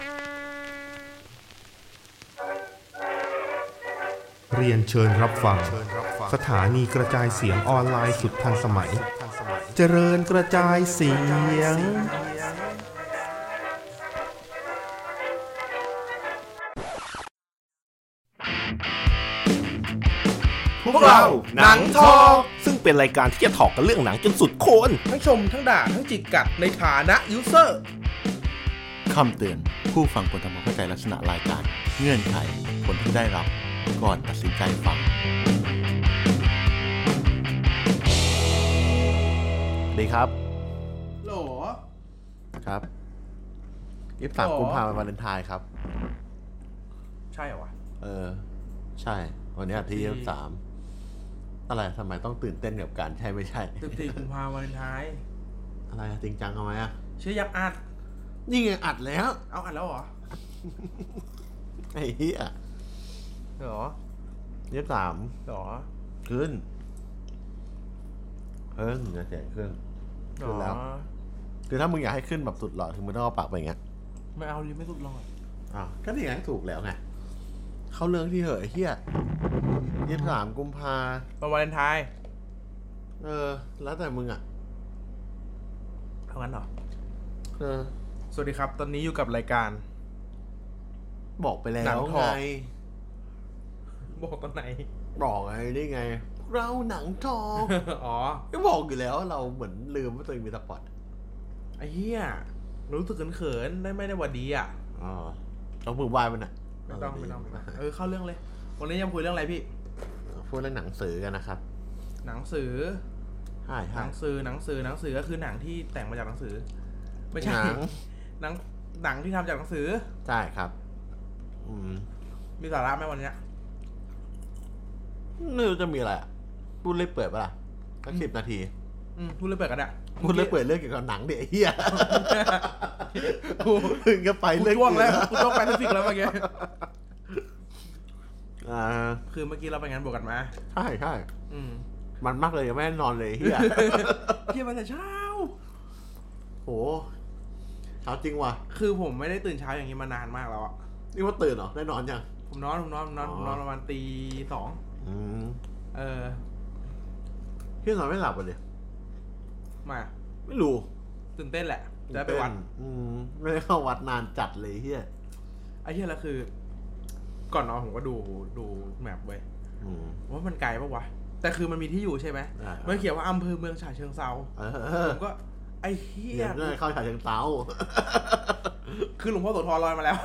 เรียนเชิญรับฟังสถานีกระจายเสียงออนไลน์สุดทันสมัยเจริญกระจายเสียงพวกเราหนังทอล์กซึ่งเป็นรายการที่จะถอกกันเรื่องหนังจนสุดโคนทั้งชมทั้งด่าทั้งจิกกัดในฐานะยูเซอร์คำเตือนผู้ฟังควรทำความเข้าใจลักษณะรายการเงื่อนไขผลที่ได้รับก่อนตัดสินใจฟังดีครับโหลครับ23กุมภาพันธ์วาเลนไทน์ครับใช่เหรอวะใช่วันนี้ที่23อะไรทำไมต้องตื่นเต้นกับการใช่ไม่ใช่ 14กุมภาพันธ์วาเลนไทน์อะไรจริงจังทำไมชื่อยักษ์อัดนี่ไงอัดแล้วเอาอัดแล้วเหรอไอ้เหี้ยเหรอ 23หรอขึ้นจะแจกขึ้นแล้วคือถ้ามึงอยากให้ขึ้นแบบสุดหล่อคือมึงต้องเอาปากไปอย่างเงี้ยไม่เอาเลยไม่สุดหล่อก็นี่ไงถูกแล้วไงเขาเรื่องที่เหอะไอ้เหี้ย23กุมภาพันธ์วาเลนไทน์แล้วแต่มึงเท่านั้นเหรอสวัสดีครับตอนนี้อยู่กับรายการบอกไปแล้วไงบอกตอนไหนบอกไงนี่ไงเราหนังทองก็บอกอยู่แล้วเราเหมือนลืมว่าตัวเองมีสปอตไอ้เหี้ยรู้สึกเขินๆได้ไม่ได้หวัดดีต้องมือวายมันไม่ต้องเข้าเรื่องเลยวันนี้จะคุยเรื่องอะไรพี่พูดเรื่องหนังสือกันนะครับหนังสือใช่หนังสือก็คือหนังที่แต่งมาจากหนังสือไม่ใช่หนังที่ทำจากหนังสือใช่ครับมีสาระไหมวันนี้ไม่รู้จะมีอะไรพูดเล่อยเปิดป่ะล่ะสัก10 นาทีพูดเล่อยเปิดกันพูดเล่อยเปิดเรื่องเกี่ยวกับหนังเด็กเหี้ยถึงก็ไปเรื่องช่วงแล้วกูต้องไปทัฟิกแล้วเมื่อกี้คือเมื่อกี้เราไปงานบวชกันมาใช่มันมากเลยยังไม่ได้นอนเลยเหี้ยมาแต่เช้าโหเช้าจริงว่ะคือผมไม่ได้ตื่นเช้าอย่างนี้มานานมากแล้วนี่ว่าตื่นเหรอได้นอนยังผมนอนประมาณตี 2 พี่นอนไม่หลับเลยไม่รู้ตื่นเต้นแหละจะไปวัดไม่ได้เข้าวัดนานจัดเลยเฮียไอ้เฮียแล้วคือก่อนนอนผมก็ดูแมปไว้ว่ามันไกลปะวะแต่คือมันมีที่อยู่ใช่ไหมมันเขียนว่าอำเภอเมืองฉะเชิงเทราผมก็ไอ้เฮียเข้าฉะเชิงเทราคือหลวงพ่อโสธรลอยมาแล้ว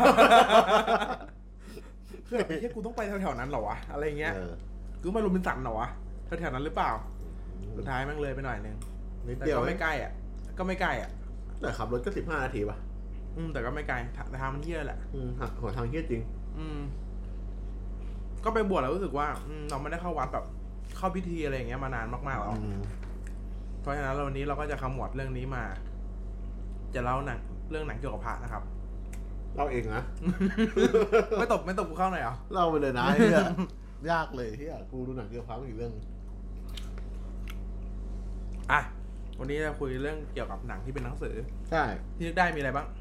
คือไอ้เฮียกูต้องไปแถวๆนั้นเหรอวะอะไรเงี้ยกูไม่รู้เป็นสันเหรอวะแถวๆนั้นหรือเปล่าสุดท้ายแม่งเลยไปหน่อยนึงแต่ก็ไม่ใกล้แต่ขับรถก็15 นาทีป่ะแต่ก็ไม่ไกลแต่ทางมันเหี้ยแหละหัวทางเหี้ยจริงก็ไปบวชแล้วรู้สึกว่าเราไม่ได้เข้าวัดแบบเข้าพิธีอะไรอย่างเงี้ยมานานมากๆแล้วเพราะฉะนั้นวันนี้เราก็จะขมวดเรื่องนี้มาจะเล่าเรื่องหนังเกี่ยวกับพระนะครับเล่าเองนะไม่ตบกูเข้าหน่อยเหรอเล่าไปเลยนะเนี่ยยากเลยที่กูดูหนังเกี่ยวกับพระอีกเรื่องวันนี้จะคุยเรื่องเกี่ยวกับหนังที่เป็นหนังสือใช่ที่นึกได้มีอะไรบ้าง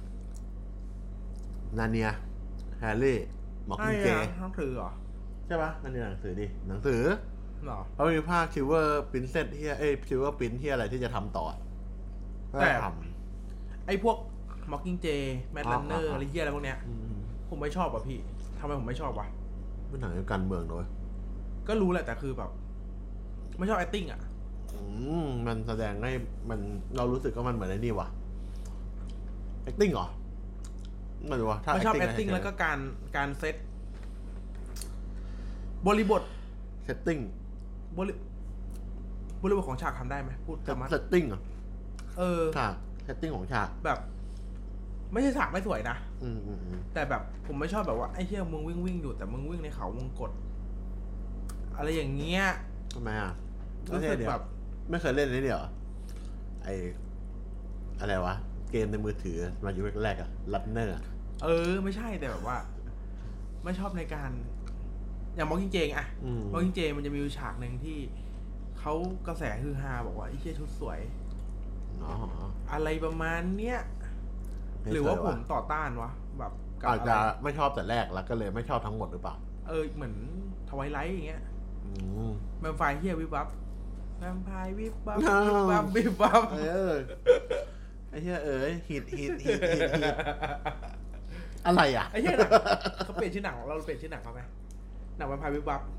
นาเนียแฮร์รี่หมอกินเจหนังสือเหรอใช่ปะนาเนียหนังสือดิหนังสือหรอเขามีภาคซิลเวอร์ปรินเซสที่ซิลเวอร์ปรินที่อะไรที่จะทำต่อแต่ไอ้พวกมอคกิ้งเจแมดลันเนอร์อะไรเงี้ยอะไรพวกเนี้ยผมไม่ชอบพี่ทำไมผมไม่ชอบวะเป็นหนังเกี่ยวกับการเมืองด้วยก็รู้แหละแต่คือแบบไม่ชอบ acting มันแสดงให้มันเรารู้สึกว่ามันเหมือนไอ้นี่วะ acting เหรอไม่รู้ว่าไม่ชอบ acting แล้วก็การเซตบริบท setting บริบทของฉากทำได้ไหมพูดธรรมะ setting เหรอฉาก setting ของฉากแบบไม่ใช่ฉากไม่สวยนะแต่แบบผมไม่ชอบแบบว่าไอ้เหี้ยมึงวิ่งอยู่แต่มึงวิ่งในเขาวงกฏอะไรอย่างเงี้ยทำไมรู้สึกแบบไม่เคยเล่นเลยเดี๋ยวอะไรวะเกมในมือถือมาอยู่แรกลัดเนอร์ไม่ใช่แต่แบบว่าไม่ชอบในการอย่างมอคกิ้งเจมอคกิ้งเจมันจะมีฉากหนึ่งที่เขากระแสฮือฮาบอกว่าไอ้เชี่ยชุดสวยอะไรประมาณเนี้ยหรือว่าผมต่อต้านวะแบบอาจจะไม่ชอบแต่แรกแล้วก็เลยไม่ชอบทั้งหมดหรือเปล่าเหมือนทวายไลท์อย่างเงี้ยแวมไพร์เฮียวิบวับแวมไพร์วิบวับวิบวับไอ้เหี้ยฮิตอะไรอ่ะไอ้เหี้ยหนังเขาเปลี่ยนชื่อหนังเราเปลี่ยนชื่อหนังเขาไหมหนังแวมไพร์วิบวับ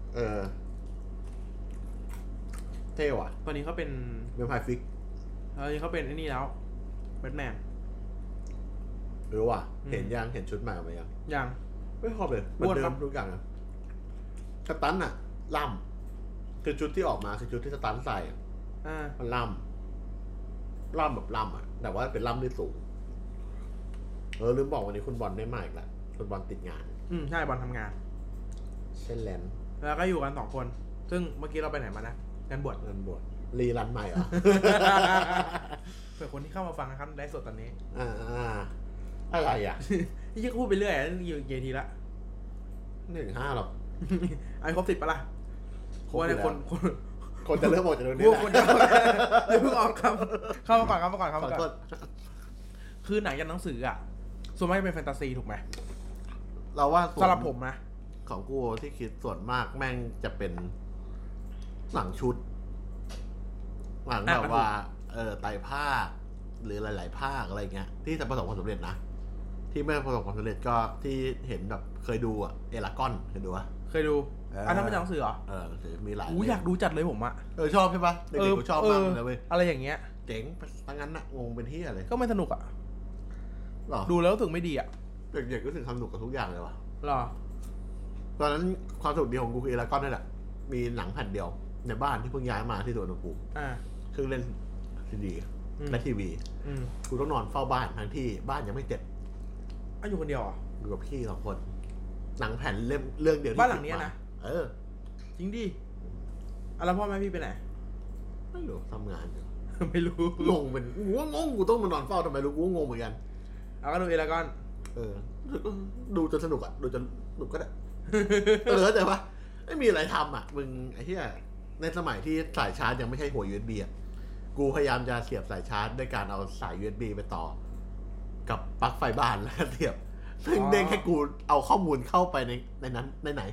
เท่ว่ะตอนนี้เขาเป็นแวมไพร์ฟิกตอนนี้เขาเป็นไอ้นี่แล้วแบทแมนรู้ว่ะเห็นชุดใหม่ไหมยังไม่ชอบเลยเหมือนเดิมทุกอย่างอะสตันอะล่ำคือชุดที่ออกมาคือชุดที่สตันใส่มันล่ำแบบล่ำอะแต่ว่าเป็นล่ำที่สูงลืมบอกวันนี้คุณบอลได้มาอีกแล้วคุณบอลติดงานใช่บอลทำงานเช่นแลนแล้วก็อยู่กัน2 คนซึ่งเมื่อกี้เราไปไหนมานะงานบวชรีรันใหม่เหรอเผื่อคนที่เข้ามาฟังนะครับได้สดตอนนี้อะไรอ่ะยี่พูดไปเรื่อยอยู่กี่ทีละ 1-5หรอกไอ้ครบ10ปะล่ะคนจะเริ่มหมดจากตรงนี้แหละคนจะเพิ่งออกเข้ามาก่อนคือหนังยันหนังสืออ่ะส่วนมากเป็นแฟนตาซีถูกไหมเราว่าสำหรับผมนะของกูที่คิดส่วนมากแม่งจะเป็นหนังชุดหนังแบบว่าไตรภาคหรือหลายๆภาคอะไรเงี้ยที่จะประสบความสำเร็จนะที่ไม่ประสบความสำเร็จก็ที่เห็นแบบเคยดูเอลากอนเคยดูเคยดูอันนั้นเป็นหนังสือเหรอหนังสือมีหลายอยากดูจัดเลยผมอะชอบใช่ปะเด็กๆกูชอบมากเลยเว้ยอะไรอย่างเงี้ยเจ๋งทั้งนั้นน่ะงงเป็นที่อะไรก็ไม่สนุกอะดูแล้วรู้สึกไม่ดีอะเด็กๆก็รู้สึกสนุกกับทุกอย่างเลยวะหรอตอนนั้นความสนุกดีของกูคือเอลากอนนี่แหละมีหนังแผ่นเดียวในบ้านที่เพิ่งย้ายมาที่สวนอุณหภูมิเครื่องเล่นซีดีและทีวีกูต้องนอนเฝ้าบ้านทั้งที่บ้านยังไม่เสร็จอยู่คนเดียวอ่ะอยู่กับพี่2 คนหนังแผ่นเรื่องเดียวบ้านหลังนี้นะจริงดิแล้วพ่อแม่พี่ไปไหนไม่รู้ทำงานอยู่ไม่รู้งงเป็นงงกูต้องมานอนเฝ้าทำไมรู้กูงงเหมือนกันก็ดูเอลากอนดูจนสนุกอ่ะดูจนสนุกก็ได้แต่ว่าไม่มีอะไรทำอ่ะมึงไอ้เหี้ยในสมัยที่สายชาร์จยังไม่ใช่หัว USB อ่ะกูพยายามจะเสียบสายชาร์จด้วยการเอาสาย USB ไปต่อกับปลั๊กไฟบ้านแล้วเสียบซึ่งเด้งให้กูเอาข้อมูลเข้าไปในนั้นในไหน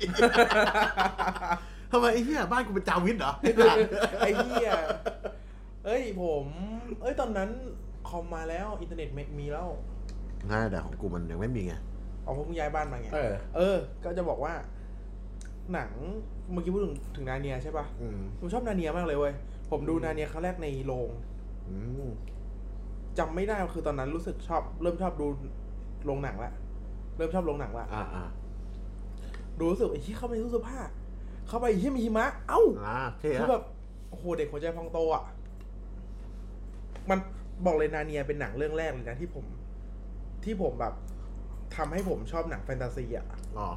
ทำไมไอ้เหี้ยบ้านกูเป็นจาวิทเหรอไอ้เหี้ยผมตอนนั้นคอมมาแล้วอินเทอร์เน็ตมีแล้วง่ายแต่ของกูมันยังไม่มีไงผมเพิ่งย้ายบ้านมาไงก็จะบอกว่าหนังเมื่อกี้พูดถึงนาเนียใช่ป่ะผมชอบนาเนียมากเลยเว้ยผมดูนาเนียครั้งแรกในโรงจำไม่ได้คือตอนนั้นรู้สึกเริ่มชอบดูโรงหนังละดูรู้สึกไอ้ที่เข้าไปในตู้เสื้อผ้าเข้าไปที่มีหิมะคือแบบโอ้โหเด็กหัวใจพองโตอ่ะมันบอกเลยนาเนียเป็นหนังเรื่องแรกเลยนะที่ผมแบบทำให้ผมชอบหนังแฟนตาซีอ่ะ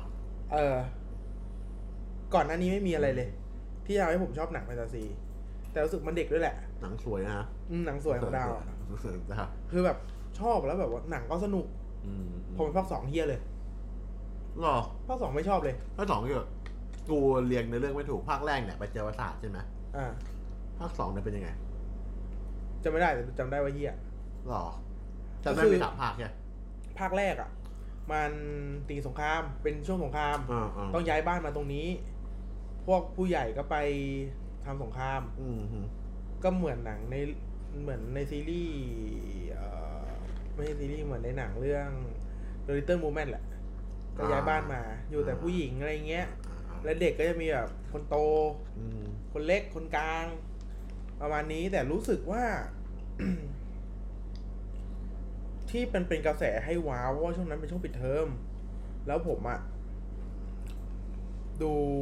ก่อนหน้านี้ไม่มีอะไรเลยที่ทำให้ผมชอบหนังแฟนตาซีแต่รู้สึกมันเด็กด้วยแหละหนังสวยนะหนังสวยของดาวคือแบบชอบแล้วแบบว่าหนังก็สนุกผมเป็นภาค 2เฮี้ยเลยหรอภาค 2ไม่ชอบเลยภาค 2ก็กูเรียงในเรื่องไม่ถูกภาคแรกเนี่ยไปเจอประสาทใช่ไหมภาค 2เนี่ยเป็นยังไงจำไม่ได้แต่จำได้ว่าเฮี้ยหรอจำได้มี3 ภาคใช่ภาคแรกอ่ะมันตีสงครามเป็นช่วงสงครามต้องย้ายบ้านมาตรงนี้พวกผู้ใหญ่ก็ไปทำสงครามก็เหมือนหนังเหมือนในซีรีส์ไม่ใช่ซีรีส์เหมือนในหนังเรื่อง The Little Mermaid แหละก็ย้ายบ้านมาอยู่แต่ผู้หญิงอะไรเงี้ยและเด็กก็จะมีแบบคนโตคนเล็กคนกลางประมาณนี้แต่รู้สึกว่า ที่เป็นกระแสให้ว้าวว่าช่วงนั้นเป็นช่วงปิดเทอมแล้วผมอ่ะดู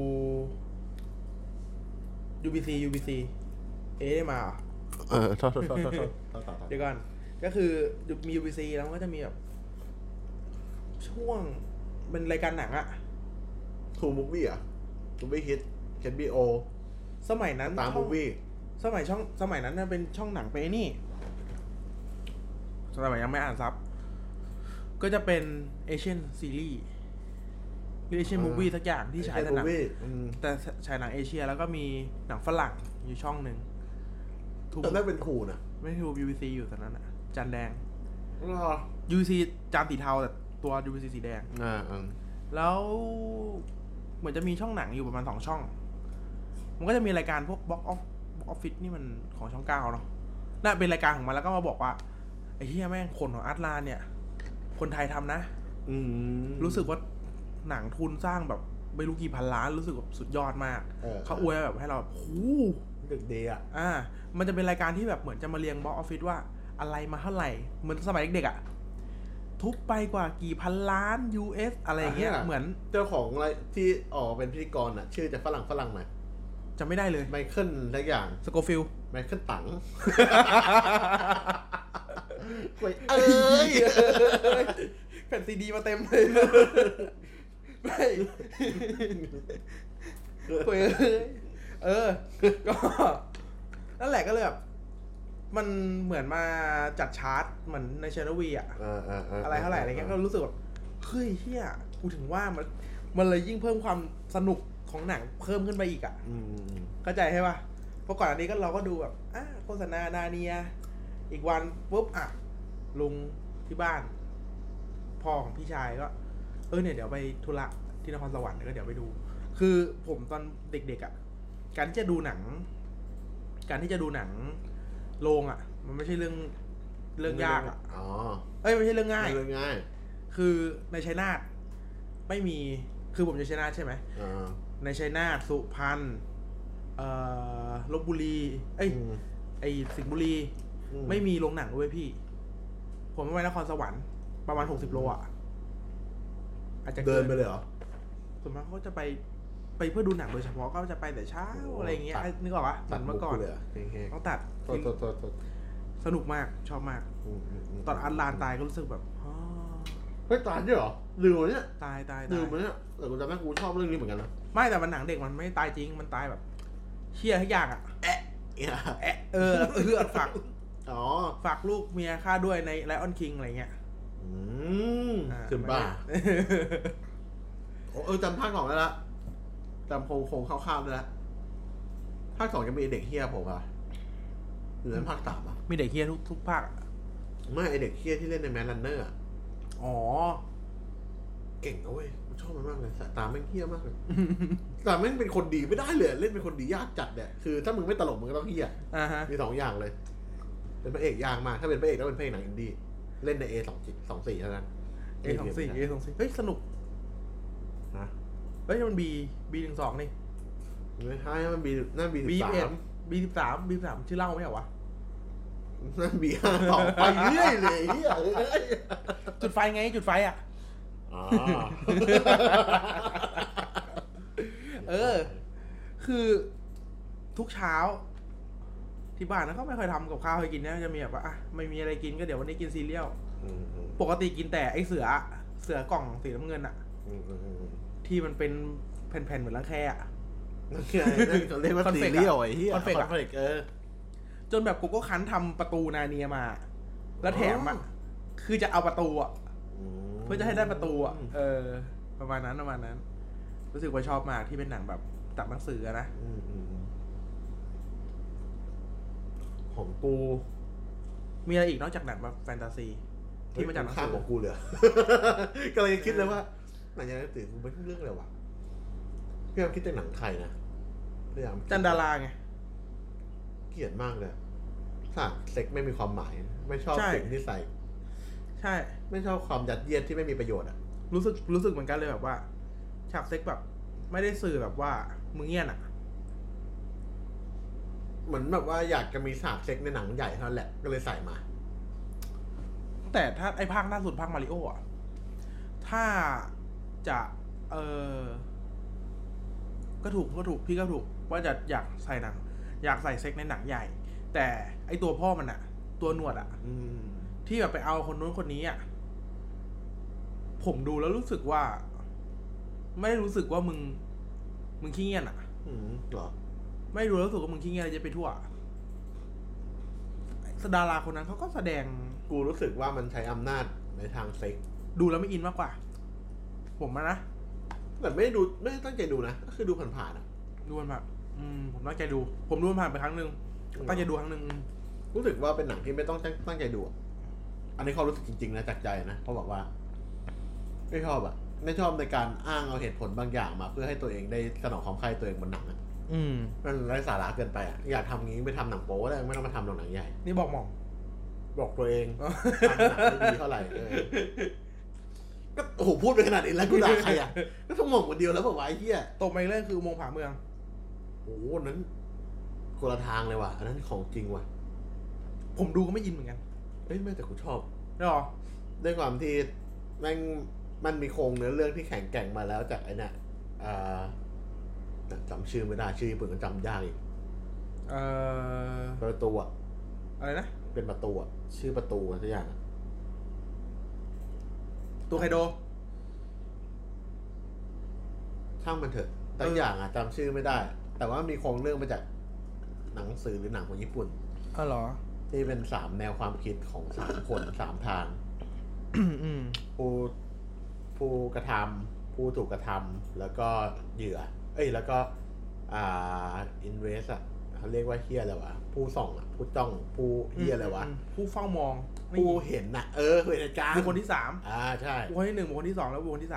UBC ได้มาโทษเดี๋ยวก่อนก็คือมี UBC แล้วก็จะมีแบบช่วงเป็นรายการหนังอะทูมูฟวี่อะทูวี่ฮิตHBO สมัยนั้นตามมูฟวี่สมัยนั้นเป็นช่องหนังไปนี่สมัยยังไม่อ่านซับก็จะเป็นเอเชียนซีรีส์หรือเอเชียนมูฟวี่สักอย่างที่ฉายหนังแต่ฉายหนังเอเชียแล้วก็มีหนังฝรั่งอยู่ช่องหนึ่งตอนนั้นเป็นครูนะไม่ทู BBC อยู่ตอนนั้นอ่ะจันแดง UVC จานสีเทาแต่ตัว UVC สีแดงแล้วเหมือนจะมีช่องหนังอยู่ประมาณ2ช่องมันก็จะมีรายการพวก Box Office นี่มันของช่อง9เนาะน่าเป็นรายการของมันแล้วก็มาบอกว่าไอ้เหี้ยแม่งคนของอาร์ตลานเนี่ยคนไทยทำนะรู้สึกว่าหนังทุนสร้างแบบไม่รู้กี่พันล้านรู้สึกแบบสุดยอดมากเขาอวยแบบให้เราแบบโอ้ดึกดีอ่ะมันจะเป็นรายการที่แบบเหมือนจะมาเรียง Box Office ว่าอะไรมาเท่าไหร่เหมือนสมัยเด็กๆอ่ะทุบไปกว่ากี่พันล้าน US อะไรอย่างเงี้ยเหมือนเจ้าของอะไรที่ออกเป็นพิธีกรอ่ะชื่อจะฝรั่งหน่อยจำไม่ได้เลยไมเคิลทุกอย่างสโกฟิลไมเคิลตังแผ่นซีดีมาเต็มเลยไม่ก็นั่นแหละก็เลยแบบมันเหมือนมาจัดชาร์ตเหมือนในชาแนลวีอ่ะอะไรเท่าไหร่อะไรเงี้ยก็รู้สึกแบบเฮ้ยเฮียกูถึงว่ามันเลยยิ่งเพิ่มความสนุกของหนังเพิ่มขึ้นไปอีกอ่ะเข้าใจใช่ป่ะเพราะก่อนอันนี้ก็เราก็ดูแบบโฆษณานาเนียอีกวันปุ๊บลุงที่บ้านพ่อของพี่ชายก็เนี่ยเดี๋ยวไปธุระที่นครสวรรค์ก็เดี๋ยวไปดูคือผมตอนเด็กๆอ่ะการที่จะดูหนังโรงอ่ะมันไม่ใช่เรื่องยากอ่ะไม่ใช่เรื่องง่ายคือในชัยนาทไม่มีคือผมจะชัยนาทใช่ไหมในชัยนาทสุพรรณลพบุรีไอสิงห์บุรีไม่มีโรงหนังด้วยพี่ผมไปนครสวรรค์ประมาณ60 โลอ่ะอาจจะเดินไปเลยเหรอส่วนมากเขาจะไปเพื่อดูหนังโดยเฉพาะก็จะไปแต่เช้าอะไรอย่างเงี้ยนึกออกปะตัดเมื่อก่อนต้องตัดสนุกมากชอบมากตอนอาร์ตลานตายก็รู้สึกแบบไม่ตายด้วยเหรอลืมเนี่ยตายลืมเนี่ยแต่กูจำได้กูชอบเรื่องนี้เหมือนกันนะไม่แต่มันหนังเด็กมันไม่ตายจริงมันตายแบบเชี่ยให้ยากอ่ะฝากลูกเมียฆ่าด้วยในไลออนคิงอะไรเงี้ยคือบ้าจำภาค2ได้ละจำโคงคร่าวๆได้ละภาค2จะมีเด็กเฮี้ยผมอ่ะหรือภาค3อ่ะมีเด็กเฮี้ยทุกภาคไม่ไอเด็กเฮี้ยที่เล่นในแมนรันเนอร์เก่งนะเว้ยชอบมันมากเลยสายตาแม่งเฮี้ยมากเลยแต่แม่งเป็นคนดีไม่ได้เลยเล่นเป็นคนดียากจัดเนี่ยคือถ้ามึงไม่ตลกมึงก็ต้องเฮี้ยมี2อย่างเลยเป็นพระเอกยากมากถ้าเป็นพระเอกต้องเป็นพระเอกหนังอินดี้เล่นใน A24 เท่านั้น A24 เฮ้ยสนุกนะเฮ้ยมัน B12 นี่ไม่ใช่มัน B นั่น B13 ชื่อเล่าไม่เหรอวะนั่น B52 ไปเรื่อยเลยเหี้ยจุดไฟไงจุดไฟอ่ะคือทุกเช้าที่บ้านนะเขาไม่ค่อยทำกับข้าวให้กินนะจะมีแบบว่าไม่มีอะไรกินก็เดี๋ยววันนี้กินซีเรียลปกติกินแต่ไอเสือกล่องสีน้ำเงินอะที่มันเป็นแผ่นๆเหมือนรังแคอ่ะเขาเรียกว่าซีเรียลไอ้เหี้ยคอนเฟกจนแบบกูก็คั้นทำประตูนาเนียมาแล้วแถมอ่ะคือจะเอาประตูอ่ะเพื่อจะให้ได้ประตูอ่ะประมาณนั้นรู้สึกว่าชอบมากที่เป็นหนังแบบจากหนังสือนะของกูมีอะไรอีกนอกจากหนังแบบแฟนตาซีที่มาจากหนังสือของกูเลยก็เลยคิดเลยว่าหนังอย่างนั้นตื่นกูไม่เรื่องอะไรวะพยายามคิดแต่หนังไทยนะพยายามจันดาราไงเกลียดมากเลยฉากเซ็กไม่มีความหมายไม่ชอบสิ่งที่ใส่ใช่ไม่ชอบความยัดเยียดที่ไม่มีประโยชน์อ่ะรู้สึกเหมือนกันเลยแบบว่าฉากเซ็กแบบไม่ได้สื่อแบบว่ามึงเงี้ยน่ะเหมือนแบบว่าอยากจะมีฉากเซ็กในหนังใหญ่เท่านั้นแหละก็เลยใส่มาแต่ถ้าไอ้ภาคล่าสุดภาคมาริโออ่ะถ้าจะก็ถูกพี่ก็ถูกว่าจะอยากใส่หนังอยากใส่เซ็กในหนังใหญ่แต่ไอ้ตัวพ่อมันอ่ะตัวหนวดอ่ะที่แบบไปเอาคนนู้นคนนี้อ่ะผมดูแล้วรู้สึกว่าไม่รู้สึกว่ามึงขี้เกียจอ่ะหรอไม่รู้รู้สึกว่ามึงขี้เกียจอะไรจะไปทั่วดาราคนนั้นเขาก็แสดงกูรู้สึกว่ามันใช้อำนาจในทางเซ็กดูแล้วไม่อินมากกว่าผมนะแต่ไม่ได้ตั้งใจดูนะก็คือดูผ่านๆอ่ะดูผ่านผมตั้งใจดูผมดูผ่านไปครั้งนึงตั้งใจดูครั้งนึงรู้สึกว่าเป็นหนังที่ไม่ต้องตั้งใจดูอันนี้เขารู้สึกจริงๆนะจากใจนะเขาบอกว่าไม่ชอบในการอ้างเอาเหตุผลบางอย่างมาเพื่อให้ตัวเองได้สนองความใคร่ตัวเองบนหนังอ่ะมันไร้สาระเกินไปอ่ะอยากทำงี้ไปทำหนังโป๊ได้ไม่ต้องมาทำหนังใหญ่นี่บอกหม่อมบอกตัวเองทำหนังไม่ดีเท่าไหร่ก็โอ้โหพูดไปขนาดนี้แล้วกูด่าใครอ่ะก็ต้องมองคนเดียวแล้วบอกว่าไอ้เหี้ยตกไปเรื่องคืออุโมงค์ผาเมืองโอ้นั้นคนละทางเลยว่ะอันนั้นของจริงว่ะผมดูก็ไม่ยินเหมือนกันไม่แต่กูชอบหรอด้วยความที่มันมีโครงเนื้อเรื่องที่แข็งแกร่งมาแล้วจากไอ้เนี่ยจำชื่อไม่ได้ชื่อญี่ปุ่นก็จำยากอีกประตูอะไรนะเป็นประตูชื่อประตูอะไรสักอย่างตัวไคโดช่างมันเถอะแต่อย่างจำชื่อไม่ได้แต่ว่ามีโครงเรื่องมาจากหนังสือหรือหนังของญี่ปุ่นเหรอที่เป็น3แนวความคิดของ3คน3ทางผู้กระทำผู้ถูกกระทำแล้วก็เหยื่อแล้วก็อินเวสเขาเรียกว่าเฮียอะไรวะผู้ส่องผู้จ้องผู้เฮียอะไรวะผู้เฝ้ามองผู้เห็นเห็นเหตุการณ์บุคคลที่3 ใช่บุคคลที่1บุคคลที่2แล้วบุคคลที่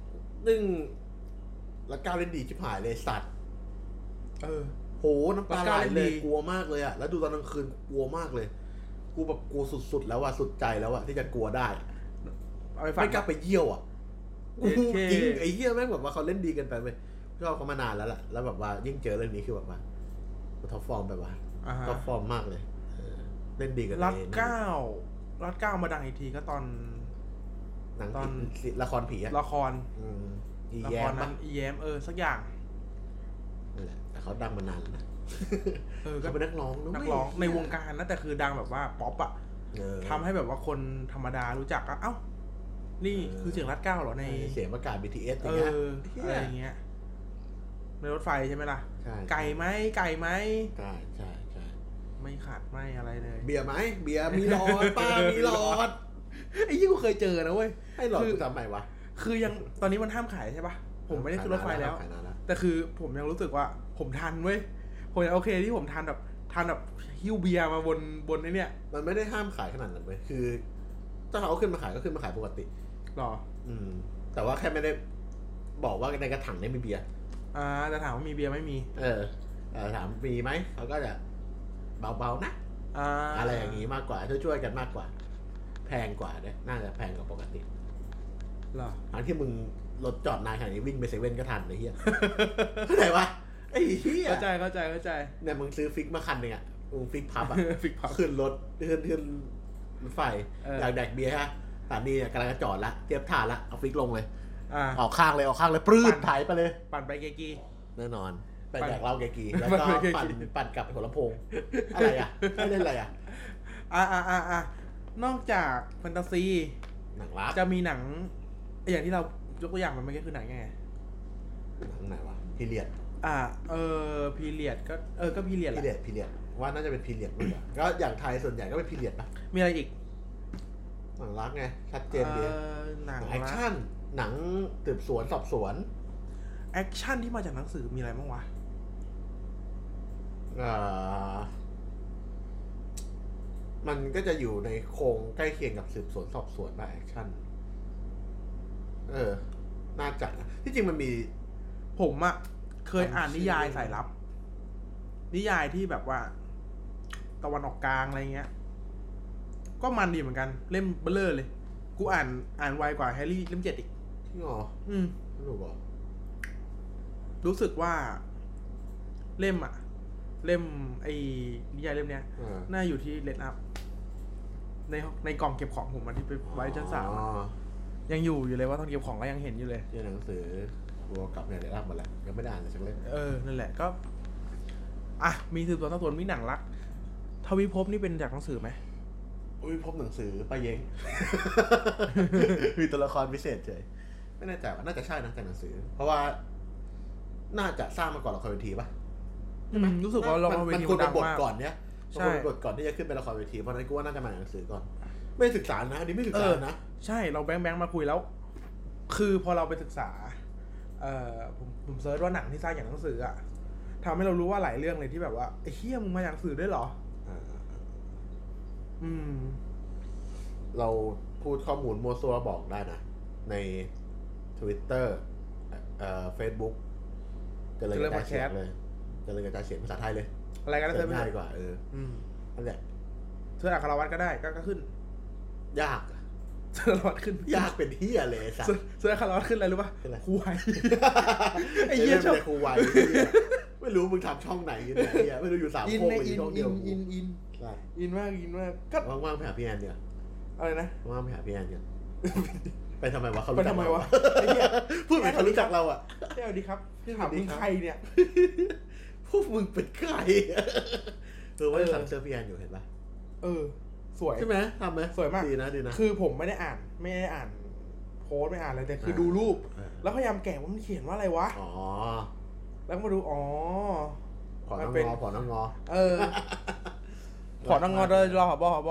3 ซึ่งแล้วก้าวเล่นดีชิบหายเลยสัตว์โหน้ำตาไหลเลยกลัวมากเลยแล้วดูตอนกลางคืนกลัวมากเลยกูแบบกลัวสุดๆแล้วสุดใจแล้วที่จะกลัวได้ไม่กล้าไปเยี่ยวจริงไอ้เหี้ยแม่งแบบว่าเขาเล่นดีกันไปเว้ยชอบเขามานานแล้วล่ะแล้วแบบว่ายิ่งเจอเรื่องนี้คือแบบว่าท็อปฟอร์มแบบว่าท็อปฟอร์มมากเลยเล่นดีกันรัดเก้ามาดังอีกทีก็ตอนหนังละครผีละครอีแย้มสักอย่างนั่นแหละแต่เขาดังมานานแล้วนะก็เป็นนักร้องในวงการนะแต่คือดังแบบว่าป๊อปทำให้แบบว่าคนธรรมดารู้จักเอ้านี่คือเสียงรัดเก้าเหรอในเสียงประกาศ BTS อย่างเงี้ยอะไรอย่างเงี้ยในรถไฟใช่ไหมล่ะไก่ไหมใช่ไม่ขาดไม่อะไรเลยเบียร์ไหมเบียร์มีหลอดป้ามีหลอดไอ้ยี่กูเคยเจอนะเว้ยให้หลอดกูจำใหม่วะคือยังตอนนี้มันห้ามขายใช่ปะผมไม่ได้ขึ้นรถไฟแล้วแต่คือผมยังรู้สึกว่าผมทันเว้ยผมยังโอเคที่ผมทันแบบหิ้วเบียร์มาบนไอ้นี่มันไม่ได้ห้ามขายขนาดนั้นเว้ยคือถ้าเขาขึ้นมาขายก็ขึ้นมาขายปกติหรอแต่ว่าแค่ไม่ได้บอกว่าในกระถางนี้มีเบียร์แต่ถามว่ามีเบียร์ไม่มีถามมีไหมเขาก็จะเบาๆนะอะไรอย่างนี้มากกว่าช่วยๆกันมากกว่าแพงกว่าเนี่ยน่าจะแพงกว่าปกติหรอทั้งที่มึงรถจอดนานขนาดนี้วิ่งไปเซเว่นก็ทันไอ้เหี้ยเข้าใจปะไอ้เหี้ยเข้าใจเนี่ยมึงซื้อฟิกมาคันนึงมึงฟิกพับขึ้นรถขึ้นไฟอยากแดกเบียร์ฮะสถานีกำลังจะจอดละเทียบท่าละเอาฟิกลงเลยออกข้างเลยปลื้ดถ่ายไปเลยปั่นไปเกกีแน่นอนไปแดกเหล้าเกกีแล้วก็ปั่นกลับไปหัวลำโพงอะไรไม่เล่นอะไรนอกจากแฟนตาซีหนังรักจะมีหนังอย่างที่เรายกตัวอย่างมันไม่ใช่คือหนังไงหนังไหนวะพีเรียดพีเรียดก็พีเรียดว่าน่าจะเป็นพีเรียดมากกว่าก็อย่างไทยส่วนใหญ่ก็เป็นพีเรียดปะมีอะไรอีกหนังรักไงชัดเจนดีหนังแอคชั่นหนังสืบสวนสอบสวนแอคชั่นที่มาจากหนังสือมีอะไรบ้างวะมันก็จะอยู่ในโครงใกล้เคียงกับสืบสวนสอบสวนแบบแอคชั่นน่าจะที่จริงมันมีผมเคยอ่านนิยายสายลับนิยายที่แบบว่าตะวันออกกลางอะไรเงี้ยก็มันดีเหมือนกันเล่มเบลอเลยกูอ่านไวกว่าแฮร์รี่เล่ม7อีกจริงเหรอรู้สึกว่าเล่มไอ้นิยายเล่มเนี้ยน่าอยู่ที่เลดอัพในกล่องเก็บของผมที่ไปไว้ชั้น3ยังอยู่เลยว่าตอนเก็บของก็ยังเห็นอยู่เลยหนังสือกูกลับเนี่ยเลดอัพหมดแล้วยังไม่ได้อ่านเลยสักเล่มนั่นแหละก็มีสืบสวนสอบสวนมีหนังรักทวิภพนี่เป็นจากหนังสือไหมพบหนังสือป้าเย้งมีตัวละครพิเศษเฉยไม่แน่ใจว่าน่าจะใช่นะจากหนังสือเพราะว่าน่าจะสร้างมาก่อนละครเวทีป่ะรู้สึกว่าละครเวทีมันดังมากก่อนเนี้ยใช่บทก่อนที่จะขึ้นเป็นละครเวทีเพราะนั้นกูว่าน่าจะมาจากหนังสือก่อนไม่ศึกษานะอันนี้ไม่ศึกษานะใช่เราแบงค์มาคุยแล้วคือพอเราไปศึกษาผมเซิร์ชว่าหนังที่สร้างอย่างหนังสือทำให้เรารู้ว่าหลายเรื่องเลยที่แบบว่าไอ้เหี้ยมึงมาจากหนังสือด้วยเหรอเราพูดข้อมูลมั่วซั่วบอกได้นะใน Twitter Facebook จะเลยกระจายเสียงเลยจะเลยกระจายเสียงภาษาไทยเลยอะไรกันเซิร์ชง่ายกว่านั่นแหละเซิร์ชอัครวัตรก็ได้ก็ขึ้นยากเซิร์ชอัครวัตรขึ้นยากเป็นเหี้ยเลยสัตว์เซิร์ชอัครวัตรขึ้นอะไรรู้ป่ะครูไวไอ้เหี้ยชอบครูไวไม่รู้มึงทำช่องไหนกันเนี่ยไม่รู้อยู่3โคกหรือช่องเดียวอินมากก็ว่างๆไปหาพี่แอนเนี่ยอะไรนะว่างๆไปหาพี่แอนเนี่ยไปทำไมวะเขาไปทำไมวะพูดเหมือนเขารู้จักเราอ่ะสวัสดีครับถามมึงใครเนี่ยพวกมึงเป็นใครว่าสั่งเสื้อพี่แอนอยู่เห็นป่ะสวยใช่ไหมทำไหมสวยมากดีนะคือผมไม่ได้อ่านโพสไม่อ่านอะไรแต่คือดูรูปแล้วพยายามแกะว่ามันเขียนว่าอะไรวะแล้วมาดูขอน้องงอขอน้องงอขอน้องงอเลยรอหบ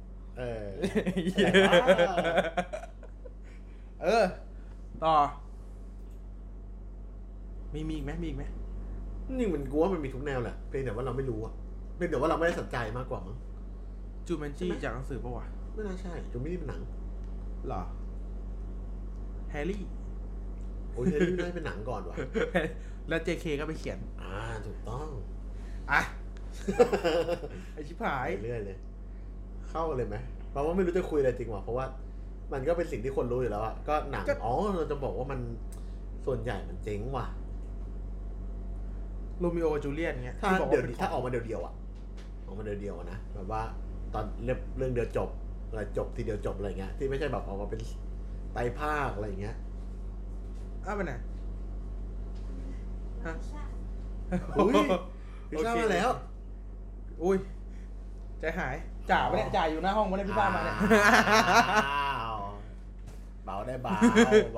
ต่อมีอีกไหมนี่มันกูว่ามันมีทุกแนวแหละเพียงแต่ว่าเราไม่รู้อ่ะเพียงแต่ว่าเราไม่ได้สนใจมากกว่ามั้งจูแมนจี้จากหนังสือปะวะไม่น่าใช่จูแมนจี้เป็นหนังหรอแฮร์รี่โอ้ยแฮร์รี่ได้เป็นหนังก่อนวะแล้ว JK ก็ไปเขียนถูกต้องไอชิบหายเรื่อยเลยเข้าเลยไหมเพราะว่าไม่รู้จะคุยอะไรจริงว่ะเพราะว่ามันก็เป็นสิ่งที่คนรู้อยู่แล้วอ่ะก็หนังเราจะบอกว่ามันส่วนใหญ่มันเจ๊งว่ะโรมิโอกับจูเลียตเงี้ยถ้าออกมาเดียวๆอ่ะออกมาเดียวๆนะแบบว่าตอนเรื่องเดียวจบอะไรจบทีเดียวจบอะไรเงี้ยที่ไม่ใช่แบบออกมาเป็นไตรภาคอะไรเงี้ยไปไหนฮะอุ้ยพี่ซ่ามาแล้วอุ้ยใจหายจ่าไม่ได้จ่าอยู่หน้าห้องไม่ได้พี่ซ่ามาเนี่ยเบาได้เบา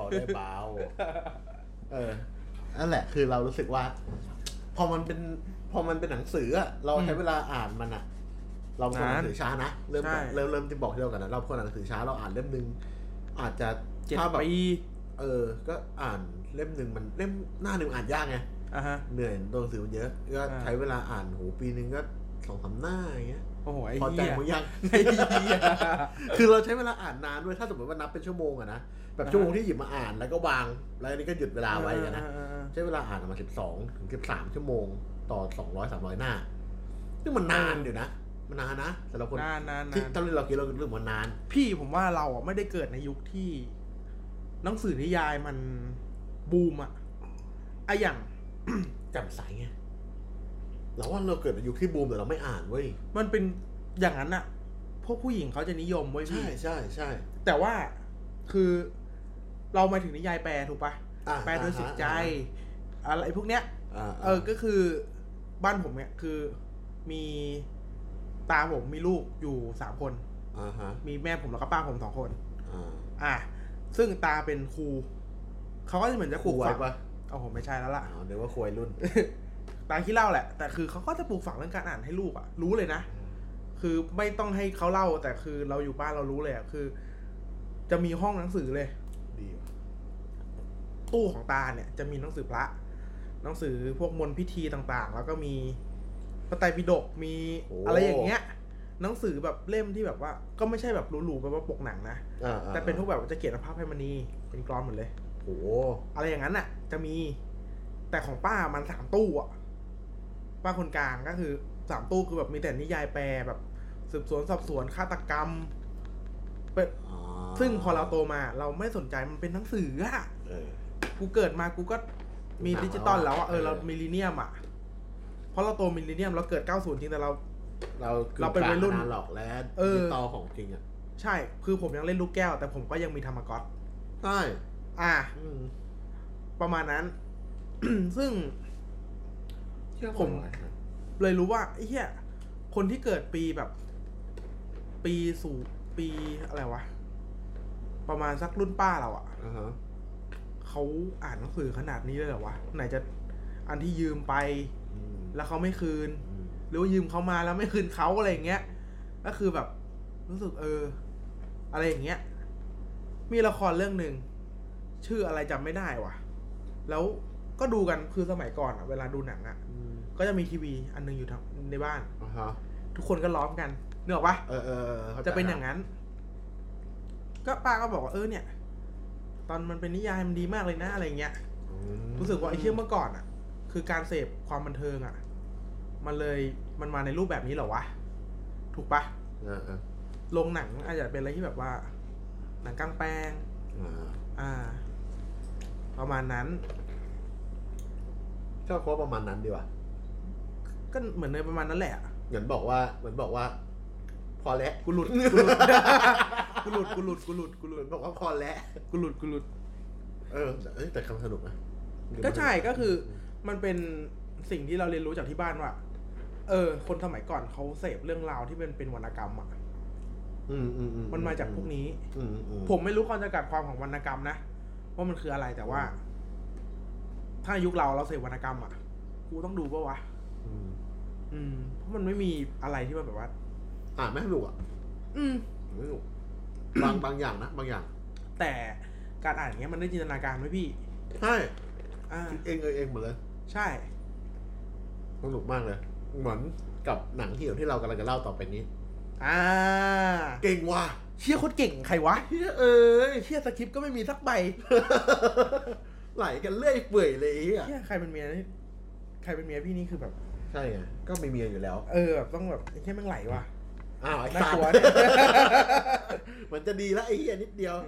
นั่นแหละคือเรารู้สึกว่าพอมันเป็นหนังสืออะเราใช้เวลาอ่านมันอะเราคนอ่านหนังสือช้านะเริ่มที่บอกที่เรากันนะเราคนอ่านหนังสือช้าเราอ่านเล่มนึงอาจจะ 7 ปีก็อ่านเล่มนึงมันเล่มหน้านึงอ่านยากไงเหนื่อยตัวหนังสือมันเยอะก็ใช้เวลาอ่านปีนึงก็ 2-3 หน้าอย่างเงี้ยโอ้โหพอใจมึงยังคือเราใช้เวลาอ่านนานด้วยถ้าสมมติว่านับเป็นชั่วโมงอะนะแบบชั่วโมงที่หยิบมาอ่านแล้วก็วางแล้วนี่ก็หยุดเวลาไว้นะใช้เวลาอ่านประมาณ12-13 ชั่วโมงต่อ200-300 หน้าซึ่งมันนานอยู่นะมันนานนะแต่เราคนที่ตอนนี้เราคิดเราเรื่องมันนานพี่ผมว่าเราไม่ได้เกิดในยุคที่หนังสือนิยายมันบูมอะอย่างจำสายไงเราว่าเราเกิดในยุคที่บูมแต่เราไม่อ่านเว้ยมันเป็นอย่างนั้นอะพวกผู้หญิงเขาจะนิยมเว้ยพี่ใช่แต่ว่าคือเรามาถึงนิยายแปลถูกปะแปลโดยจิตใจอะไรพวกเนี้ยก็คือบ้านผมเนี่ยคือมีตาผมมีลูกอยู่3 คนมีแม่ผมแล้วก็ป้าผม2 คนซึ่งตาเป็นครูเขาก็จะเหมือนจะปลูกฝังผมไม่ใช่แล้วล่ะเดี๋ยวว่าครูรุ่นตาขี้เล่าแหละแต่คือเขาก็จะปลูกฝังเรื่องการอ่านให้ลูกอ่ะรู้เลยนะคือไม่ต้องให้เขาเล่าแต่คือเราอยู่บ้านเรารู้เลยอ่ะคือจะมีห้องหนังสือเลยดีตู้ของตาเนี่ยจะมีหนังสือพระหนังสือพวกมนต์พิธีต่างๆแล้วก็มีพระไตรปิฎกมีอะไรอย่างเงี้ยหนังสือแบบเล่มที่แบบว่าก็ไม่ใช่แบบหรูๆแบบว่าปกหนังนะแต่เป็นพวกแบบจะเขียนภาพให้มณีเป็นกลอนหมดเลยอะไรอย่างนั้นอ่ะจะมีแต่ของป้ามัน3 ตู้อ่ะป้าคนกลางก็คือ3 ตู้คือแบบมีแต่นิยายแปลแบบสืบสวนสอบสวนฆาตกรรมซึ่งพอเราโตมาเราไม่สนใจมันเป็นหนังสืออ่ะกูเกิดมากูก็มีดิจิตอลแล้วอ่ะเรามิลเลนเนียมอ่ะเพราะเราโตมิลเลนเนียมเราเกิด90จริงแต่เราเป็นวัยรุ่นหลอกแล้วดิจิตอลของจริงอ่ะใช่คือผมยังเล่นลูกแก้วแต่ผมก็ยังมีธรรมก๊อตใช่ประมาณนั้น ซึ่งผมเลยรู้ว่าไอ้เหี้ยคนที่เกิดปีแบบปีอะไรวะประมาณสักรุ่นป้าเราอ่ะเขาอ่านหนังสือขนาดนี้เลยเหรอวะไหนจะอันที่ยืมไปแล้วเขาไม่คืนหรือว่ายืมเขามาแล้วไม่คืนเขาอะไรอย่างเงี้ยก็คือแบบรู้สึกอะไรอย่างเงี้ยมีละครเรื่องนึงชื่ออะไรจำไม่ได้ว่ะแล้วก็ดูกันคือสมัยก่อนอ่ะเวลาดูหนังอ่ะก็จะมีทีวีอันนึงอยู่ในบ้านทุกคนก็ล้อมกันเนอะปะจะเป็นอย่างนั้นก็ป้าก็บอกว่าเนี่ยตอนมันเป็นนิยายมันดีมากเลยนะอะไรเงี้ยรู้สึกว่าไอ้เชื่อเมื่อก่อนอ่ะคือการเสพความบันเทิงอ่ะมันมาในรูปแบบนี้เหรอวะถูกปะโรงหนังอาจจะเป็นอะไรที่แบบว่าหนังกลางแปลงประมาณนั้นก็เพราะประมาณนั้นดีกว่าก็เหมือนในประมาณนั้นแหละเหมือนบอกว่าพอแล้วกูหลุดบอกว่าพอแล้วกูหลุดแต่คำสนุกนะก็ใช่ก็คือมันเป็นสิ่งที่เราเรียนรู้จากที่บ้านว่าคนสมัยก่อนเขาเสพเรื่องราวที่เป็นวรรณกรรมอ่ะมันมาจากพวกนี้ผมไม่รู้ข้อจำกัดความของวรรณกรรมนะว่ามันคืออะไรแต่ว่าถ้ายุคเราเสพวรรณกรรมอ่ะกูต้องดูป่ะวะเพราะมันไม่มีอะไรที่มันแบบว่าไม่สนุกอ่ะไม่สนุกบางอย่างนะบางอย่างแต่การอ่านอย่างเงี้ยมันได้จินตนาการไหมพี่ใช่เองหมดเลยใช่สนุกมากเลยเหมือนกับหนังที่เรากำลังจะเล่าต่อไปนี้เก่งว่ะเชี่ยโคตรเก่งใครวะเชี่ยสคริปต์ก็ไม่มีสักใบไหลกันเรื่อยเปื่อยเลยเชี่ยใครเป็นเมียพี่นี่คือแบบใช่ไงก็มีเมียอยู่แล้วแบบต้องแบบแค่มันไหลว่ะไอ้สัตว์มันจะดีแล้วไอ้เหี้ยนิดเดียว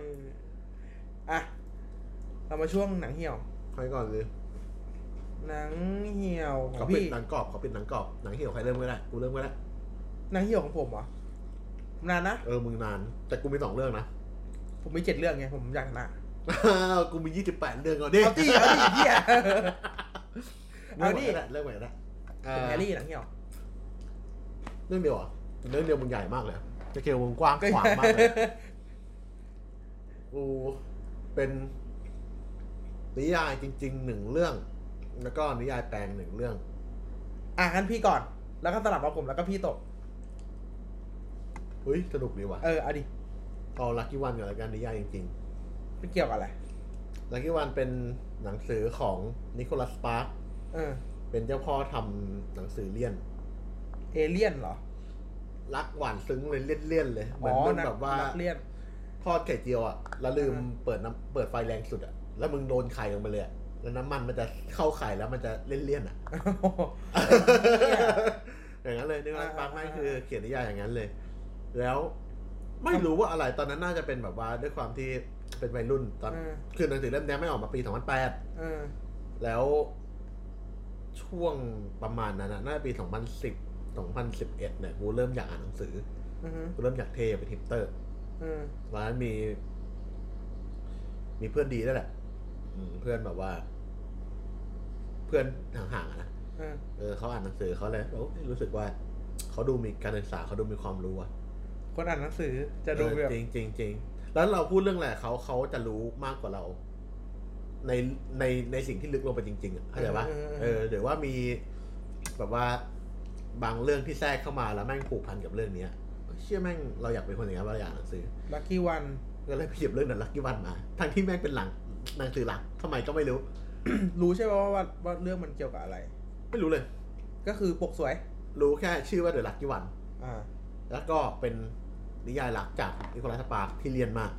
เรามาช่วงหนังเหี่ยวใครก่อนเลยหนังเหี่ยวเขาเป็นหนังกรอบหนังเหี่ยวใครเริ่มก็ได้กูเริ่มก็ได้หนังเหี่ยวของผมเหรอนานนะมึงนานแต่กูมี2เรื่องนะผมมี7เรื่องไงผมอยากนะกูมี28เรื่องก่อนดิเอาดิเหี้ยเอาดิเรื่องใหม่ละแฮร์รี่หนังเหี่ยวเรื่องเดียวเรื่องเดียวมึงใหญ่มากเลยจะเกี่ยวมึงกว้างขวางมากเลยกูเป็นนิยายจริงๆ1เรื่องแล้วก็นิยายแปลง1เรื่องงั้นพี่ก่อนแล้วก็สลับมาผมแล้วก็พี่ตกเฮ้ยสนุกดีว่ะเอาดิเอาลัคกี้วันก่อนแล้วกันนิยายจริงๆเป็นเกี่ยวกับอะไรลัคกี้วันเป็นหนังสือของนิโคลัส สปาร์คเป็นเจ้าพ่อทำหนังสือเลี่ยนเอเลี่ยนเหรอรักหวานซึ้งเลยเลี่ยนเลยเหมือนแบบว่าทอดไข่เจียวแล้วลืมเปิดไฟแรงสุดแล้วมึงโดนไข่ลงไปเลยแล้วน้ำมันจะเข้าไข่แล้วมันจะเลี่ยนอย่างนั้นเลยนิโคลัส สปาร์คนั่นคือเขียนนิยายอย่างนั้นเลยแล้วไม่รู้ว่าอะไรตอนนั้นน่าจะเป็นแบบว่าด้วยความที่เป็นวัยรุ่นตอนคือหนังสือเล่มนี้ไม่ออกมาปี2008แล้วช่วงประมาณนั้นน่าจะปี2011เนี่ยกูเริ่มอยากอ่านหนังสือกูเริ่มอยากเทไปทิปเตอร์ร้านมีเพื่อนดีด้วยแหละเพื่อนแบบว่าเพื่อนห่างๆนะเขาอ่านหนังสือเขาเลยรู้สึกว่าเขาดูมีการศึกษาเขาดูมีความรู้คนอ่านหนังสือจะดูแบบจริงแล้วเราพูดเรื่องอะไรเขาจะรู้มากกว่าเราในสิ่งที่ลึกลงไปจริงๆเข้าใจปะหรือว่ามีแบบว่าบางเรื่องที่แทรกเข้ามาแล้วแม่งผูกพันกับเรื่องนี้เชื่อแม่งเราอยากเป็นคนอย่างนี้เราอยากอ่านหนังสือ Lucky One ก็เลยไปหยิบเรื่องนั้น Lucky One มาทั้งที่แม่งเป็นหนังสือหลักทำไมก็ไม่รู้รู้ใช่ไหมว่าเรื่องมันเกี่ยวกับอะไรไม่รู้เลยก็คือปกสวยรู้แค่ชื่อว่า The Lucky One แล้วก็เป็นนิยายหลักจากนิโคลัส สปาร์คที่เรียนมา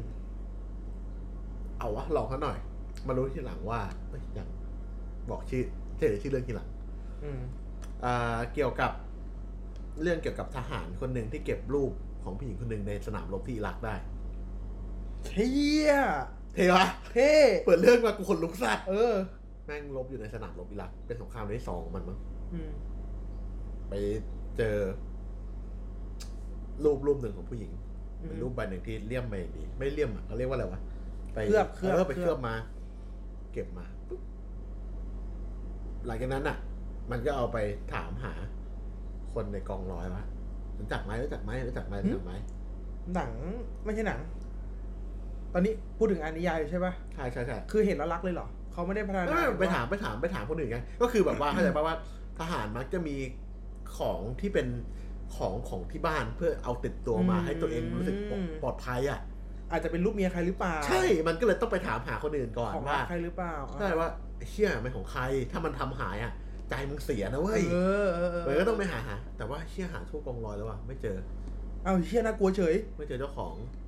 เอาวะลองเขาหน่อยมารู้ทีหลังว่าอย่างบอกชื่อเรื่องทีหลังเกี่ยวกับเรื่องเกี่ยวกับทหารคนหนึ่งที่เก็บรูปของผู้หญิงคนหนึ่งในสนามรบที่อิรักได้เท่วะเท่เปิดเรื่องมากูขนลุกสัตว์แม่งรบอยู่ในสนามรบอิรักเป็นสงครามที่2ของมันมั้งไปเจอรูปหนึ่งของผู้หญิงเป็นรูปใบหนึ่งที่เลี่ยมไปอย่างดีไม่เลี่ยมเขาเรียกว่าอะไรวะไปเคลือบมาเก็บมาหลังจากนั้นมันก็เอาไปถามหาคนในกองร้อยว่ารู้จักไหมหนังไม่ใช่หนังตอนนี้พูดถึงนิยายใช่ป่ะใช่คือเห็นแล้วรักเลยเหรอเขาไม่ได้พัฒนาไปถามคนอื่นไงก็คือแบบว่าเข้าใจป่ะว่าทหารมักจะมีของที่เป็นของที่บ้านเพื่อเอาติดตัวมาให้ตัวเองรู้สึกปลอดภัยอาจจะเป็นรูปเมียใครหรือเปล่าใช่มันก็เลยต้องไปถามหาคนอื่นก่อนว่าใครหรือเปล่าใช่ว่าเชี่ยมันของใครถ้ามันทำหายใจมึงเสียนะเว้ยมันก็ต้องไปหาแต่ว่าเชี่ยหาทั่วกองร้อยแล้วไม่เจอเชี่ยน่ากลัวเฉยไม่เจอเจ้าของ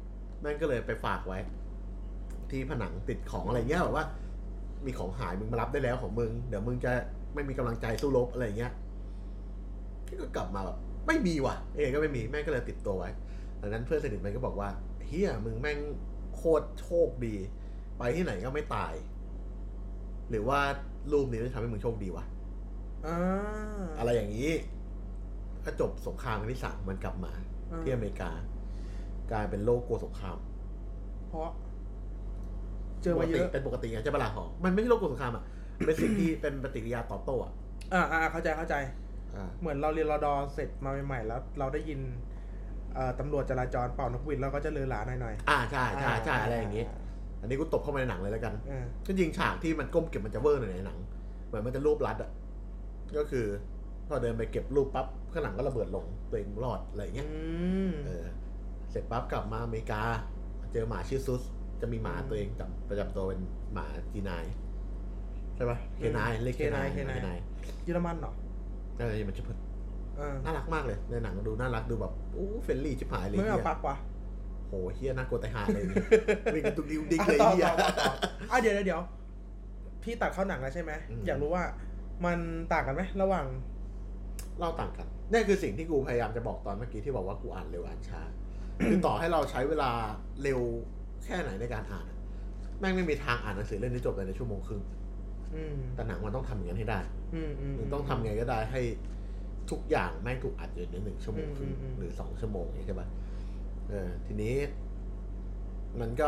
แม่งก็เลยไปฝากไว้ที่ผนังติดของอะไรเงี้ยแบบว่ามีของหายมึงมารับได้แล้วของมึงเดี๋ยวมึงจะไม่มีกำลังใจสู้รบอะไรเงี้ยก็กลับมาแบบไม่มีว่ะก็ไม่มีแม่งก็เลยติดตัวไว้ดังนั้นเพื่อนสนิทมันก็บอกว่าเฮียมึงแม่งโคตรโชคดีไปที่ไหนก็ไม่ตายหรือว่ารูปนี้จะทำให้มึงโชคดีวะอะไรอย่างนี้ก็จบสงครามครั้งที่ 3มันกลับมาที่อเมริกากลายเป็นโลกกลัวสงครามเพราะเจอมาเยอะเป็นปกติไงใช่ปะล่ะหอมันไม่ใช่โลกกลัวสงครามอ่ะเป็นสิ่งที่เป็นปฏิกิริยาตอบโต้อ่ะเข้าใจเหมือนเราเรียนรดเสร็จมาใหม่ๆแล้วเราได้ยินตำรวจจราจรเป่านกหวีดแล้วก็จะลือหลาหน่อยใช่อะไรอย่างงี้อันนี้กูตบเข้ามาในหนังเลยแล้วกันก็ยิงฉากที่มันก้มเก็บมันจะเวอร์หน่อยในหนังเหมือนมันจะรูปรัดอ่ะก็คือพอเดินไปเก็บรูปปั๊บข้างหลังก็ระเบิดลงตัวเองรอดอะไรอย่างเงี้ยเสร็จปั๊บกลับมาอเมริกาเจอหมาชื่อซุสจะมีหมาตัวเองประจำตัวเป็นหมาG9ใช่ป่ะK9เรียกK9 เยอรมันเหรอมันจะเพิ่มน่ารักมากเลยในหนังดูน่ารักดูแบบโอ้เฟรนลี่ชิบหายเลยไม่เอาปักวะโหเฮียน่ากลัวแต่หาเลยวิ่งกันตุ๊กดิ้งเลยเฮียเดี๋ยวพี่ตัดเข้าหนังแล้วใช่ไหมอยากรู้ว่ามันต่างกันไหมระหว่างเราต่างกันนี่คือสิ่งที่กูพยายามจะบอกตอนเมื่อกี้ที่บอกว่ากูอ่านเร็วอ่านช้าคือต่อให้เราใช้เวลาเร็วแค่ไหนในการอ่านแม่งไม่มีทางอ่านหนังสือเล่มนี้จบในชั่วโมงครึ่งแต่หนังมันต้องทำอย่างนั้นให้ได้มันต้องทำไงก็ได้ให้ทุกอย่างแม่งถูกอัดอยู่ใน1 ชั่วโมงครึ่งหรือ2 ชั่วโมงใช่ป่ะทีนี้มันก็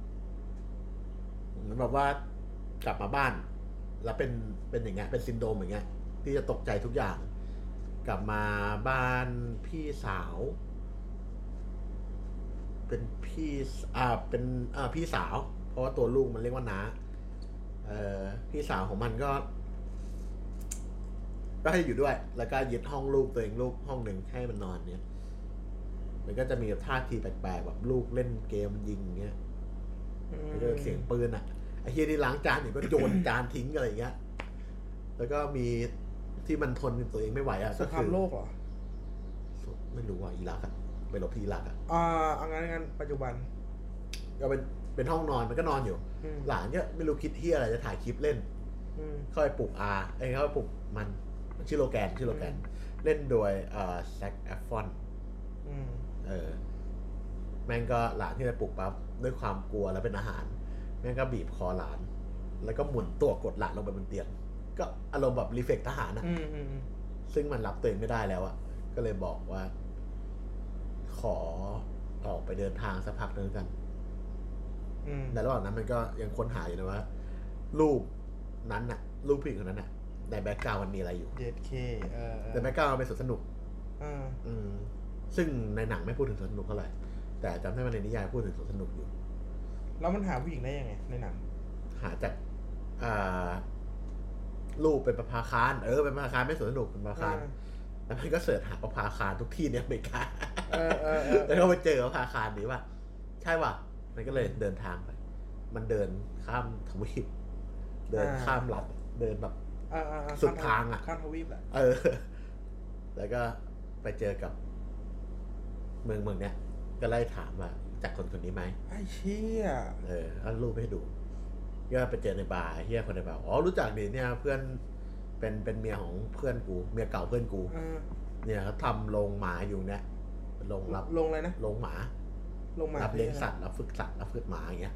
เหมือนแบบว่ากลับมาบ้านแล้วเป็นอย่างเงี้ยเป็นซินโดรมอย่างเงี้ยที่จะตกใจทุกอย่างกลับมาบ้านพี่สาวเป็นพี่สาวเพราะว่าตัวลูกมันเรียกว่าน้าพี่สาวของมันก็ให้อยู่ด้วยแล้วก็ยึดห้องลูกตัวเองลูกห้องหนึ่งให้มันนอนเนี่ยมันก็จะมีท่าทีแปลกๆแบบลูกเล่นเกมยิงเงี้ยแล้วก็เสียงปืนอ่ะไอ้เฮียนี่ล้างจานอยู่ก็โยนจานทิ้งอะไรอย่างเงี้ยแล้วก็มีที่มันทนตัวเองไม่ไหวอ่ะสงครามโลกเหรอไม่รู้ว่าอิรักอ่ะไปรบที่อิรักอ่ะงั้นปัจจุบันก็เป็นห้องนอนมันก็นอนอยู่หลานก็ไม่รู้คิดเฮียอะไรจะถ่ายคลิปเล่นเข้าไปปลุกเข้าไปปลุกมันชื่อโลแกนเล่นโดยแซคแอฟฟอนแม่งก็หลานที่ไปปลุกปั๊บด้วยความกลัวแล้วเป็นอาหารแม่งก็บีบคอหลานแล้วก็หมุนตัวกดหลานลงไปบนเตียงก็อารมณ์แบบรีเฟกทหารนะซึ่งมันรับตัวเองไม่ได้แล้วอ่ะก็เลยบอกว่าขอออกไปเดินทางสักพักนึงกันแต่ระหว่างนั้นมันก็ยังค้นหาอยู่นะว่ารูปนั้นน่ะรูปผู้หญิงคนนั้นน่ะในแบ็คกราวด์มันมีอะไรอยู่แต่แบ็คกราวด์มันเป็นสวนสนุกซึ่งในหนังไม่พูดถึงสวนสนุกเท่าไหร่แต่จำได้ว่าในนิยายพูดถึงสวนสนุกอยู่แล้วมันหาผู้หญิงได้ยังไงในหนังหาจากรูปเป็นประภาคารเป็นประภาคารไม่สวนสนุกเป็นประภาคารแล้วมันก็เสิร์ชหาประภาคารทุกที่ในอเมริกาแล้วก็ไปเจอประภาคารนี้ว่าใช่ว่ะมันก็เลยเดินทางไปมันเดินข้ามทวีปเดินข้ามรัฐเดินแบบสุดทางอ่ะข้ามทวีปแหละแล้วก็ไปเจอกับเมืองเนี้ยก็ไล่ถามว่าจากคนนี้ไหมไอ้เชี่ยเอารูปให้ดูก็ไปเจอในบาร์เฮียคนในบาร์รู้จักดิเนี่ยเพื่อนเป็นเมียของเพื่อนกูเมียเก่าเพื่อนกูเนี่ยเขาทำโรงหมาอยู่เนี่ยโรงรับโรงอะไรนะโรงหมารับเลี้ยงสัตว์รับฝึกสัตว์รับฝึกหมาอย่างเงี้ย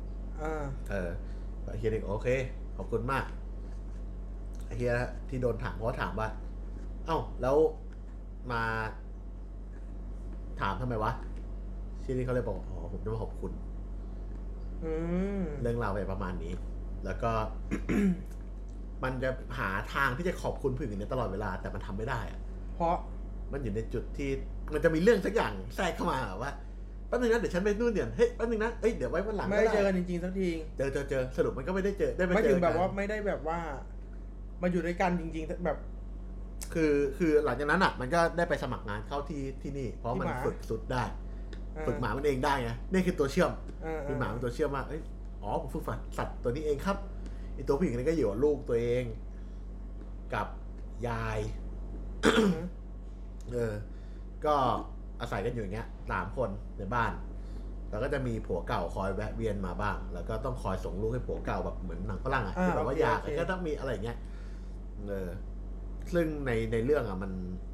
เฮียเด็กโอเคขอบคุณมากเฮียที่โดนถามเพราะถามว่าเอ้าแล้วมาถามทำไมวะที่นี่เขาเลยบอกผมจะมาขอบคุณเรื่องราวไปประมาณนี้แล้วก็ มันจะหาทางที่จะขอบคุณผู้หญิงนี้ตลอดเวลาแต่มันทำไม่ได้อะเพราะมันอยู่ในจุดที่มันจะมีเรื่องสักอย่างแทรกเข้ามาว่าแป๊บนึงนะเดี๋ยวฉันไปนู่นเดี๋ยวเฮ้ยแป๊บนึงนะเดี๋ยวไว้วันหลังไม่ได้เจอกันจริงๆสักทีเจอสรุปมันก็ไม่ได้เจอได้ไม่ถึงแบบว่าไม่ได้แบบว่ามาอยู่ด้วยกันจริงๆแบบคือหลังจากนั้นอ่ะมันก็ได้ไปสมัครงานเข้าที่นี่เพราะมันฝึกสุดได้ฝึกหมามันเองได้ไงนี่คือตัวเชื่อมมีหมาเป็นตัวเชื่อมว่าผมฝึกสัตว์ตัวนี้เองครับไอตัวผู้หญิงนี่ก็อยู่กับลูกตัวเองกับยายก็อาศัยกันอยู่อย่างเงี้ย3 คนในบ้านแล้วก็จะมีผัวเก่าคอยแวะเวียนมาบ้างแล้วก็ต้องคอยส่งลูกให้ผัวเก่าแบบเหมือนหนังฝรั่งอ่ะที่แบบว่าอยากก็ต้องมีอะไรอย่างเงี้ยซึ่งในเรื่องอ่ะ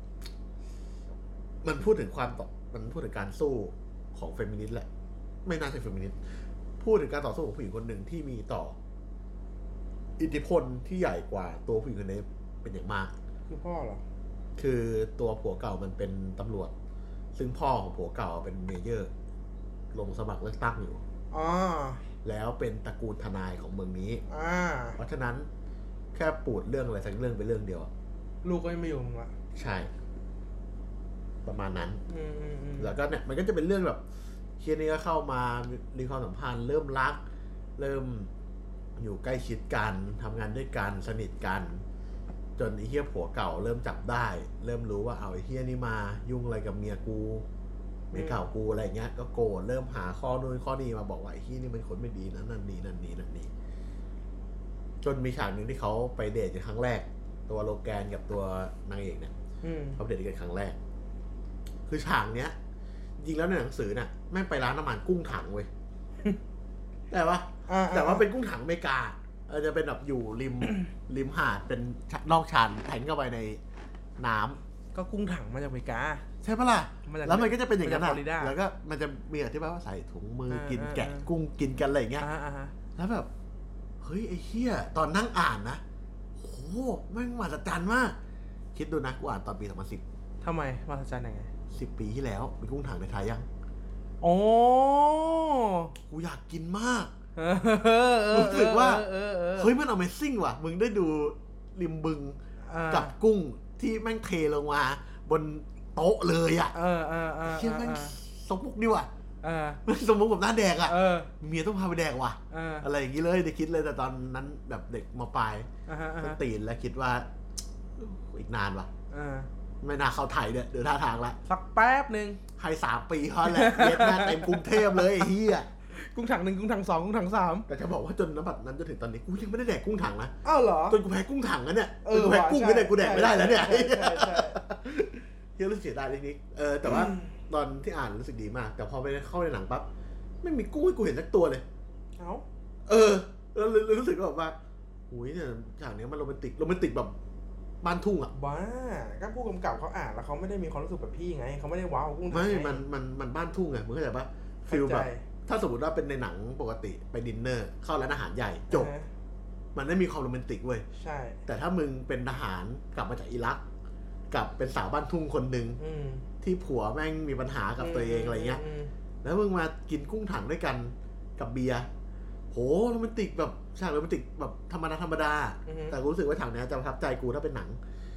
มันพูดถึงมันพูดถึงการสู้ของเฟมินิสต์แหละไม่น่าใช่เฟมินิสต์พูดถึงการต่อสู้ของผู้หญิงคนหนึ่งที่มีต่ออิทธิพลที่ใหญ่กว่าตัวผู้หญิงคนนี้เป็นอย่างมากคือพ่อเหรอคือตัวผัวเก่ามันเป็นตำรวจซึ่งพ่อของผัวเก่าเป็นเมเยอร์ลงสมัครเลือกตั้งอยู่แล้วเป็นตระกูลทนายของเมืองนี้เพราะฉะนั้นแค่ปูดเรื่องอะไรสักเรื่องเป็นเรื่องเดียวลูกก็ไม่อยู่มึงละใช่ประมาณนั้นแล้วก็เนี่ยมันก็จะเป็นเรื่องแบบเคียนี่ก็เข้ามามีความสัมพันธ์เริ่มรักเริ่มอยู่ใกล้ชิดกันทำงานด้วยกันสนิทกันจนไอ้เหี้ยผัวเก่าเริ่มจับได้เริ่มรู้ว่าเอาไอ้เหี้ยนี่มายุ่งอะไรกับเมียกูเมียเก่ากูอะไรเงี้ยก็โกรธเริ่มหาข้อนู้นข้อนี้มาบอกว่าไอ้เหี้ยนี่มันคนไม่ดีนั่นนี่จนมีฉากหนึ่งที่เขาไปเดทกันครั้งแรกตัวโลแกนกับตัวนางเอกเนี่ยเขาเดทกันครั้งแรกคือฉากเนี้ยจริงแล้วในหนังสือน่ะแม่งไปร้านน้ำมันกุ้งถังเว้ยแต่ว่าเป็นกุ้งถังอเมริกาจะเป็นแบบอยู่ริมหาดเป็นนอกชานแทงเข้าไปในน้ำก็กุ้งถังมาจากอเมริกาใช่ปะล่ะแล้วมันก็จะเป็นอย่างนั้นแล้วก็มันจะมีอธิบายว่าใส่ถุงมือกินแกะกุ้งกินกันอะไรอย่างเงี้ยแล้วแบบเฮ้ยไอ้เหี้ยตอนนั่งอ่านนะโหแม่งมหัศจรรย์มากคิดดูนะกูอ่านตอนปี2010 ทำไมมหัศจรรย์ยังไง 10 ปีที่แล้วมีกุ้งถังในไทยยังโอ้กูอยากกินมากรู้สึกว่าเฮ้ยมัน Amazing ว่ะมึงได้ดูริมบึงกับกุ้งที่แม่งเทลงมาบนโต๊ะเลยอ่ะเชี่ยแม่งสมมุกนี่ว่ะมันสมมุกกับหน้าแดกอ่ะเมียต้องพาไปแดกว่ะอะไรอย่างงี้เลยได้คิดเลยแต่ตอนนั้นแบบเด็กมาปลายก็ตีนแล้วคิดว่าอีกนานว่ะไม่น่าเข้าไทยเนี่ยเดี๋ยวท่าทางละสักแป๊บนึงให้3 ปีเขาแหละเย็ดแม่เต็มกรุงเทพเลยไอ้เหี้ยกุ้งถัง1กุ้งถัง2กุ้งถัง3 แต่จะบอกว่าจนน้ำบัดนั้นจนถึงตอนนี้กูยังไม่ได้แดกกุ้งถังนะอ้าวเหรอจนกูแพ้กุ้งถังแล้วเนี่ยกูแพ้กุ้งไม่ได้กูแดกไม่ได้แล้วเนี่ยเฮ้ยรู้สึกเสียดายนิดๆแต่ว่าตอนที่อ่านรู้สึกดีมากแต่พอไปเข้าในหนังปั๊บไม่มีกุ้งให้กูเห็นสักตัวเลยแล้วรู้สึกแบบว่าอุ้ยเนี่ยฉากนี้มันโรแมนติกแบบบ้านทุ่งอ่ะบ้าก็ผู้กำกับเขาอ่านแล้วเขาไม่ได้มีความรู้สึกแบบพี่ไงเขาไม่ได้ว้าวกุ้งถังไม่มันบ้านทุ่งไงมึงเข้าใจปะฟีลแบบถ้าสมมติว่าเป็นในหนังปกติไปดินเนอร์เข้าร้านอาหารใหญ่จบมันไม่มีความโรแมนติกเว้ยใช่แต่ถ้ามึงเป็นทหารกลับมาจากอิรักกับเป็นสาวบ้านทุ่งคนหนึ่งที่ผัวแม่งมีปัญหากับตัวเองอะไรเงี้ยแล้วมึงมากินกุ้งถังด้วยกันกับเบียร์โหโรแมนติกแบบฉากโรแมนติกแบบธรรมดาแต่รู้สึกว่าฉากนี้จะประทับใจกูถ้าเป็นหนัง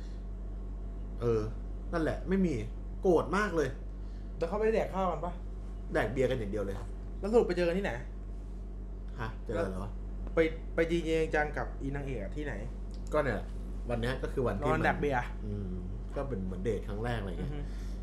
นั่นแหละไม่มีโกรธมากเลยแต่เขาไม่ได้แดกข้าวกันปะแดกเบียร์กันอย่างเดียวเลยแล้วสรุปไปเจอกันที่ไหนฮะเจอกันเหรอไปจริงจังกับอีนางเอกที่ไหนก็เนี่ยวันนี้ก็คือวันที่นอนแดกเบียร์ก็เป็นเหมือนเดทครั้งแรกอะไรเงี้ย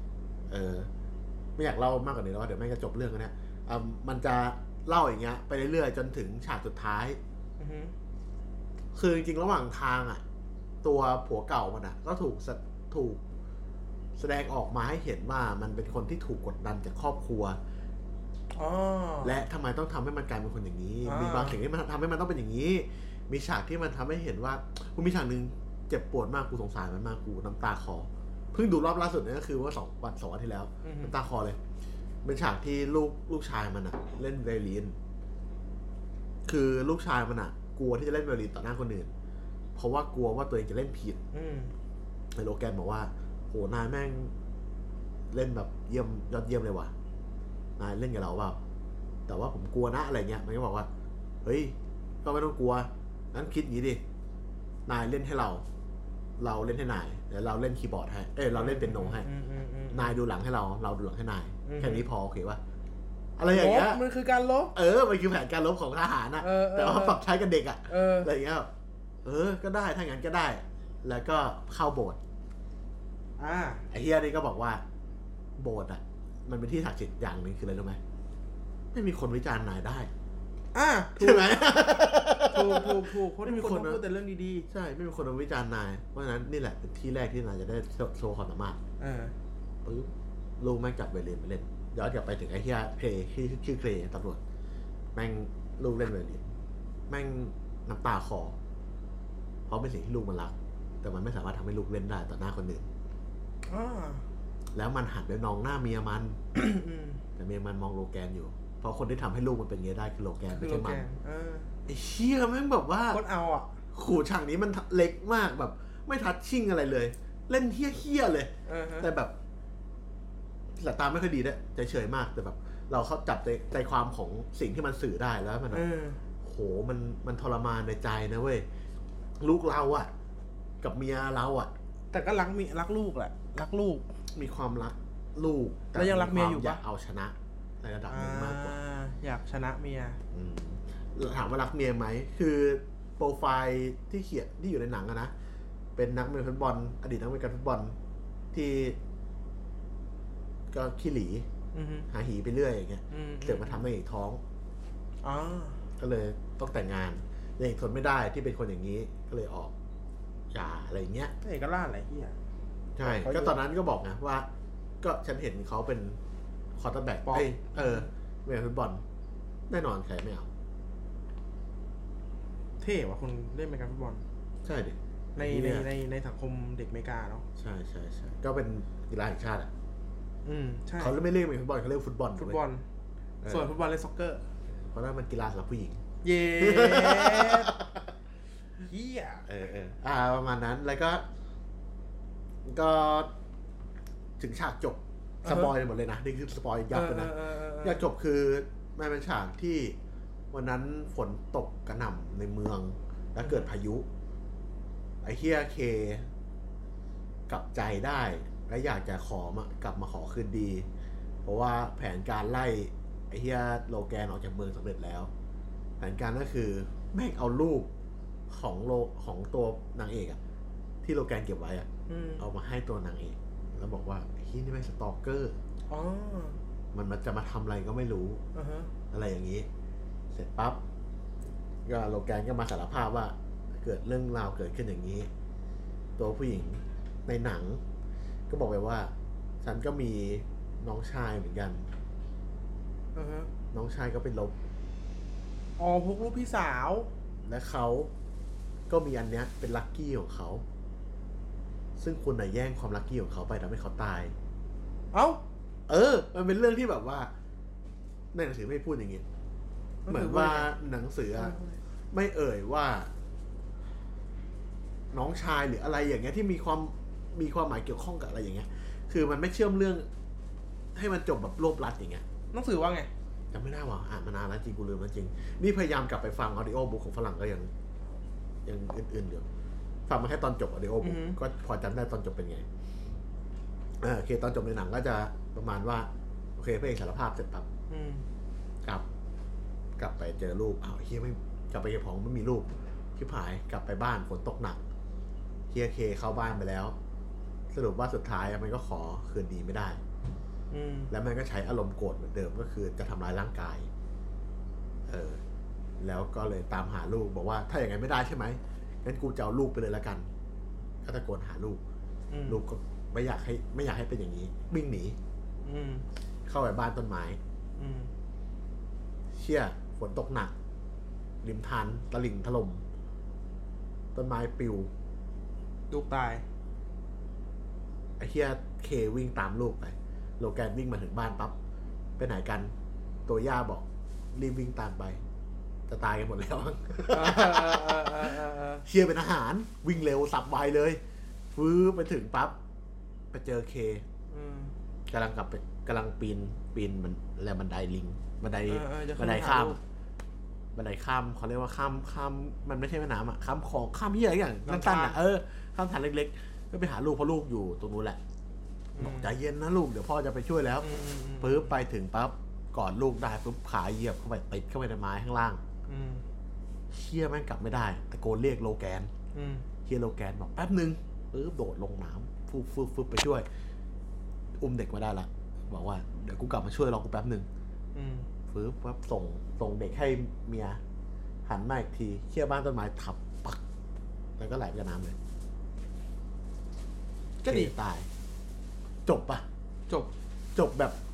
ไม่อยากเล่ามากกว่านี้แล้วเดี๋ยวแม่งจะจบเรื่องกันเนี่ยมันจะเล่าอย่างเงี้ยไปเรื่อยๆจนถึงฉากสุดท้ายคือจริงๆระหว่างทางอ่ะตัวผัวเก่ามันอ่ะก็ถูกแสดงออกมาให้เห็นว่ามันเป็นคนที่ถูกกดดันจากครอบครัวและทำไมต้องทำให้มันกลายเป็นคนอย่างนี้มีบางสิ่งที่มันทำให้มันต้องเป็นอย่างนี้มีฉากที่มันทำให้เห็นว่ากูมีฉากนึงเจ็บปวดมากกูสงสารมันมากกูน้ำตาคอเพิ่งดูรอบล่าสุดนี่ก็คือว่า2 วันที่แล้วน้ำตาคอเลยเป็นฉากที่ลูกชายมันอะเล่นไวโอลินคือลูกชายมันอะกลัวที่จะเล่นไวโอลินต่อหน้าคนอื่นเพราะว่ากลัวว่าตัวเองจะเล่นผิดไอ้โลแกนบอกว่าโหนายแม่งเล่นแบบยอดเยี่ยมเลยว่ะนายเล่นกับเราเปล่าแต่ว่าผมกลัวนะอะไรเงี้ยมันก็บอกว่าเฮ้ยก็ไม่ต้องกลัวงั้นคิดอย่างนี้ดินายเล่นให้เราเล่นให้นายเดี๋ยวเราเล่นคีย์บอร์ดให้เราเล่นเป็นโนให้นายดูหลังให้เราดูหลังให้นายแค่นี้พอโอเคป่ะอะไรอย่างเงี้ยมันคือการลบมันคือแผนการลบของทหารนะแต่ว่าปรับใช้กับเด็กอ่ะอะไรอย่างเงี้ยก็ได้ถ้างั้นก็ได้แล้วก็เข้าโบสถ์ไอ้เฮียนี่ก็บอกว่าโบสถ์อ่ะมันเป็นที่ศักดิ์สิทธิ์อย่างนึงคืออะไรรู้ไหมไม่มีคนวิจารณ์นายได้ใช่ไหมถูกคนไม่มีคนพูดแต่เรื่องดีๆใช่ไม่มีคนวิจารณ์นายเพราะฉะนั้นนี่แหละเป็นที่แรกที่นายจะได้โชว์ความสามารถปุ๊บลูกแม่งจับไวโอลินมาเล่นย้อนกลับไปถึงไอ้เหี้ยเพลย์ที่ชื่อเพลย์ตำรวจแม่งลูกเล่นไวโอลินแม่งน้ำตาคอเพราะเป็นสิ่งที่ลูกมันรักแต่มันไม่สามารถทำให้ลูกเล่นได้ต่อหน้าคนอื่นแล้วมันหันไปมองหน้าเมียมัน แต่เมียมันมองโลแกนอยู่เพราะคนที่ทำให้ลูกมันเป็นอย่างนี้ได้คือโลแกนไม่ใช่มันไอ้เชี่ยแม่งแบบว่าคนเอาอ่ะขู่ฉากนี้มันเล็กมากแบบไม่ทัชชิ่งอะไรเลยเล่นเฮี้ยเลยแต่แบบสายตาไม่ค่อยดีด้วยเฉยๆมากแต่แบบเราเข้าจับใจความของสิ่งที่มันสื่อได้แล้วมันโหมันทรมานในใจนะเว้ยลูกเราอ่ะกับเมียเราอ่ะแต่ก็รักลูกแหละรักลูกมีความรักลูกแล้วยังรักเมียอยู่ปะอยากเอาชนะในระดับหนึ่งมากกว่าอยากชนะเมียถามว่ารักเมียไหมคือโปรไฟล์ที่เขียนที่อยู่ในหนังอะนะเป็นนักเตะฟุตบอลอดีตนักเตะฟุตบอลที่ก็ขี้หลีหาหีไปเรื่อยอย่างเงี้ยเกิดมาทำในอีกท้องก็เลยต้องแต่งงานยังทนไม่ได้ที่เป็นคนอย่างนี้ก็เลยออกหย่าอะไรเงี้ยเอกล่าอะไรที่อ่ะใช่ก็ตอนนั้นก็บอกนะว่าก็ฉันเห็นเขาเป็นคอร์เตอร์แบ็กเล่นฟุตบอลแน่นอนใครไม่เอาเท่ว่ะคนเล่นเมกาฟุตบอลใช่ดิในสังคมเด็กเมกาเนาะใช่ก็เป็นกีฬาแห่งชาติอ่ะใช่เขาไม่เรียกฟุตบอลเขาเรียกฟุตบอลส่วนฟุตบอลเล่นซ็อกเกอร์เพราะว่ามันกีฬาสำหรับผู้หญิงเย้เฮียประมาณนั้นแล้วก็ถึงฉากจบสปอยหมดเลยนะนี่คือสปอยยับเลยนะอยากจบคือมันเป็นฉากที่วันนั้นฝนตกกระหน่ำในเมืองแล้วเกิดพายุไอ้เฮียเคกลับใจได้และอยากจะกลับมาขอคืนดีเพราะว่าแผนการไล่ไอ้เฮียโลแกนออกจากเมืองสำเร็จแล้วแผนการก็คือแม่งเอารูปของตัวนางเอกอะที่โลแกนเก็บไว้อะเอามาให้ตัวนางเอกแล้วบอกว่าเฮียนี่แม่งสตอกเกอร์มันจะมาทำอะไรก็ไม่รู้อะไรอย่างนี้เสร็จปั๊บก็โลแกนก็มาสารภาพว่าเกิดเรื่องราวเกิดขึ้นอย่างนี้ตัวผู้หญิงในหนังก็บอกไปว่าฉันก็มีน้องชายเหมือนกันน้องชายก็เป็นลบพวกลูกพี่สาวและเขาก็มีอันเนี้ยเป็นลัคกี้ของเขาซึ่งคุณน่ะแย่งความลัคกี้ของเขาไปทำให้เขาตายมันเป็นเรื่องที่แบบว่าในหนังสือไม่พูดอย่างงี้เหมือนว่าหนังสือไม่เอ่ยว่าน้องชายหรืออะไรอย่างเงี้ยที่มีความหมายเกี่ยวข้องกับอะไรอย่างเงี้ยคือมันไม่เชื่อมเรื่องให้มันจบแบบโลภรัดอย่างเงี้ยหนังสือว่าไงจำไม่ได้ว่ะอ่านมานานแล้วจริงกูลืมแล้วจริงนี่พยายามกลับไปฟังออดิโอบุ๊กของฝรั่งก็ยังอื่นๆอยู่ฟังมาแค่ตอนจบออดิโอบุ๊กก็พอจำได้ตอนจบเป็นไงโอเคตอนจบในหนังก็จะประมาณว่าโอเคพระเอกสารภาพเสร็จปั๊บกลับไปเจอลูกเฮียไม่กลับไปเก็บของไม่มีลูกชิบหายกลับไปบ้านฝนตกหนักเฮียเคเข้าบ้านไปแล้วสรุปว่าสุดท้ายมันก็ขอคืนดีไม่ได้แล้วมันก็ใช้อารมณ์โกรธเหมือนเดิมก็คือจะทำร้ายร่างกายแล้วก็เลยตามหาลูกบอกว่าถ้าอย่างนั้นไม่ได้ใช่ไหมงั้นกูจะเอาลูกไปเลยละกันก็ตะโกนหาลูกลูกก็ไม่อยากให้เป็นอย่างนี้วิ่งหนีเข้าไปบ้านต้นไม้เชี่ยฝนตกหนักริมทานตลิ่งถล่มต้นไม้ปิวลูกตายไอ้เฮียเควิ่งตามลูกไปโลแกนวิ่งมาถึงบ้านปั๊บไปไหนกันตัวย่าบอกรีบวิ่งตามไปจะตายกันหมดแล้วเชียร์เป็นอาหารวิ่งเร็วสับไวเลยฟื้นไปถึงปั๊บไปเจอเคกำลังปีนมันแล้วบันไดลิงบันไดข้ามเขาเรียกว่าข้ามมันไม่ใช่แม่น้ำอ่ะข้ามของข้ามเหี้ยอะไรอย่างสั้นๆอ่ะข้ามทางเล็กๆก็ไปหาลูกเพราะลูกอยู่ตรงนู้นแหละบอกใจเย็นนะลูกเดี๋ยวพ่อจะไปช่วยแล้วปึ๊บไปถึงปั๊บกอดลูกได้ปุ๊บขาเหยียบเข้าไปติดเข้าไปในไม้ข้างล่างเชี่ยแม่งกลับไม่ได้ตะโกนเรียกโลแกนเฮียโลแกนบอกแป๊บนึงปึ๊บโดดลงน้ำฟึบไปช่วยอุ้มเด็กมาได้ละบอกว่าเดี๋ยวกูกลับมาช่วยรอกูแป๊บนึงฟื้นปั๊บส่งเด็กให้เมียหันมาอีกทีเขี้ยวบ้านต้นไม้ทับปักแล้วก็ไหลไปกับน้ำเลยก็ดีตายจบปะจบแบบ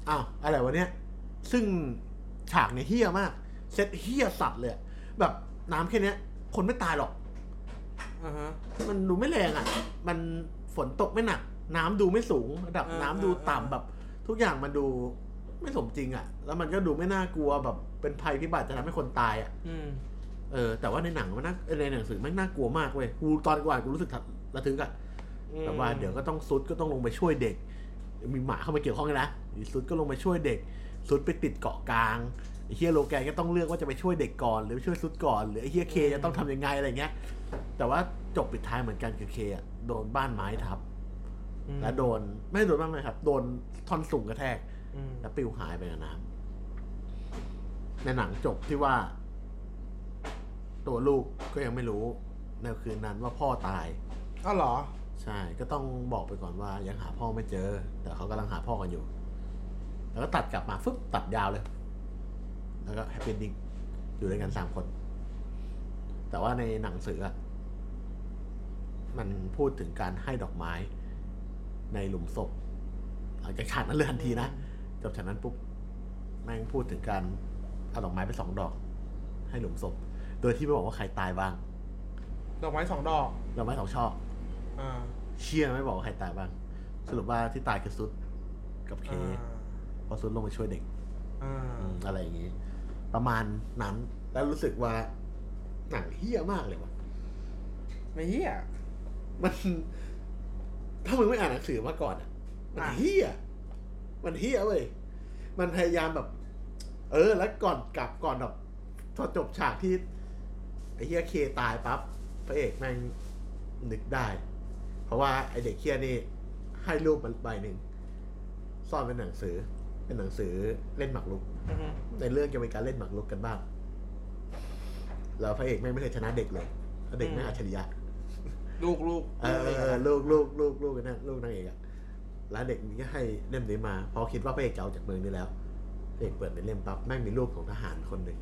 อ้าวอะไรวะเนี่ยซึ่งฉากเนี่ยเหี้ยมากเซตเหี้ยสัตว์เลยแบบน้ำแค่นี้คนไม่ตายหรอกมันดูไม่แรงอ่ะมันฝนตกไม่หนักน้ำดูไม่สูงระดับน้ำดูต่ำแบบทุกอย่างมันดูไม่สมจริงอ่ะแล้วมันก็ดูไม่น่ากลัวแบบเป็นภัยพิบัติจะทำให้คนตายอ่ะแต่ว่าในหนังมันในหนังสือมันน่ากลัวมากเว้ยกูตอนก่อนกูรู้สึกระทึกอ่ะแบบว่าเดี๋ยวก็ต้องซุดก็ต้องลงไปช่วยเด็กมีหมาเข้ามาเกี่ยวข้องกันนะซุดก็ลงไปช่วยเด็กซุดไปติดเกาะกลางไอ้เฮียโลแกนก็ต้องเลือกว่าจะไปช่วยเด็กก่อนหรือช่วยซุดก่อนหรือไอ้เฮียเคจะต้องทำยังไงอะไรเงี้ยแต่ว่าจบปิดท้ายเหมือนกันคือเคอ่ะโดนบ้านไม้ทับและโดนไม่โดนบ้านไม้ครับโดนท่อนสูงกระแทกแล้วปิวหายไปกับน้ำในหนังจบที่ว่าตัวลูกก็ยังไม่รู้ในคืนนั้นว่าพ่อตายอ้าวเหรอใช่ก็ต้องบอกไปก่อนว่ายังหาพ่อไม่เจอแต่เขากำลังหาพ่อกันอยู่แล้วก็ตัดกลับมาฟึบตัดยาวเลยแล้วก็แฮปปี้เอนดิ้งอยู่ด้วยกัน3 คนแต่ว่าในหนังสือมันพูดถึงการให้ดอกไม้ในหลุมศพหลังจากฉากนั้นเลยทันทีนะจบฉากนั้นปุ๊บแม่งพูดถึงการเอาดอกไม้ไป2 ดอกให้หลุมศพโดยที่ไม่บอกว่าใครตายบ้างดอกไม้2 ดอกดอกไม้2 ช่อเชี่ยไม่บอกว่าใครตายบ้างสรุปว่าที่ตายคือซุดกับเคพอซุดลงไปช่วยเด็กอะไรอย่างงี้ประมาณนั้นแล้วรู้สึกว่าหนังเหี้ยมากเลยวะไม่เหี้ยมันถ้ามึงไม่อ่านหนังสือมาก่อนมันเหี้ยเว้ยมันพยายามแบบแล้วก่อนแบบพอจบฉากที่ไอ้เหี้ยเคตายปั๊บพระเอกแม่งนึกได้เพราะว่าไอ้เด็กเหี้ยนี่ให้รูปมันใบหนึ่งซ่อนเป็นหนังสือเล่นหมากรุกในเรื่องจะเป็นการเล่นหมากรุกกันบ้างแล้วพระเอกแม่งไม่เคยชนะเด็กเลยเด็กแม่งอัจฉริยะลูกลูกกันนะลูกนางเอกอะแล้วเด็กนี้ก็ให้เล่มนี้มาพอคิดว่าพระเอกจะเอาจากเมืองนี้แล้วพระเอกเปิดในเล่มปั๊บแม่งมีรูปของทหารคนหนึ่ง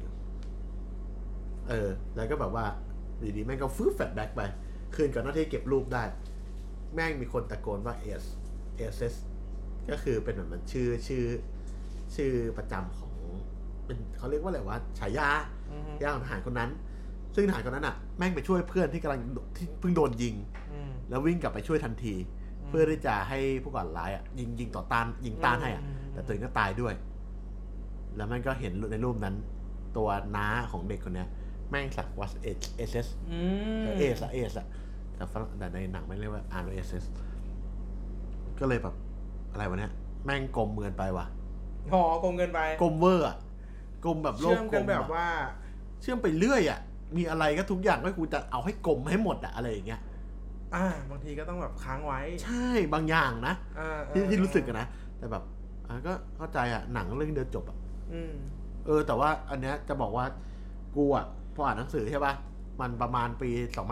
แล้วก็แบบว่าดีๆแม่งก็ฟื้นแฟลชแบ็กไปคืนก่อนหน้าที่เก็บรูปได้แม่งมีคนตะโกนว่าSS ก็คือเป็นเหมือนมันชื่อประจำของเป็นเขาเรียกว่าอะไรวะฉายาของทหารคนนั้นซึ่งทหารคนนั้นอ่ะแม่งไปช่วยเพื่อนที่กำลังที่เพิ่งโดนยิงแล้ววิ่งกลับไปช่วยทันทีเพื่อที่จะให้ผู้ก่อการร้ายอ่ะยิงต่อต้านยิงต้านให้อ่ะแต่ตัวเองก็ตายด้วยแล้วมันก็เห็นในรูปนั้นตัวน้าของเด็กคนเนี้ยแม่งสักว่าSS เอสอะแต่ในหนังไม่เรียกว่า RSS ก็เลยแบบอะไรวะเนี่ยแม่งกลมเกินไปว่ะกลมเกินไปกลมเวอร์อะกลมแบบโลกกลมแบบว่าเชื่อมไปเรื่อยอะมีอะไรก็ทุกอย่างก็กูจะเอาให้กลมให้หมดอะอะไรอย่างเงี้ยบางทีก็ต้องแบบค้างไว้ใช่บางอย่างนะที่รู้สึกนะแต่แบบก็เข้าใจอะหนังเรื่องเดียวจบอะแต่ว่าอันเนี้ยจะบอกว่ากูอะพออ่านหนังสือใช่ป่ะมันประมาณปี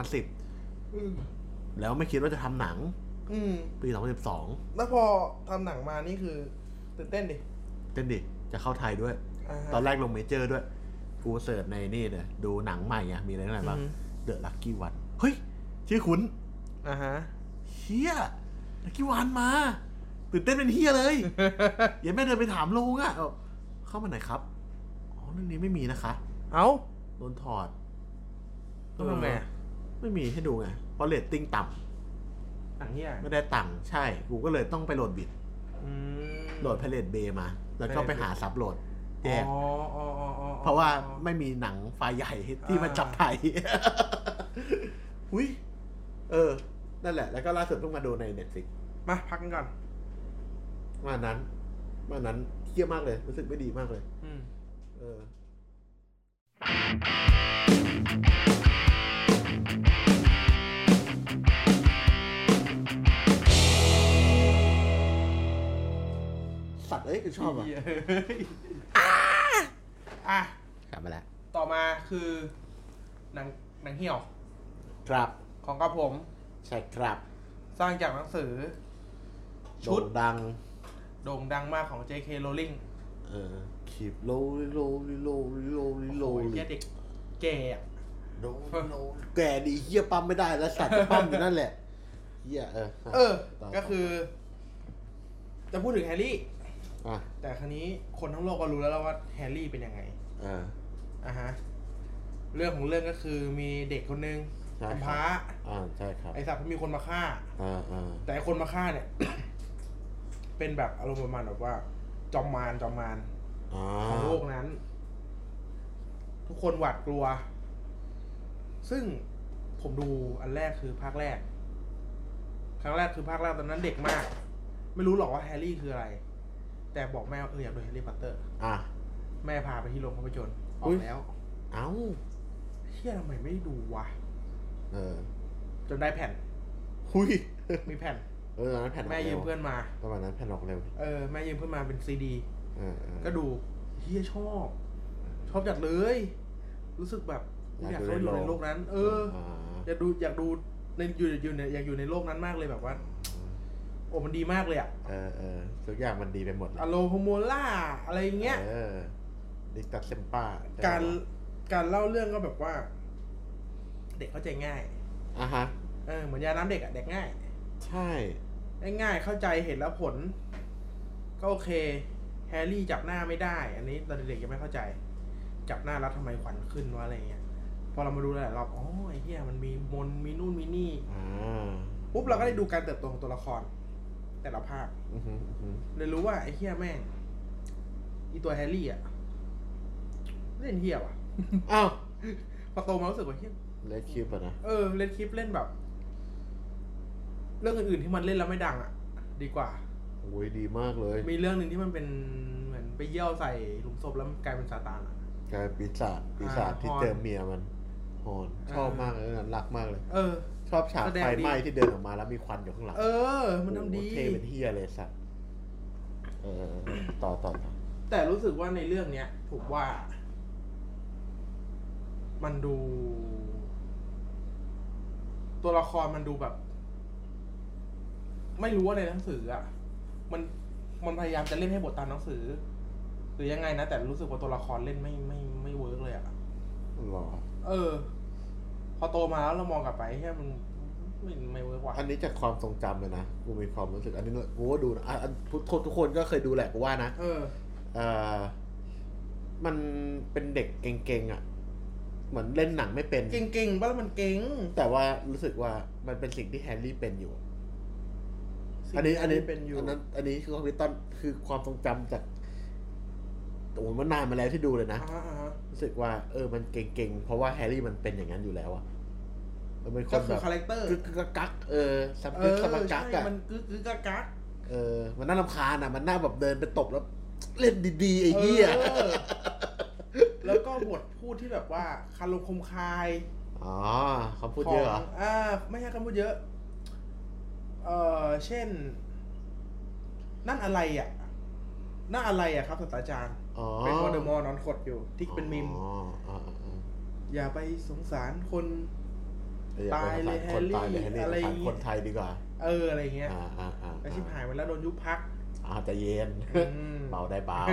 2010แล้วไม่คิดว่าจะทำหนังปี2012 แล้วพอทำหนังมานี่คือตื่นเต้นดิจะเข้าไทยด้วยตอนแรกลงเมเจอร์ด้วยกูเสิร์ชในนี่เลยดูหนังใหม่มีอะไรบ้างเดอะลัคกี้วันเฮ้ยชื่อคุ้นเฮียลัคกี้วันมาตื่นเต้นเป็นเฮียเลยอย่าแม่เดินไปถามลุงเข้ามาไหนครับเรื่องนี้ไม่มีนะคะโดนถอดต้องทำไงไม่มีให้ดูไงเพราะเรตติ้งต่ำต่างเหี้ยไม่ได้ตังค์ใช่กูก็เลยต้องไปโหลดบิดโหลดเพลทเบย์มาแล้วก็ไปหาซับโหลดแยกเพราะว่าไม่มีหนังไฟล์ใหญ่ที่มันจับไทยอุ้ยนั่นแหละแล้วก็ล่าสุดเพิ่งมาดูใน Netflix มาพักกันก่อนมานั้นเหี้ยมากเลยรู้สึกไม่ดีมากเลยสัตว์คือชอบกลับมาแล้วต่อมาคือหนังเหี่ยวครับของกระผมใช่ครับสร้างจากหนังสือชุดโด่งดังมากของ J.K. Rowling ขีบโลเด็กแก่แก่ดีเหี้ยปั๊มไม่ได้แล้วสัตว์ปั๊มอยู่นั่นแหละเหี้ยก็คือจะพูดถึงแฮร์รี่แต่ครั้นี้คนทั้งโลกก็รู้แล้วว่าแฮร์รี่เป็นยังไงฮะเรื่องของเรื่องก็คือมีเด็กคนนึงกำพร้าใช่ครับไอ้สัตว์มันมีคนมาฆ่าแต่คนมาฆ่าเนี่ย เป็นแบบอารมณ์ประมาณแบบว่าจอมมารของโลกนั้น ทุกคนหวาดกลัวซึ่งผมดูอันแรกคือภาคแรกครั้งแรกคือภาคแรกตอนนั้นเด็กมากไม่รู้หรอกว่าแฮร์รี่คืออะไรแต่บอกแม่อยากดูแฮร์รี่พอตเตอร์แม่พาไปที่โรงภาพยนตร์ออกแล้วเชี่ยทำไมไม่ดูวะจนได้แผ่นมีแผ่นนั้นแผ่นแม่ยืมเพื่อนมาประมาณนั้นแผ่นออกเร็วแม่ยืมเพื่อนมาเป็นซีดีก็ดูเฮียชอบจัดเลยรู้สึกแบบอยากเข้าอยู่ในโลกนั้นอยากดูในอยากอยู่ในโลกนั้นมากเลยแบบว่าโอ้มันดีมากเลยทุกอย่างมันดีไปหมดอโลโฮโมล่าอะไรเงี้ยดิกตัดเซมป้าการเล่าเรื่องก็แบบว่าเด็กเข้าใจง่ายเหมือนยาน้ำเด็กเด็กง่ายใช่ง่ายเข้าใจเห็นแล้วผลก็โอเคแฮร์รี่จับหน้าไม่ได้อันนี้ตอนเด็กยังไม่เข้าใจจับหน้าแล้วทำไมขวัญขึ้นวะอะไรเงี้ยพอเรามาดูหลายรอบไอ้เหี้ยมันมีมนมีนู่นมีนี่ปุ๊บเราก็ได้ดูการเติบโตของตัวละครแต่ละภาคเลยรู้ว่าไอ้เหี้ยแม่งอีตัวแฮร์รี่เล่นเหี้ยว่ะพอโตมารู้สึกว่าเหี้ยเล่นคลิปนะเล่นคลิปเล่นแบบเรื่องอื่นๆที่มันเล่นแล้วไม่ดังดีกว่าโอ้ยดีมากเลยมีเรื่องนึงที่มันเป็นเหมือนไปเยี่ยวใส่หลุมศพแล้วกลายเป็นซาตานกลายปีศาจที่เจอเมียมันฮอนชอบมากเลยรักมากเลยชอบฉากไฟไหม้ที่เดินออกมาแล้วมีควันอยู่ข้างหลังมันทำดีเท่เป็นเฮียเลยสัตว์ต่อแต่รู้สึกว่าในเรื่องเนี้ยถูกว่ามันดูตัวละครมันดูแบบไม่รู้ว่าในหนังสือมันพยายามจะเล่นให้บทตามหนังสือหรือยังไงนะแต่รู้สึกว่าตัวละครเล่นไม่เวิร์กเลยหรอพอโตมาแล้วเรามองกลับไปแค่มันไม่เวิร์กว่ะอันนี้จากความทรงจำเลยนะกูมีความรู้สึกอันนี้กูก็ดูนะทุกคนก็เคยดูแหละกูว่านะมันเป็นเด็กเก่งๆเหมือนเล่นหนังไม่เป็นเก่งๆป่ะแล้วมันเก่งแต่ว่ารู้สึกว่ามันเป็นสิ่งที่แฮร์รี่เป็นอยู่อันนี้เป็นอยู่อันนี้คือความต้นคือความทรงจำจากโอ้มันนานมาแล้วที่ดูเลยนะรู้สึกว่ามันเก่งๆเพราะว่าแฮร์รี่มันเป็นอย่างนั้นอยู่แล้วมันเป็นคนแบบคาแรคเตอร์กักสัมกักมันกักมันน่ารำคาญมันน่าแบบเดินไปตบแล้วเล่นดีๆไอ้เหี้ยแล้วก็บทพูดที่แบบว่าคารมคมคายคำพูดเยอะเหรอไม่ใช่คำพูดเยอะเช่นนั่นอะไรครับศาสตราจารย์เป็นวอลเดอมอร์นอนขดอยู่ที่เป็นมิมอย่าไปสงสารคนตายเลยแฮร์รี่อะไรคนไทยดีกว่าอะไรเงี้ยแต่ชิบหายไปแล้วโดนยุบพักจะเย็นเบาได้เบา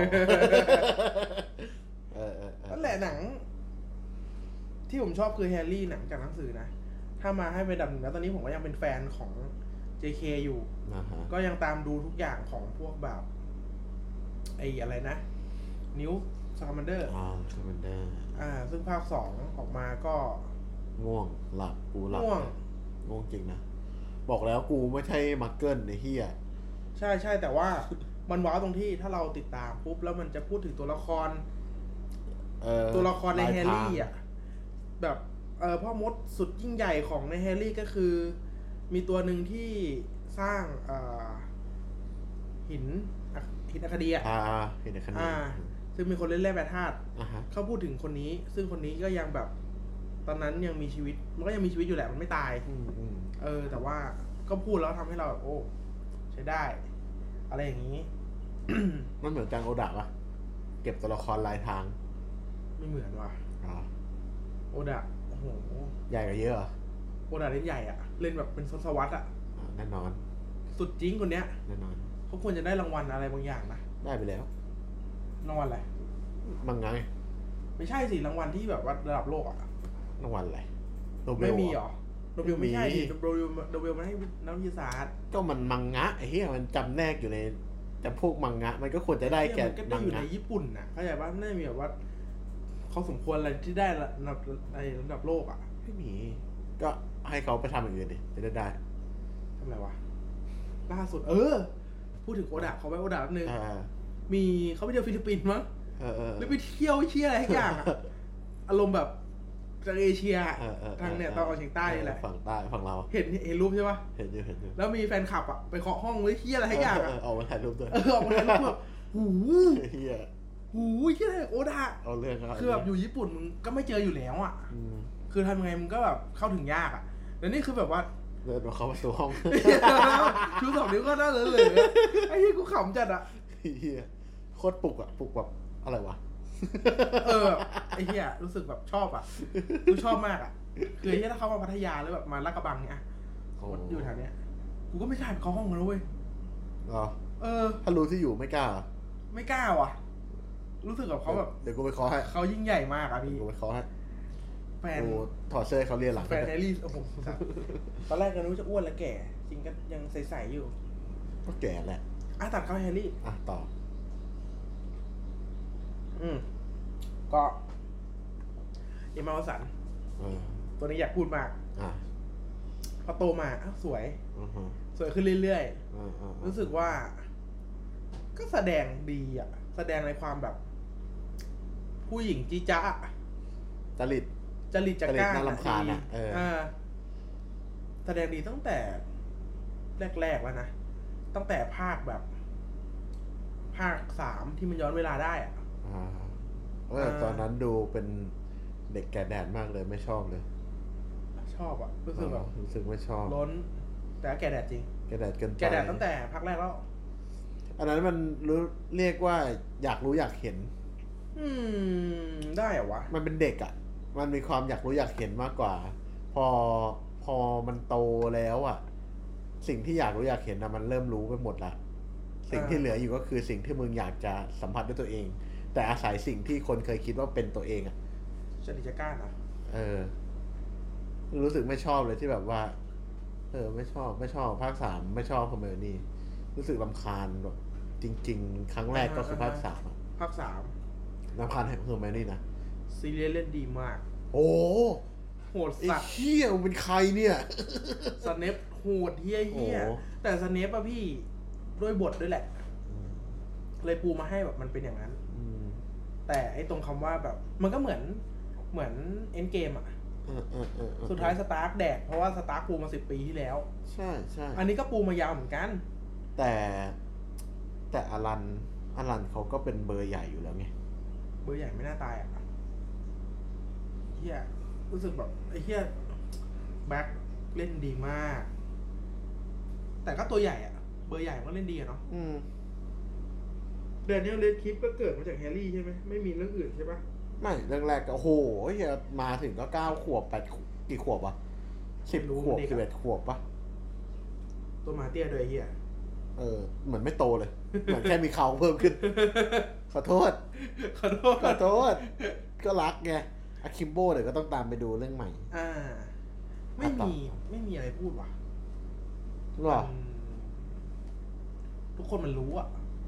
นั่นแหละหนังที่ผมชอบคือแฮร์รี่หนังจากหนังสือนะถ้ามาให้เป็นดับหนึ่งแล้วตอนนี้ผมก็ยังเป็นแฟนของ JK อยู่ก็ยังตามดูทุกอย่างของพวกแบบอะไรนะนิวซาร์มันเดอร์ซึ่งภาค2ออกมาก็ง่วงหลับกูหลับง่วงจริงนะบอกแล้วกูไม่ใช่มักเกิลไอ้เหี้ยใช่แต่ว่ามันว้าวตรงที่ถ้าเราติดตามปุ๊บแล้วมันจะพูดถึงตัวละครในแฮร์รี่แบบพ่อมดสุดยิ่งใหญ่ของในแฮร์รี่ก็คือมีตัวหนึ่งที่สร้างหินอะคาเดียหินอะคาเดียซึ่งมีคนเล่นแร่แปรธาตุเขาพูดถึงคนนี้ซึ่งคนนี้ก็ยังแบบตอนนั้นยังมีชีวิตมันก็ยังมีชีวิตอยู่แหละมันไม่ตายแต่ว่าก็พูดแล้วทำให้เราแบบโอ้ใช้ได้อะไรอย่างนี้มันเหมือนจังโอดะปะเก็บตัวละครลายทางไม่เหมือนว่ะโอดะโอ้โหใหญ่กว่าเยอะโอดะเล่นใหญ่เล่นแบบเป็นทศวรรษแน่นอนสุดจริงคนเนี้ยแน่นอนเขาควรจะได้รางวัลอะไรบางอย่างนะได้ไปแล้วรางวัลอะไรบางไงไม่ใช่สิรางวัลที่แบบว่าระดับโลกรางวัลอะไรไม่มีหรอโนเบลไม่ใช่โนเบลมันให้นักวิทยาศาสตร์ก็มันมังงะไอ้เหี้ยมันจำแนกอยู่ในแต่พวกมังงะมันก็ควรจะได้แก่มันก็ได้อยู่ในญี่ปุ่นน่ะเข้าใจว่าไม่ได้มีแบบว่าเขาสมควรอะไรที่ได้ระดับโลกอ่ะไม่มีก็ให้เขาไปทำอย่างอื่นดิจะได้ทำอะไรวะล่าสุดพูดถึงโอดะเขาไปโอดะนึงมีเขาไปเที่ยวฟิลิปปินส์มั้งหรือไปเที่ยวเชี่ยอะไรทุกอย่างอารมณ์แบบจากเอเชียทางเนี่ยตอนออกเฉียงใต้นี่แหละฝั่งใต้ฝั่งเราเห็นรูปใช่ปะเห็นอยู่แล้วมีแฟนคลับอ่ะไปเคาะห้องเลยเชี่ยอะไรทุกอย่างออกมาถ่ายรูปด้วยออกมาถ่ายรูปแบบหูเฮียเชี่ยอะไรโอดะเอาเรื่องคือแบบอยู่ญี่ปุ่นมึงก็ไม่เจออยู่แล้วอ่ะคือทำยังไงมึงก็แบบเข้าถึงยากอ่ะแล้วนี่คือแบบว่าเดินมาเข้าประตูห้องชูสองนิ้วก็น่าเลยไอ้ที่กูขำจัดอ่ะเฮียโคตรปลุกแบบอะไรวะไอ้เหี้ยรู้สึกแบบชอบอ่ะกูชอบมากอ่ะคือไอ้เหี้ยถ้าเขามาพัทยาแล้วแบบมาลาดกระบังเนี่ยอยู่แถวเนี้ยกูก็ไม่กล้าไปเข้าห้องเลยเว้ยถ้ารู้ที่อยู่ไม่กล้าว่ะรู้สึกแบบเขาแบบเดี๋ยวกูไปเคาะให้เขายิ่งใหญ่มากอ่ะพี่กูไปเคาะให้แฟนถอดเสื้อเขาเรียนหลังแฟนแฮร์รี่โอ้โหตอนแรกก็รู้จะอ้วนแล้วแก่จริงก็ยังใสๆอยู่ก็แก่แหละตัดเข้าแฮร์รี่ต่อก็เอมมาวัสันตัวนี้อยากพูดมากพอโตมาสวยขึ้นเรื่อยๆรู้สึกว่าก็แสดงดีอ่ะแสดงในความแบบผู้หญิงจีจ๊ะจริตจักร้าน่ารำคาญแสดงดีตั้งแต่แรกๆแล้วนะตั้งแต่ภาค3ที่มันย้อนเวลาได้อ่ะตอนนั้นดูเป็นเด็กแก่แดดมากเลยไม่ชอบเลยชอบอ่ะรู้สึกไม่ชอบล้นแต่แก่แดดจริงแก่แดดเกินไปแก่แดดตั้งแต่ภาคแรกแล้วอันนั้นมันเรียกว่าอยากรู้อยากเห็นได้เหรอวะมันเป็นเด็กอ่ะมันมีความอยากรู้อยากเห็นมากกว่าพอมันโตแล้วอ่ะสิ่งที่อยากรู้อยากเห็นนะมันเริ่มรู้ไปหมดละสิ่งที่เหลืออยู่ก็คือสิ่งที่มึงอยากจะสัมผัสด้วยตัวเองแต่อาศัยสิ่งที่คนเคยคิดว่าเป็นตัวเองอ่ะจริตจักร้านะรู้สึกไม่ชอบเลยที่แบบว่าไม่ชอบภาค3ไม่ชอบคอมเมดี้รู้สึกรำคาญแบบจริงๆครั้งแรกก็คือภาค3 ภาค3 รำคาญคอมเมดี้นะซีเรียสเล่นดีมากโอ้โหดสัตว์เฮียเป็นใครเนี่ยสเนปโหดเฮียแต่สเนปอะพี่ด้วยบทด้วยแหละเลยปูมาให้แบบมันเป็นอย่างนั้นแต่ไอ้ตรงคำว่าแบบมันก็เหมือนเอ็นเกมอ่ะสุดท้ายสตาร์คแดกเพราะว่าสตาร์คปูมา10 ปีที่แล้วใช่อันนี้ก็ปูมายาวเหมือนกันแต่อลันเขาก็เป็นเบอร์ใหญ่อยู่แล้วไงเบอร์ใหญ่ไม่น่าตายอ่ะเฮียรู้สึกแบบไอ้เฮียแบ็คเล่นดีมากแต่ก็ตัวใหญ่อ่ะเบอร์ใหญ่ก็เล่นดีอ่ะเนาะแดเนียล เรดคลิฟก็เกิดมาจากแฮร์รี่ใช่ไหมไม่มีเรื่องอื่นใช่ปะไม่เรื่องแรกก็โอ้โหเฮียมาถึงก็9 ขวบ8กี่ขวบวะ10 ขวบ11 ขวบปะตัวมาเตี้ยด้วยเฮียเหมือนไม่โตเลยเหมือนแค่มีเขาเพิ่มขึ้นขอโทษก็รักไงอาคิมโบเดี๋ยวก็ต้องตามไปดูเรื่องใหม่ไม่มีอะไรพูดว่ะหรอทุกคนมันรู้อ่ะ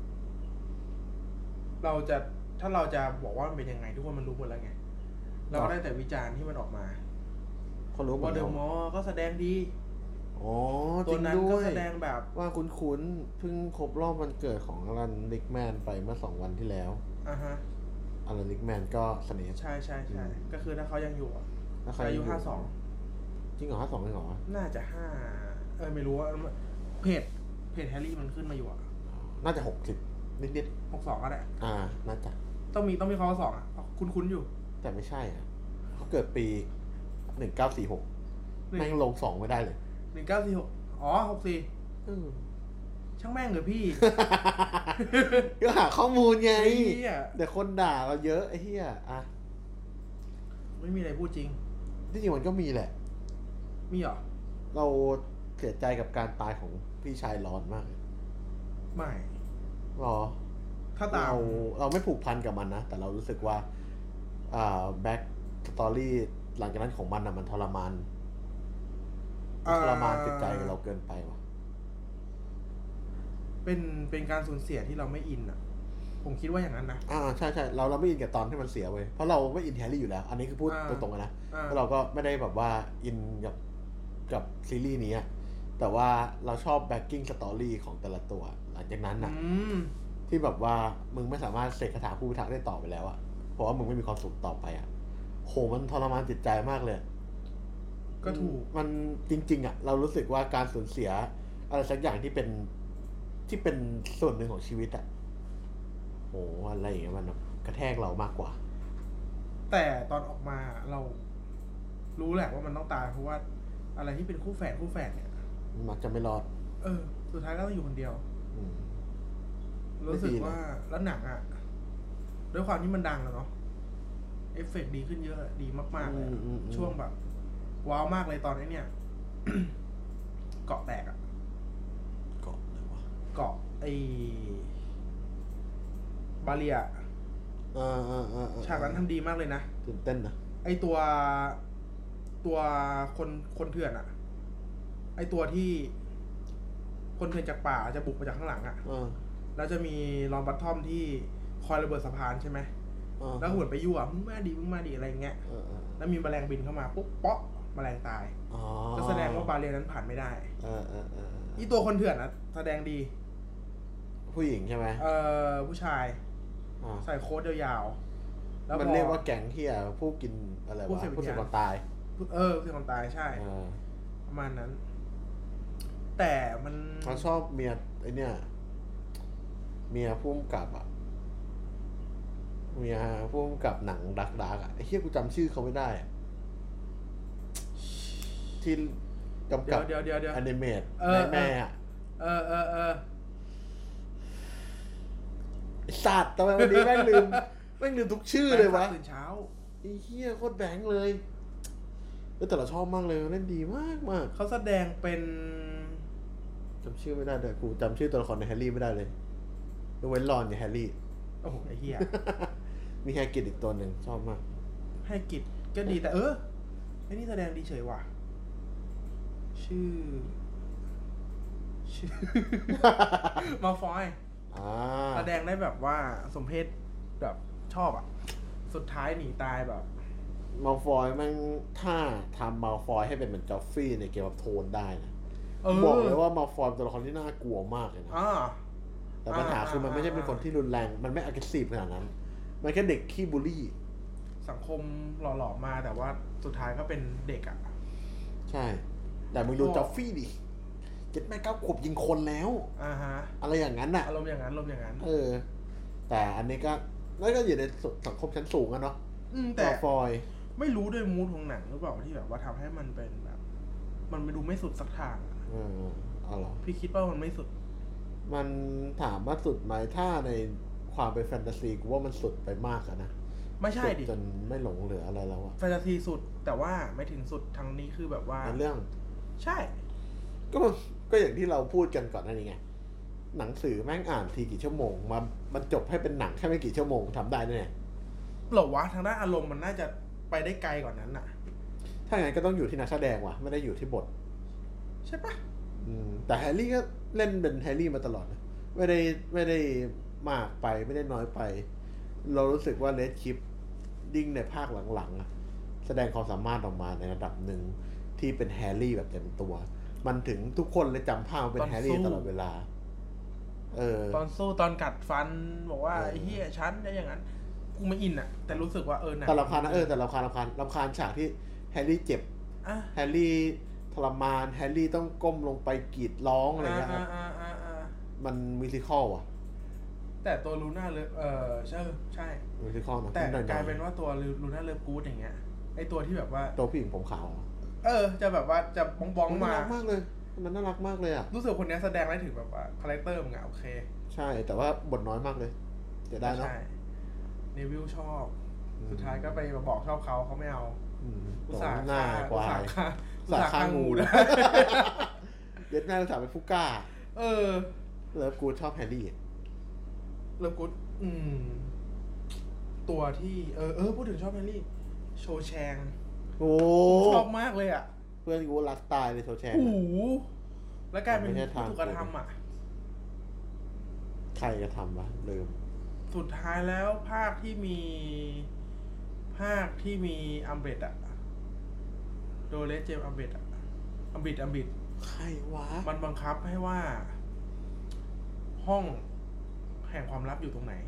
ถ้าเราจะบอกว่ามันเป็นยังไงทุกคนมันรู้หมดแล้วไงเราก็ได้แต่วิจารณ์ที่มันออกมาคนรู้หมดแล้วเดลมอก็แสดงดีตัวนั้นก็แสดงแบบว่าคุ้นเพิ่งครบรอบวันเกิดของอลันริกแมนไปเมื่อ2 วันที่แล้วอลันริกแมนก็เสน่ห์ใช่ก็คือถ้าเขายังอยู่อายุ52 จริงเหรอ52เลยเหรอน่าจะ5ไม่รู้ว่าเพจแฮร์รี่มันขึ้นมาอยู่อ่ะน่าจะ60นิด 62ก็ได้น่าจะต้องมีข้อ2อ่ะคุ้นอยู่แต่ไม่ใช่อ่ะเขาเกิดปี1946แม่งลง2ไม่ได้เลย 1946 64ช่างแม่งเลยพี่ก็หาข้อมูลไงแต่คนด่าเราเยอะไอ้เหี้ยไม่มีอะไรพูดจริงที่จริงมันก็มีแหละมีเหรอเราเสียใจกับการตายของพี่ชายรอนมากไม่หรอถ้าตามเราไม่ผูกพันกับมันนะแต่เรารู้สึกว่าแบ็คสตอรี่หลังจากนั้นของมันนะมันทรมานจิตใจกับเราเกินไปว่ะเป็นการสูญเสียที่เราไม่อินอ่ะผมคิดว่าอย่างนั้นนะใช่ใช่เราไม่อินกับตอนที่มันเสียเว้ยเพราะเราไม่อินแฮร์รี่อยู่แล้วอันนี้คือพูดตรงๆนะแล้วเราก็ไม่ได้แบบว่าอินกับซีรีส์นี้แต่ว่าเราชอบแบ็กกิ้งสตอรี่ของแต่ละตัวหลังจากนั้นนะที่แบบว่ามึงไม่สามารถเสกคาถาผู้พิทักษ์ได้ต่อไปแล้วเพราะว่ามึงไม่มีความสุขต่อไปโหมันทรมานจิตใจมากเลยก็ถูกมันจริงๆเรารู้สึกว่าการสูญเสียอะไรสักอย่างที่เป็นส่วนหนึ่งของชีวิตโหอะไรอย่างเงี้ยมันกระแทกเรามากกว่าแต่ตอนออกมาเรารู้แหละว่ามันต้องตายเพราะว่าอะไรที่เป็นคู่แฝดเนี่ยมักจะไม่รอดสุดท้ายก็ต้องอยู่คนเดียวรู้สึกว่าแล้วหนังด้วยความที่มันดังแล้วเนาะเอฟเฟกต์ดีขึ้นเยอะดีมากๆเลยช่วงแบบว้าวมากเลยตอนนี้เนี่ยเกาะแตกเกาะอะไรวะเกาะไบาเลียฉากนั้นทำดีมากเลยนะตื่นเต้นนะไอตัวคนเถื่อนไอตัวที่คนเถื่อนจากป่าจะบุกมาจากข้างหลังแล้วจะมีลอนบัตทอมที่คอยระเบิดสะพานใช่ไหมแล้วหุ่นไปยั่วมึงมาดีอะไรเงี้ยแล้วมีแมลงบินเข้ามาปุ๊บเปาะแมลงตายก็แสดงว่าบาเรียนั้นผ่านไม่ได้อีตัวคนเถื่อนแสดงดีผู้หญิงใช่ไหมผู้ชายใส่โค้ทยาวๆแล้วมันเรียกว่าแก๊งเหี้ยผู้กินอะไรวะผู้เสพความตายผู้เสพความตายใช่ประมาณนั้นแต่มันเขาชอบเมียไอเนี่ยเมียพุ่มกับเมียพุ่มกับหนังดักไอ้เหี้ยกูจำชื่อเขาไม่ได้ที่กำกับเดี๋ยวอนิเมตแม่สัตว์ทำไมวันนี้แม่งลืมทุกชื่อเลยวะตื่นเช้าไอ้เหี้ยโคตรแบงค์เลยแต่เราชอบมากเลยเล่นดีมากเขาแสดงเป็นจำชื่อไม่ได้เลยกูจำชื่อตัวละครในแฮร์รี่ไม่ได้เลยยกเว้นรอนกับแฮร์รี่โอ้โหไอ้เหี้ยมีแฮร์กิตอีกตัวหนึ่งชอบมากแฮร์กิตก็ดีแต่ไอ้นี่แสดงดีเฉยว่ะชื่อมาฟอยแสดงได้แบบว่าสมเพชแบบชอบสุดท้ายหนีตายแบบมาฟอยมันถ้าทำมาฟอยให้เป็นเหมือนจอฟฟี่ในเกมof Thronesได้นะบอกเลยว่ามาฟอยตัวละครที่น่ากลัวมากเลยนะแต่ปัญหาคือมันไม่ใช่เป็นคนที่รุนแรงมันไม่ aggressive ขนาดนั้นมันแค่เด็กขี้บูลลี่สังคมหล่อๆมาแต่ว่าสุดท้ายก็เป็นเด็กใช่แต่มึงดูจอฟฟี่ดิ7-9 ขวบยิงคนแล้วอะไรอย่างนั้นอารมณ์อย่างนั้นแต่อันนี้ก็อยู่ในสังคมชั้นสูงเนาะแต่ฟอยไม่รู้ด้วยมูดของหนังหรือเปล่าที่แบบว่าทำให้มันเป็นแบบมันไม่ดูไม่สุดสักทางอ๋อเหรอพี่คิดว่ามันไม่สุดมันถามว่าสุดไหมถ้าในความเป็นแฟนตาซีกูว่ามันสุดไปมากนะไม่ใช่ดิจนไม่หลงเหลืออะไรแล้วแฟนตาซีสุดแต่ว่าไม่ถึงสุดทางนี้คือแบบว่าในเรื่องใช่ก็อย่างที่เราพูดกันก่อนนั่นเองไงหนังสือแม่งอ่านทีกี่ชั่วโมงมันจบให้เป็นหนังแค่ไม่กี่ชั่วโมงทำได้แน่หรอวะทางด้านอารมณ์มันน่าจะไปได้ไกลกว่านั้นถ้าอย่างนั้นก็ต้องอยู่ที่นักแสดงว่ะไม่ได้อยู่ที่บทใช่ปะแต่แฮร์รี่ก็เล่นเป็นแฮร์รี่มาตลอดนะไม่ได้มากไปไม่ได้น้อยไปเรารู้สึกว่าเรดคิปดิ้งในภาคหลังๆแสดงความสามารถออกมาในระดับหนึ่งที่เป็นแฮร์รี่แบบเต็มตัวมันถึงทุกคนเลยจำภาพเป็นแฮร์รี่ตลอดเวลาตอนสู้ตอนกัดฟันบอกว่าไอ้เหี้ยฉันได้อย่างนั้นกูไม่อินแต่รู้สึกว่าแต่รำคาญนะแต่รำคาญฉากที่แฮร์รี่เจ็บแฮร์รี่ทรมานแฮร์รี่ต้องก้มลงไปกรีดร้องอะไรเงี้ยมันมิวสิคอลแต่ตัวลูน่าเลยใช่มิวสิคอลนะแต่กลายเป็นว่าตัวลูน่าเลิฟกู๊ดอย่างเงี้ยไอตัวที่แบบว่าตัวผู้หญิงผมขาวจะแบบว่าจะบ้องมาน่ารักมากเลยมันน่ารักมากเลยรู้สึกคนนี้แสดงได้ถึงแบบว่าคาแรคเตอร์มันโอเคใช่แต่ว่าบทน้อยมากเลยเดี๋ยวได้เนาะเนวิลชอบสุดท้ายก็ไปบอกชอบเขาไม่เอาอุตส่าห์ฆ่างูนะเด็ดหน้าอุตส่าห์เป็นฟุก้าแล้วกูชอบแฮร์รี่แล้วกูตัวที่พูดถึงชอบแฮร์รี่โชแชงชอบมากเลยเพื่อนกูรักตายเลยโชแชงโอ้โหแล้วกลายเป็นถูกกระทำใครจะทำวะลืมสุดท้ายแล้วภาคที่มีอัมเบดอะโดเรสเจมอัมเบดอะอัมบิดใครวะมันบังคับให้ว่าห้องแห่งความลับอยู่ตรงไหน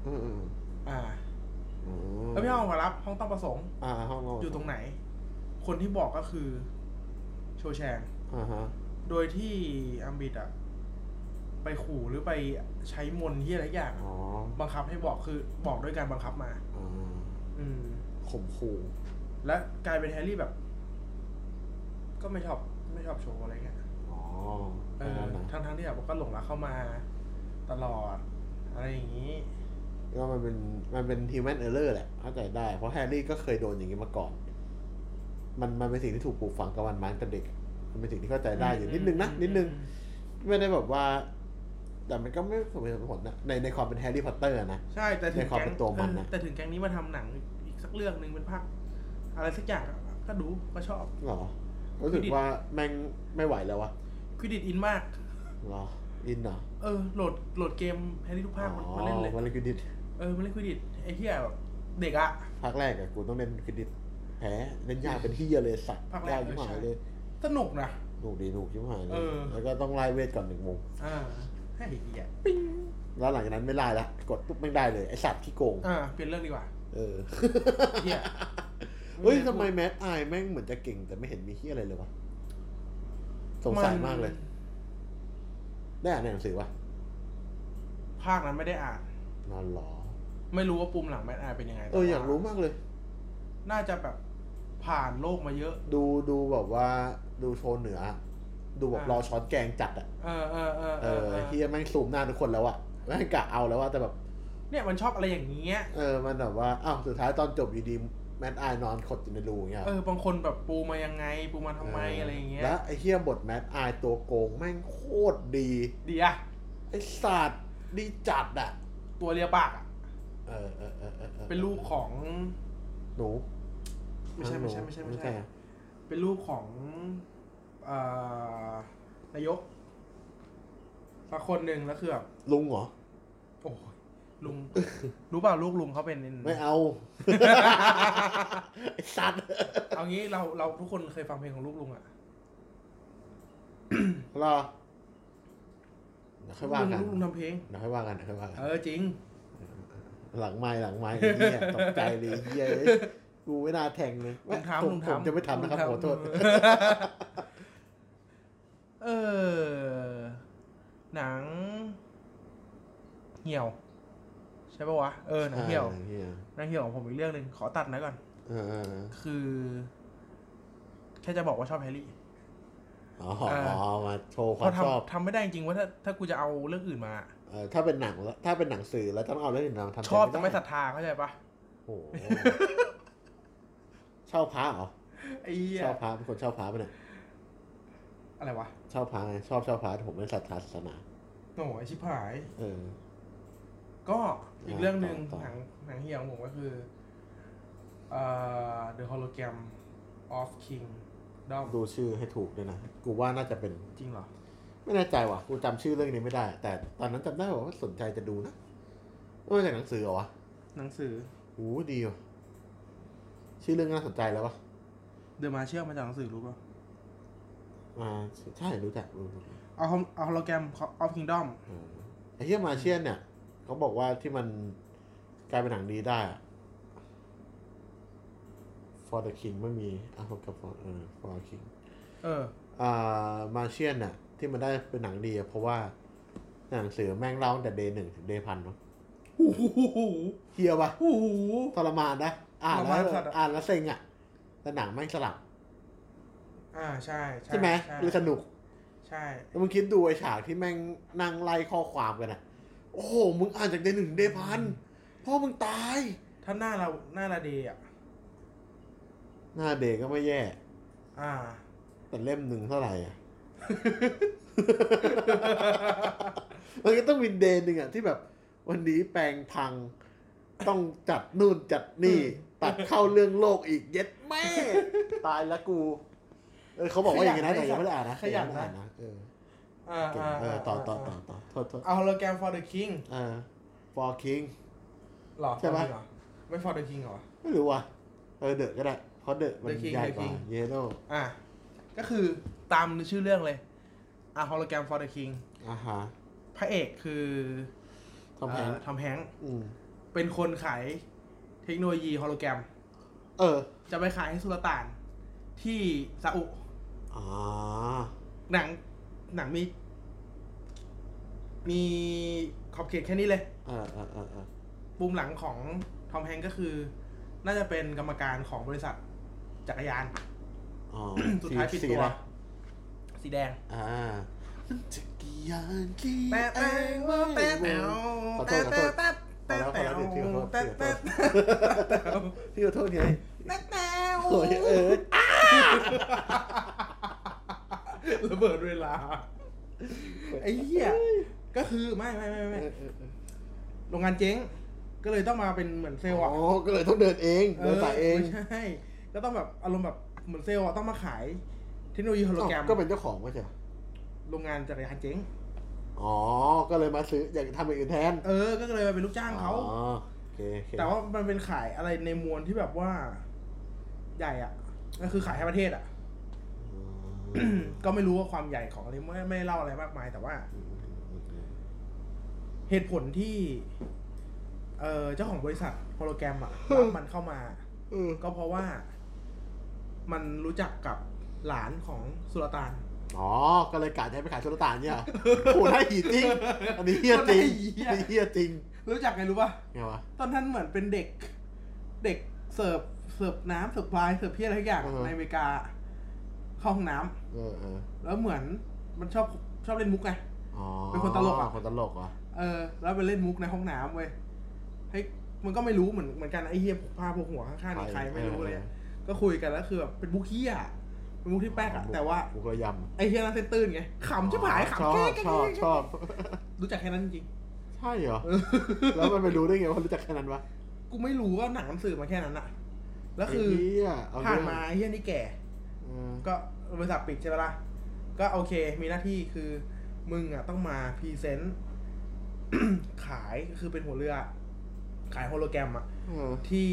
แล้วไม่ห้องความลับห้องต้องประสงค์ห้องอยู่ตรงไหนคนที่บอกก็คือโชแชงโดยที่อัมบิดอะไปขู่หรือไปใช้มนต์ที่อะไรอย่างบังคับให้บอกคือบอกด้วยการบังคับมาข่มขู่และกลายเป็นแฮร์รี่แบบก็ไม่ชอบโชว์อะไรเงี้ยทั้งที่แบบก็หลงรักเข้ามาตลอดอะไรอย่างนี้ก็มันเป็นhuman error แหละเข้าใจได้เพราะแฮร์รี่ก็เคยโดนอย่างนี้มาก่อนมันเป็นสิ่งที่ถูกปลูกฝังกับมันมาตั้งแต่เด็กมันเป็นสิ่งที่เข้าใจได้อยู่นิดนึงไม่ได้แบบว่าแต่มันก็ไม่สมเหตุสมผลนะในความเป็นแฮร์รี่พอตเตอร์นะใช่แต่ถึงความเป็นตัวมันนะแต่ถึงแก๊งนี้มาทำหนังอีกสักเรื่องนึงเป็นภาคอะไรสักอย่างก็ดูก็ชอบหรอรู้สึกว่าแม่งไม่ไหวแล้ววะควิดดิชอินมากหรออินเหรอโหลดเกมแฮร์รี่ทุกภาคมาเล่นเลยมาเล่นควิดดิชมาเล่นควิดดิชไอ้เหี้ยแบบเด็กอะภาคแรกอะกูต้องเล่นควิดดิชแพ้เล่นยากเป็นเหี้ยเลยสัตว์ยากยิ่งหายเลยสนุกนะสนุกดีสนุกยิ่งหายเลยแล้วก็ต้องไล่เวทก่อน1 โมงให้เหี้ยปิ้งแล้วหลังจากนั้นไม่ไล่ละกดปุ๊บไม่ได้เลยไอ้สัตว์ที่โกงเปลี่ยนเรื่องดีกว่าเหี้ยเฮ้ยทำไมแมทไอแม่งเหมือนจะเก่งแต่ไม่เห็นมีเหี้ยอะไรเลยวะสงสัยมากเลยได้อ่านในหนังสือวะภาคนั้นไม่ได้อ่านนอนหรอไม่รู้ว่าปุ่มหลังแมทไอเป็นยังไงอยากรู้มากเลยน่าจะแบบผ่านโลกมาเยอะดูแบบว่าดูโชว์เหนือดูแบบรอช้อนแกงจัดเฮียแม่งซูมหน้าทุกคนแล้วอะแม่งกะเอาแล้วว่าแต่แบบเนี่ยมันชอบอะไรอย่างเงี้ยมันแบบว่าสุดท้ายตอนจบอยู่ดีแมทไอนอนขดอยู่ในรูอย่างเงี้ยบางคนแบบปูมายังไงปูมาทำไมอะไรอย่างเงี้ยแล้วไอ้เฮียบทแมทไอตัวโกงแม่งโคตรดีอะไอ้สัตว์ดีจัดอะตัวเลียปากอะเป็นลูกของหนูไม่ใช่เป็นลูกของนายกสักคนหนึ่งแล้วคือแบบลุงเหรอโอ้ลุงรู้เปล่าลูกลุงเขาเป็นไม่เอาไอ้สัตว์เอางี้เราทุกคนเคยฟังเพลงของลูกลุงอ่ะรอค่อยว่ากันลูกลุงทำเพลงค่อยว่ากันจริงหลังไม้เนี่ยตกใจเลยเฮียกูไม่น่าแทงเลยผมจะไม่ทำนะครับขอโทษหนังเหี่ยวใช่ป่ะวะหนังเหี่ยวของผมอีกเรื่องนึงขอตัดนะก่อนคือแค่จะบอกว่าชอบแฮร์รี่มาโชว์ความชอบทำไม่ได้จริงว่าถ้ากูจะเอาเรื่องอื่นมาถ้าเป็นหนังแล้วถ้าเป็นหนังสื่อแล้วต้องเอาเรื่องอื่นมาทำชอบแต่ไม่ศรัทธาเข้าใจปะโอ้เช่าพระเหรอเช่าพระเป็นคนเช่าพระป่ะเนี่ยอะไรวะเช่าพระชอบเช่าพระผมไม่ศรัทธาศาสนาโอ้ยชิบหายก็อีกเรื่องนึงหนังเหี่ยวของผมก็คือThe Hologram of King ดูชื่อให้ถูกด้วยนะกูว่าน่าจะเป็นจริงเหรอไม่แน่ใจว่ะกูจำชื่อเรื่องนี้ไม่ได้แต่ตอนนั้นจำได้ว่าสนใจจะดูนะมาจากหนังสือเหรอวะหนังสือโอ้ดีว่ะชื่อเรื่องน่าสนใจแล้ววะ The Martian มาจากหนังสือรู้ป่ะใช่รู้จักเอา Hologram of Kingdom ไอ้เหี้ยมาเชียนเนี่ยเขาบอกว่าที่มันกลายเป็นหนังดีได้ For the King ไม่มีFor the King มาเชียนเนี่ยที่มันได้เป็นหนังดีเพราะว่าหนังสือแม่งเล่าตั้งแต่ Day 1 ถึง Day 1,000เนาะเฮียป่ะทรมานนะอ่านแล้วเซ็งอ่ะแต่หนังแม่งสลับใช่ไหมคือสนุกใช่แล้วมึงคิดดูไอ้ฉากที่แม่งนั่งไล่ข้อความกันอ่ะโอ้โหมึงอ่านจากDay 1 Day 1,000พ่อมึงตายถ้าหน้าเดย์อ่ะหน้าเดย์ก็ไม่แย่แต่เล่มหนึ่งเท่าไหร่อ่ะมันก็ต้องมีเดย์หนึ่งอ่ะที่แบบวันนี้แปลงพังต้องจัดนู่นจัดนี่ตัดเข้าเรื่องโลกอีกเย็ดแม่ตายแล้วกูเขาบอกว่าอย่างนี้นะแต่ยังไม่ได้อ่านนะขยันนะต่อโทษเอา hologram for the king for king หรอใช่ปะไม่ for the king หรอไม่รู้ว่ะเดอะก็ได้เพราะเดอะมันใหญ่กว่าเยโร่ก็คือตามชื่อเรื่องเลยhologram for the king พระเอกคือทอมแฮงค์เป็นคนขายเทคโนโลยีฮอโลแกรมจะไปขายให้สุลต่านที่ซาอุหนังมีขอบเขตแค่นี้เลยปุ่มหลังของทอมแฮงค์ก็คือน่าจะเป็นกรรมการของบริษัทจักรยานสุดท้ายปิดตัวสีแดงจักรยานขี่แป๊บพี่ขอโทษไงโอ้ยระเบิดเวลาไอ้เหี้ยก็คือไม่โรงงานเจ๊งก็เลยต้องมาเป็นเหมือนเซลล์ก็เลยต้องเดินเองเดินสายเองไม่ใช่ก็ต้องแบบอารมณ์แบบเหมือนเซลล์ต้องมาขายเทคโนโลยีโฮโลแกรมก็เป็นเจ้าของไม่ใช่โรงงานจักรยานเจ๊งก็เลยมาซื้ออยากทำอย่างอื่นแทนก็เลยมาเป็นลูกจ้างเขาแต่ว่ามันเป็นขายอะไรในมวลที่แบบว่าใหญ่อ่ะก็คือขายให้ประเทศอ่ะก็ไม่รู้ว่าความใหญ่ของอะไรไม่เล่าอะไรมากมายแต่ว่าเหตุผลที่เจ้าของบริษัทโฮโลแกรมอ่ะรับมันเข้ามาก็เพราะว่ามันรู้จักกับหลานของสุลต่านก็เลยกะจะไปขายสุลต่านเนี่ยโหได้หีจริงอันนี้เฮี้ยจริงจริงรู้จักไงรู้ป่ะไงวะตอนนั้นเหมือนเป็นเด็กเสิร์ฟน้ำเสิร์ฟไวน์เสิร์ฟเพี้ยอะไรทุกอย่างในอเมริกาเข้าห้องน้ำแล้วเหมือนมันชอบเล่นมุกไงเป็นคนตลกคนตลกแล้วไปเล่นมุกในห้องน้ำเว้ยให้มันก็ไม่รู้เหมือนกันไอ้เหี้ยผ้าพวกหัวข้างๆนี่ใครไม่รู้เลยก็คุยกันแล้วคือแบบเป็นมุกเหี้ยเป็นมุกที่แป๊กอะแต่ว่ามุกระยำไอ้เหี้ยนั่นเส้นตื้นไงขำชิบหายขำชอบรู้จักแค่นั้นจริงใช่เหรอแล้วมันไปรู้ได้ไงว่ารู้จักแค่นั้นวะกูไม่รู้ว่าหนังมันสื่อมาแค่นั้นอะแล้วคือผ่านมาไอ้เหี้ยนี่แก่ก็บริษัทปิดใช่ไหมล่ะก็โอเคมีหน้าที่คือมึงอะต้องมาพรีเซนต์ขายคือเป็นหัวเรือขายโฮโลแกรมอะที่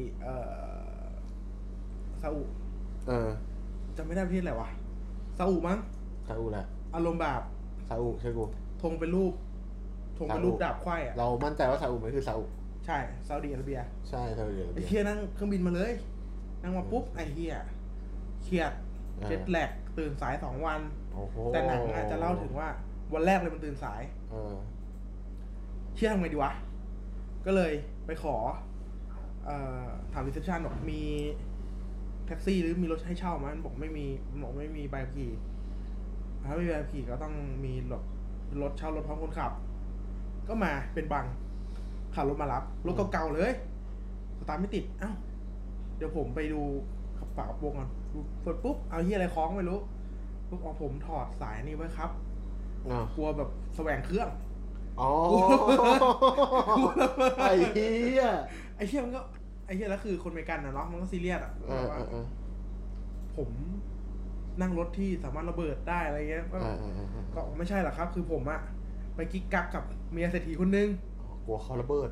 ซาอุจำไม่ได้ประเทศอะไรวะซาอุมั้งซาอุแหละอารมณ์แบบซาอุใช่กูธงเป็นรูปดาบควายอะเรามั่นใจว่าซาอุมันคือซาอุใช่ซาอุดิอาระเบียใช่ซาอุดิอาระเบียไอ้เฮียนั่งเครื่องบินมาเลยนั่งมาปุ๊บไอ้เฮียเครียดเจ็ตแลกตื่นสาย2 วันแต่หนังอะจะเล่าถึงว่าวันแรกเลยมันตื่นสายเชี่ยทำไงดีวะก็เลยไปขอถามรีเซพชันบอกมีแท็กซี่หรือมีรถให้เช่ามั้ยบอกไม่มีใบขับขี่ถ้าไม่มีใบขับขี่ก็ต้องมีรถเช่ารถพร้อมคนขับก็มาเป็นบังขับรถมารับรถเก่าๆเลยสตาร์ทไม่ติดเดี๋ยวผมไปดูกระเป๋ากระโปรงก่อนเปิดปุ๊บเอาเหี้ยอะไรคล้องไม่รู้ปุ๊บผมถอดสายนี่ไว้ครับกลัวแบบแสวงเครื่องไอ้เหี้ยมันก็ไอ้เหี้ยแล้วคือคนอเมริกันนะเนาะมันก็ซีเรียสว่าผมนั่งรถที่สามารถระเบิดได้อะไรเงี้ยก็ไม่ใช่หรอกครับคือผมอะไปกิ๊กกักกับเมียเศรษฐีคนนึงกลัวเขาระเบิด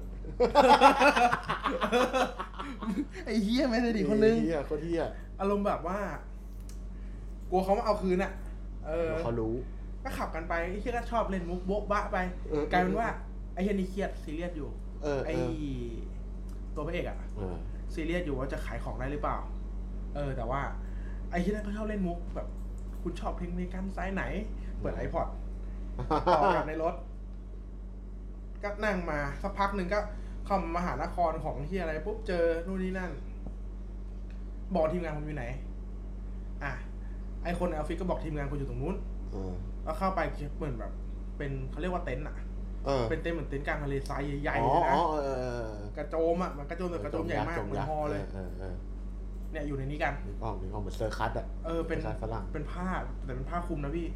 ไอ้เหี้ยเมียเศรษฐีคนนึงคนเหี้ยอารมณ์แบบว่ากลัวเขามาเอาคืนอะเขารู้ก็ขับกันไปไอ้เหี้ยก็ชอบเล่นมุกโบ๊ะบะไปกลายเป็นว่าไอ้เหี้ยนี่เครียดซีเรียสอยู่ไอ้ตัวพระเอกอะซีเรียสอยู่ว่าจะขายของได้หรือเปล่าแต่ว่าไอ้เหี้ยนั่นก็ชอบเล่นมุกแบบคุณชอบเพลงในการไซส์ไหนเปิด iPod ต่อกันในรถก็นั่งมาสักพักหนึ่งก็เข้ามหานครของที่อะไรปุ๊บเจอนู่นนี่นั่นบอกทีมงานผมอยู่ไหนไอคนในออฟฟิศก็บอกทีมงานคุณอยู่ตรงนู้นแล้วเข้าไปเหมือนแบบเป็นเขาเรียกว่าเต็นท์เป็นเต็นท์เหมือนเต็นท์กลางทะเลทรายใหญ่ๆนะกระโจมมันกระโจมแบบกระโจมใหญ่มากเหมือนฮอเลยเนี่ยอยู่ในนี้กันนี่ห้องเหมือนเซอร์คัสเป็นฝรั่งเป็นผ้าแต่เป็นผ้าคลุมนะพี่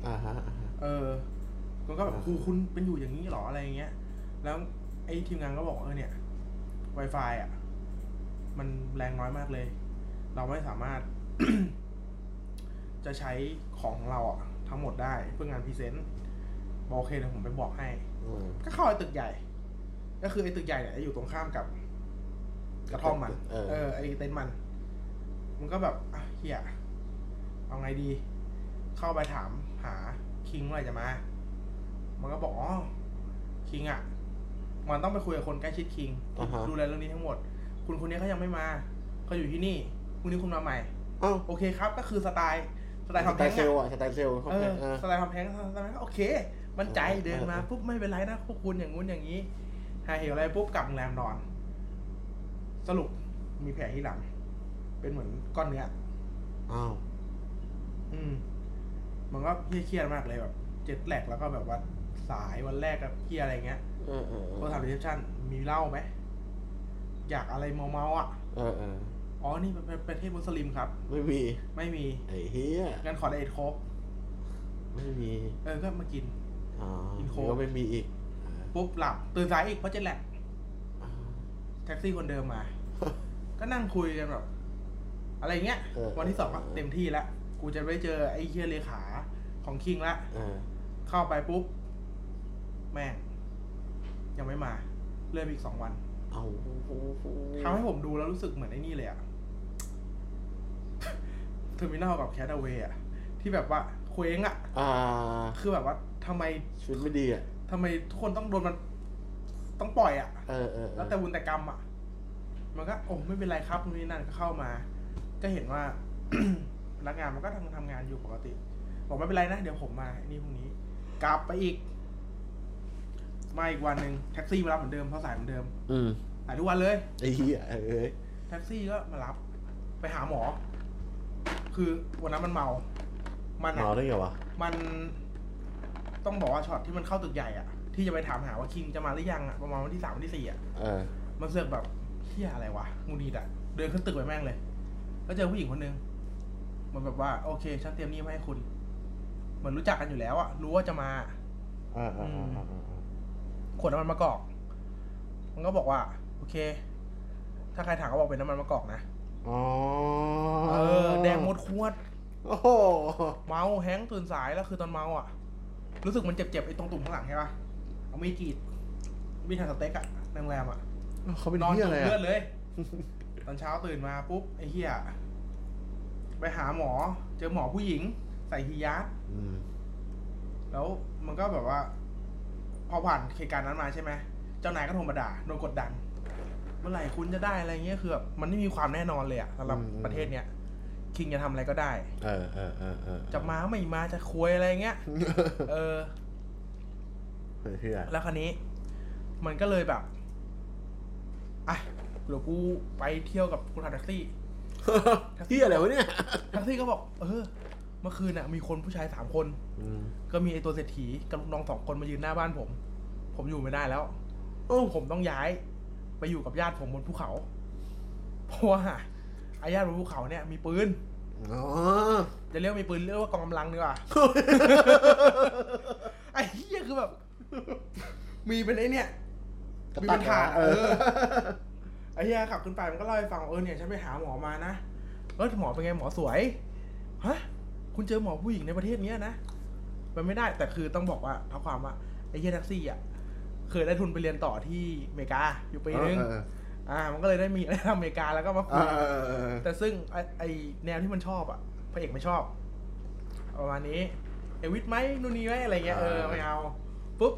ก็แบบคุณเป็นอยู่อย่างนี้หรออะไรเงี้ยแล้วไอ้ทีมงานก็บอกเนี่ย Wi-Fi มันแรงน้อยมากเลยเราไม่สามารถ จะใช้ของเราทั้งหมดได้เพื่องานพรีเซนต์บอกโอเคเดี๋ยวผมไปบอกให้ก็เข้าไอ้ตึกใหญ่ก็คือไอ้ตึกใหญ่เนี่ยอยู่ตรงข้ามกับกระท่อมมันไอ้เต็นท์มันก็แบบเฮียเอาไงดีเข้าไปถามหาคิงเมื่อไหร่จะมามันก็บอกอ๋อคิงอ่ะมันต้องไปคุยกับคนใกล้ชิดคิงดูแลเรื่องนี้ทั้งหมดคุณคนนี้เขายังไม่มาเขาอยู่ที่นี่พรุ่งนี้คุณมาใหม่โอเคครับก็คือสไตล์ทำแท้งสไตล์เซลล์สไตล์ทำแท้งโอเคมั่นใจเดินมาปุ๊บไม่เป็นไรนะพวกคุณอย่างงู้นอย่างนี้หาเหวอะไรปุ๊บกลับโรงแรมนอนสรุปมีแผลที่หลังเป็นเหมือนก้อนเนื้อมันก็เครียดมากเลยแบบเจ็ตแลกแล้วก็แบบว่าสายวันแรกกับเพี้ยอะไรเงี้ยก็ถามรีเซพชั่นมีเหล้าไหมอยากอะไรเมาอ่ะอ๋อนี่เป็นประเทศมุสลิมครับไม่มีไอ้เหี้ยงั้นขอได้โค้กไม่มีก็มากินโค้กก็ไม่มีอีกปุ๊บหลับตื่นสายอีกเพราะเจ็ตแลกแท็กซี่คนเดิมมาก็นั่งคุยกันแบบอะไรเงี้ยวันที่2ก็เต็มที่แล้วกูจะไปเจอไอ้เหี้ยเลขาของคิงละเข้าไปปุ๊บแม่งยังไม่มาเลื่อนอีก2 วันทำให้ผมดูแล้วรู้สึกเหมือนไอ้นี่เลยอะเทอร์มินัลกับแคทเวย์อะที่แบบว่าเคว้งอะคือแบบว่าทำไมชุดไม่ดีอะทำไมทุกคนต้องโดนมันต้องปล่อยอะแล้วแต่บุญแต่กรรมอะมันก็โอ้ไม่เป็นไรครับนู่นนี่นั่นก็เข้ามาก็เห็นว่า พนักงานมันก็ทำงานอยู่ปกติบอกไม่เป็นไรนะเดี๋ยวผมมานี่พรุ่งนี้กลับไปอีกมาอีกวันหนึ่งแท็กซี่มารับเหมือนเดิมเพราะสายเหมือนเดิมสายทุกวันเลยไอ้เหี้ยแท็กซี่ก็มารับไปหาหมอคือวันนั้นมันเมาได้ไงวะมันต้องบอกว่าช็อตที่มันเข้าตึกใหญ่อ่ะที่จะไปถามหาว่าคิงจะมาหรือยังอ่ะประมาณวันที่3วันที่4อ่ะมันเสือกแบบเหี้ยอะไรวะงูดีอ่ะเดินขึ้นตึกไปแม่งเลยแล้วเจอผู้หญิงคนนึงมันแบบว่าโอเคฉันเตรียมนี่มาให้คุณเหมือนรู้จักกันอยู่แล้วอ่ะรู้ว่าจะมาขวดน้ำมันมะกอกมันก็บอกว่าโอเคถ้าใครถามก็บอกเป็นน้ำมันมะกอกนะแดงหมดขวดเมาแฮงตื่นสายแล้วคือตอนเมาอ่ะรู้สึกมันเจ็บๆไอ้ตรงตุ่มข้างหลังใช่ป่ะเอามีดกรีดมีดหั่นสเต็กอ่ะโรงแรมอ่ะเขาเป็นนอนจุกเลือดเลยตอนเช้าตื่นมาปุ๊บไอ้เหี้ยไปหาหมอเจอหมอผู้หญิงใส่ฮิญาบแล้วมันก็แบบว่าพอผ่านเหตุการณ์นั้นมาใช่ไหมเจ้านายก็โทรมาด่าโดนกดดันเมื่อไหร่คุณจะได้อะไรเงี้ยคือแบบมันไม่มีความแน่นอนเลยอะสำหรับประเทศเนี้ยคิงจะทำอะไรก็ได้จะมาไม่มาจะคุยอะไรเงี้ยแล้วคราวนี้มันก็เลยแบบเดี๋ยวกูไปเที่ยวกับคุณขับแท็กซี่ที่อะไรวะเนี่ยแท็กซี่ก็บอกเมื่อคืนน่ะมีคนผู้ชาย3 คนก็มีไอตัวเศรษฐีกับลูกน้อง2 คนมายืนหน้าบ้านผมอยู่ไม่ได้แล้วผมต้องย้ายไปอยู่กับญาติผมบนภูเขาเพราะว่าไอ้ญาติบนภูเขาเนี่ยมีปืนจะเรียกมีปืนเรียกว่ากองกำลังดีกว่าไอ้เหี้ยคือแบบมีเป็นไอ้เนี่ยมีเป็นถาดไอ้เหี้ยขับขึ้นไปมันก็เล่าให้ฟังเนี่ยฉันไปหาหมอมานะหมอเป็นไงหมอสวยฮะคุณเจอหมอผู้หญิงในประเทศนี้นะมันไม่ได้แต่คือต้องบอกว่าเอาความว่าไอ้เหี้ยแท็กซี่อ่ะเคยได้ทุนไปเรียนต่อที่อเมริกาอยู่ปีนึงมันก็เลยได้มีอะไรทำอเมริกาแล้วก็มาคุยแต่ซึ่งไอแนวที่มันชอบอ่ะพระเอกไม่ชอบประมาณนี้วิทย์ไหมนู่นนี่ไหมอะไรเงี้ยไม่เอาปุ๊บ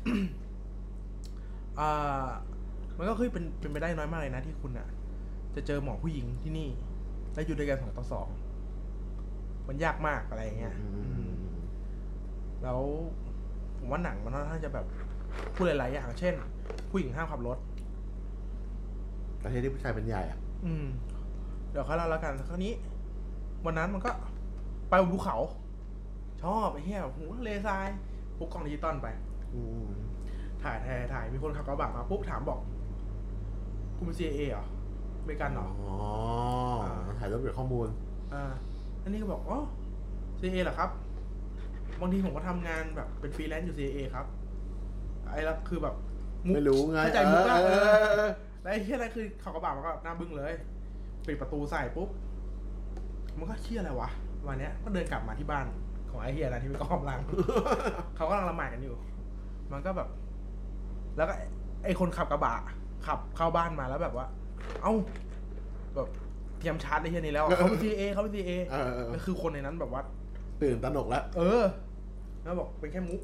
มันก็คือเป็นไปได้น้อยมากเลยนะที่คุณอ่ะจะเจอหมอผู้หญิงที่นี่และอยู่ด้วยกัน2 ต่อ 2มันยากมากอะไรเงี้ยแล้วผมว่าหนังมันค่อนข้างจะแบบพูดหลายๆอย่างเช่นผู้หญิงห้ามขับรถประเทศที่ผู้ชายเป็นใหญ่อ่ะเดี๋ยวเขาเล่าแล้วกันคราวนี้วันนั้นมันก็ไปบนภูเขาชอบไอ้เหี้ยหูทะเลทรายปุ๊บกล้องดิจิตอลไปถ่ายมีคนขับกระบะมาปุ๊บถามบอกคุณเป็น CIA เหรออเมริกันเหรอถ่ายรูปเก็บข้อมูลอันนี้ก็บอกCIA เหรอครับบางทีผมก็ทำงานแบบเป็นฟรีแลนซ์อยู่ CIA ครับไอ้ละคือแบบไม่รู้ไงเข้าใจมุกอะแล้วไอ้เหี้ยอะไรคือขับกระบะมันก็หน้าบึ้งเลยปิดประตูใส่ปุ๊บมันก็เชี่ยอะไรวะวันเนี้ยก็เดินกลับมาที่บ้านขของไอ้เฮียนะที่ไปกองหลัง เขากำลังละหมาดกันอยู่ มันก็แบบ แล้วก็ไอ้คนขับกระบะขับเข้าบ้านมาแล้วแบบว่า เอ้าแบบเตรียมชาร์จไอ้เฮียนี่แล้วเขาเป็น CA เขาเป็น CA ก็คือคนในนั้นแบบว่าตื่นตระหนกแล้วแล้วบอกเป็นแค่มุก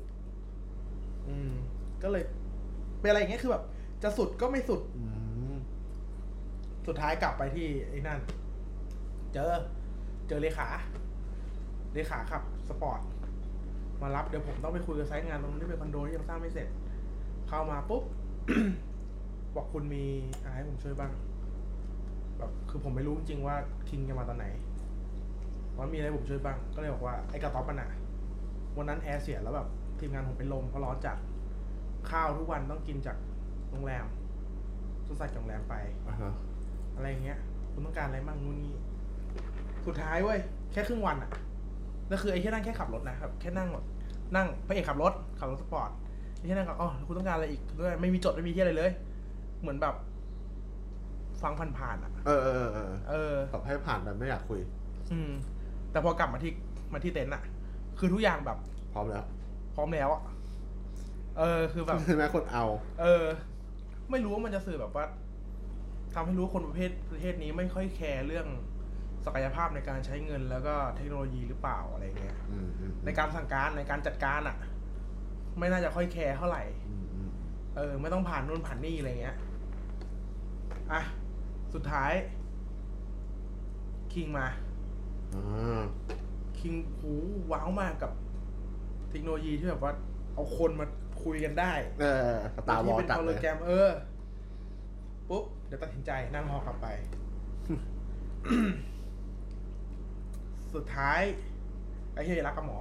ก็เลยเป็นอะไรอย่างเงี้ยคือแบบจะสุดก็ไม่สุดสุดท้ายกลับไปที่ไอ้นั่นเจอเลขาขับสปอร์ตมารับเดี๋ยวผมต้องไปคุยกับไซต์งานตรงนี้เป็นคอนโดที่ยังสร้างไม่เสร็จเข้ามาปุ๊บ บอกคุณมีอะไรให้ผมช่วยบ้างแบบคือผมไม่รู้จริงๆว่าคิงจะมาตอนไหนว่ามีอะไรผมช่วยบ้างก็เลยบอกว่าไอ้กระต๊อบมันอะวันนั้นแอร์เสียแล้วแบบทีมงานผมเป็นลมเพราะร้อนจัดข้าวทุกวันต้องกินจากโรงแรมต้องใส่จากโรงแรมไปอะไรเงี้ยคุณต้องการอะไรบ้างนู่นนี่สุดท้ายเว้ยแค่ครึ่งวันอะนั่นคือไอ้ที่นั่งแค่ขับรถนะครับแค่นั่งพระเอกขับรถสปอร์ตไอ้ที่นั่งก็คุณต้องการอะไรอีกด้วยไม่มีจดไม่มีที่อะไรเลยเหมือนแบบฟังผ่านๆอ่ะแบบให้ผ่านแบบไม่อยากคุยแต่พอกลับมาที่เต็นท์อ่ะคือทุกอย่างแบบพร้อมแล้วอ่ะคือแบบคือแม้คนเอาไม่รู้ว่ามันจะสื่อแบบว่าทำให้รู้คนประเทศนี้ไม่ค่อยแคร์เรื่องศักยภาพในการใช้เงินแล้วก็เทคโนโลยีหรือเปล่าอะไรเงี้ยในการสั่งการในการจัดการอ่ะไม่น่าจะค่อยแคร์เท่าไหร่ไม่ต้องผ่านนู่นผ่านนี่อะไรเงี้ยสุดท้ายคิงมาคิงหูว้าวมากกับเทคโนโลยีที่แบบว่าเอาคนมาคุยกันได้ตาวอลจัดเลยปุ๊บเดี๋ยวตัดสินใจนั่งฮอกลับไป สุดท้ายไอ้เฮียรักกับหมอ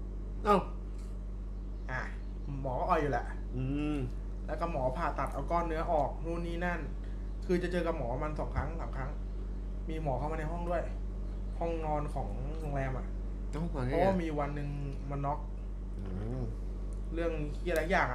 หมอก็อ่อยอยู่แหละแล้วก็หมอผ่าตัดเอาก้อนเนื้อออกนู่นนี่นั่นคือจะเจอกับหมอมัน2 ครั้ง 3 ครั้งมีหมอเข้ามาในห้องด้วยห้องนอนของโรงแรมเพราะว่ามีวันหนึ่งมันน็อกเรื่องที่อะไรอย่าง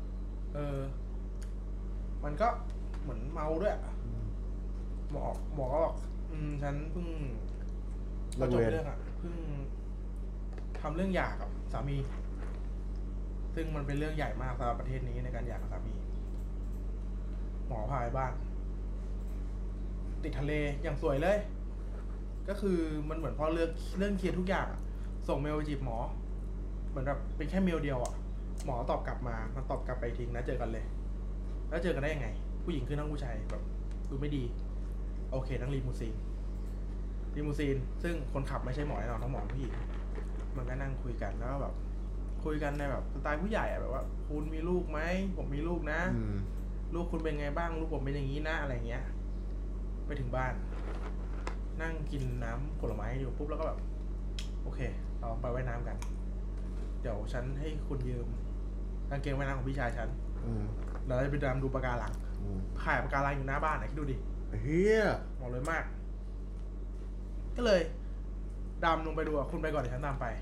มันก็เหมือนเมาด้วยหมอก็บอกฉันเพิ่งจบเรื่องเพิ่งทำเรื่องหย่ากับสามีซึ่งมันเป็นเรื่องใหญ่มากสำหรับประเทศนี้ในการหย่ากับสามีหมอพาไปบ้านติดทะเลอย่างสวยเลยก็คือมันเหมือนพอเรื่องเคลียร์ทุกอย่างส่งเมลไปจีบหมอเหมือนแบบเป็นแค่เมลเดียวหมอตอบกลับมามันตอบกลับไปทิ้งนะเจอกันเลยแล้วเจอกันได้ยังไงผู้หญิงคือนั่งผู้ชายแบบดูไม่ดีโอเคนั่งลีมูซีนซึ่งคนขับไม่ใช่หมอแน่นอนทั้งหมอผู้หญิงมันก็นั่งคุยกันแล้วก็แบบคุยกันในแบบสไตล์ผู้ใหญ่แบบว่าคุณมีลูกไหมผมมีลูกนะลูกคุณเป็นไงบ้างลูกผมเป็นอย่างนี้นะอะไรเงี้ยไปถึงบ้านนั่งกินน้ำผลไม้อยู่ปุ๊บแล้วก็แบบโอเคเราไปว่ายน้ำกันเดี๋ยวฉันให้คุณยืมกางเกงว่ายน้ำของพี่ชายฉันเราจะไปดำดูปะการังถ่ายปะการังอยู่หน้าบ้านคิดดูดิเฮียหมดเลยมากก็เลยดำลงไปดูคุณไปก่อนเดี๋ยวฉันตามไป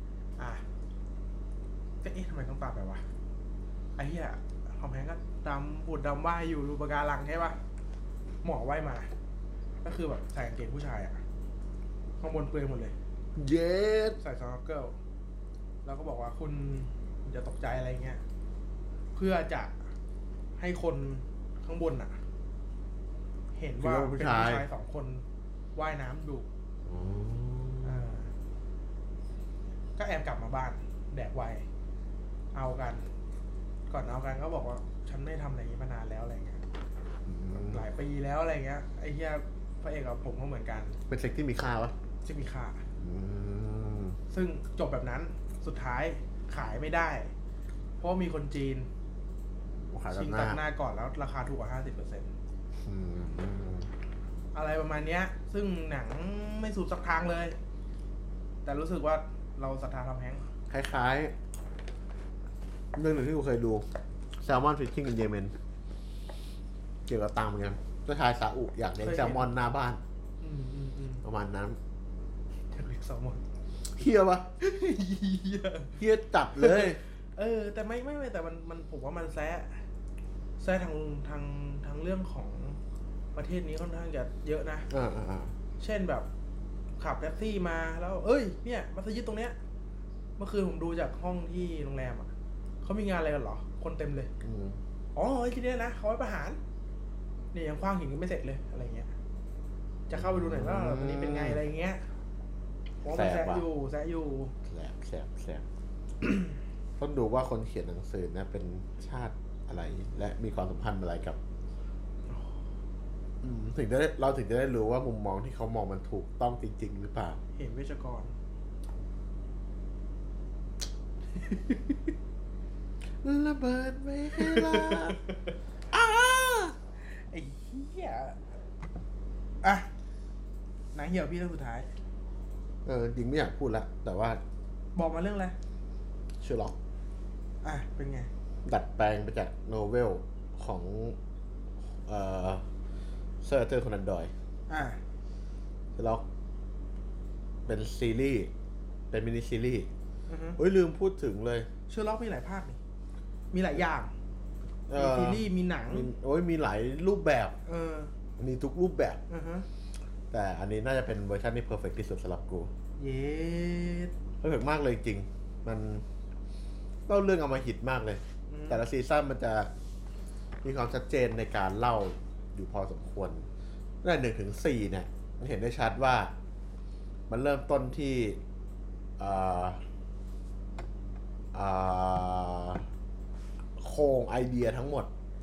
ก็ทำไมต้องตามไปวะไอ้เหี้ยทอมแฮงก์ก็ดำว่ายอยู่ดูปะการังใช่ปะหมอว่ายมาก็คือแบบใส่กางเกงผู้ชายข้างบนเปลือยหมดเลยเย็ดใส่สน็อกเกิลแล้วก็บอกว่าคุณจะตกใจอะไรเงี้ยเพื่อจะให้คนข้างบนเห็นว่าเป็นผู้ชาย2 คนว่ายน้ำดูก็แอบกลับมาบ้านแดกไวเอากันก่อนเอากันก็บอกว่าฉันไม่ทำอะไรอย่างนี้มานานแล้วอะไรเงี้ยหลายปีแล้วอะไรเงี้ยไอ้เหี้ยพระเอกกับผมก็เหมือนกันเป็นเซ็กที่มีค่าปะเซ็กมีค่าซึ่งจบแบบนั้นสุดท้ายขายไม่ได้เพราะมีคนจีนชิงตัดหน้าก่อนแล้วราคาถูกกว่า 50% อะไรประมาณนี้ซึ่งหนังไม่สุดสักทางเลยแต่รู้สึกว่าเราศรัทธาทอมแฮงก์คล้ายๆเรื่องหนึ่งที่กูเคยดูแซลมอนฟิชชิ่งในเยเมนเกี่ยวกับตังเหมือนกันเจ้าชายซาอุอยากเลี้ยงแซลมอนหน้าบ้านประมาณนั้นอยากเลี้ยงแซลมอนเฮียปะเฮียจัดเลยแต่ไม่แต่มันผมว่ามันแซะทางเรื่องของประเทศนี้ค่อนข้างจะเยอะนะเช่นแบบขับแท็กซี่มาแล้วเนี่ยมัสยิดตรงเนี้ยเมื่อคืนผมดูจากห้องที่โรงแรมอ่ะเขามีงานอะไรกันเหรอคนเต็มเลยอ๋อไอ้ที่นี่นะเขาไว้ประหารเนี่ยยังคว้างหินกันไม่เสร็จเลยอะไรเงี้ยจะเข้าไปดูหน่อยว่าตอนนี้เป็นไงอะไรเงี้ยผมมันแซะอยู่แสบต้องดูว่าคนเขียนหนังสือนะเป็นชาติอะไรและมีความสัมพันธ์อะไรกับเราถึงจะได้รู้ว่ามุมมองที่เขามองมันถูกต้องจริงๆหรือเปล่าเห็นเวชกรระเบิดไม่ให้ลาไอ้เหี้ยอ่ะหนังเหี่ยวพี่เรื่องสุดท้ายจริงไม่อยากพูดละแต่ว่าบอกมาเรื่องอะไรเชอร์ล็อกเป็นไงดัดแปลงไปจากโนเวลของเซอร์เตอร์คอนันดอยเชอร์ล็อกเป็นซีรีส์เป็นมินิซีรีส์ลืมพูดถึงเลยเชอร์ล็อกมีหลายภาคนี่มีหลายอย่างมีซีรีส์มีหนังมีหลายรูปแบบมีทุกรูปแบบแต่อันนี้น่าจะเป็นเวอร์ชันที่เพอร์เฟกต์ที่สุดสำหรับกูเพอร์เฟกต์มากเลยจริงมันเล่าเรื่องอมหิตมากเลยแต่ละซีซั่นมันจะมีความชัดเจนในการเล่าอยู่พอสมควรตั้งแต่1 ถึง 4เนี่ยมันเห็นได้ชัดว่ามันเริ่มต้นที่โครงไอเดียทั้งหมด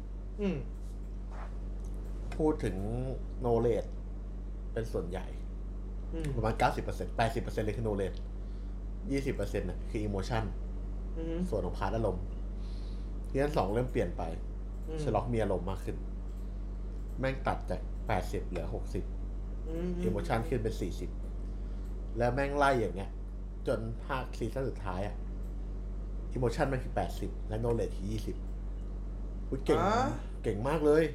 พูดถึงโนเลจเป็นส่วนใหญ่ประมาณ 90% 80% เลยคือ knowledge 20% น่ะคือ emotion ส่วนของพาร์ทอารมณ์ที่นั้น2เริ่มเปลี่ยนไปเชอร์ล็อกมีอารมณ์มากขึ้นแม่งตัดจาก80เหลือ60 emotion ขึ้นเป็น40แล้วแม่งไล่อย่างเงี้ยจนภาคซีซั่นสุดท้ายemotion มันคือ80และ knowledge คือ20พูดเก่งมากเลย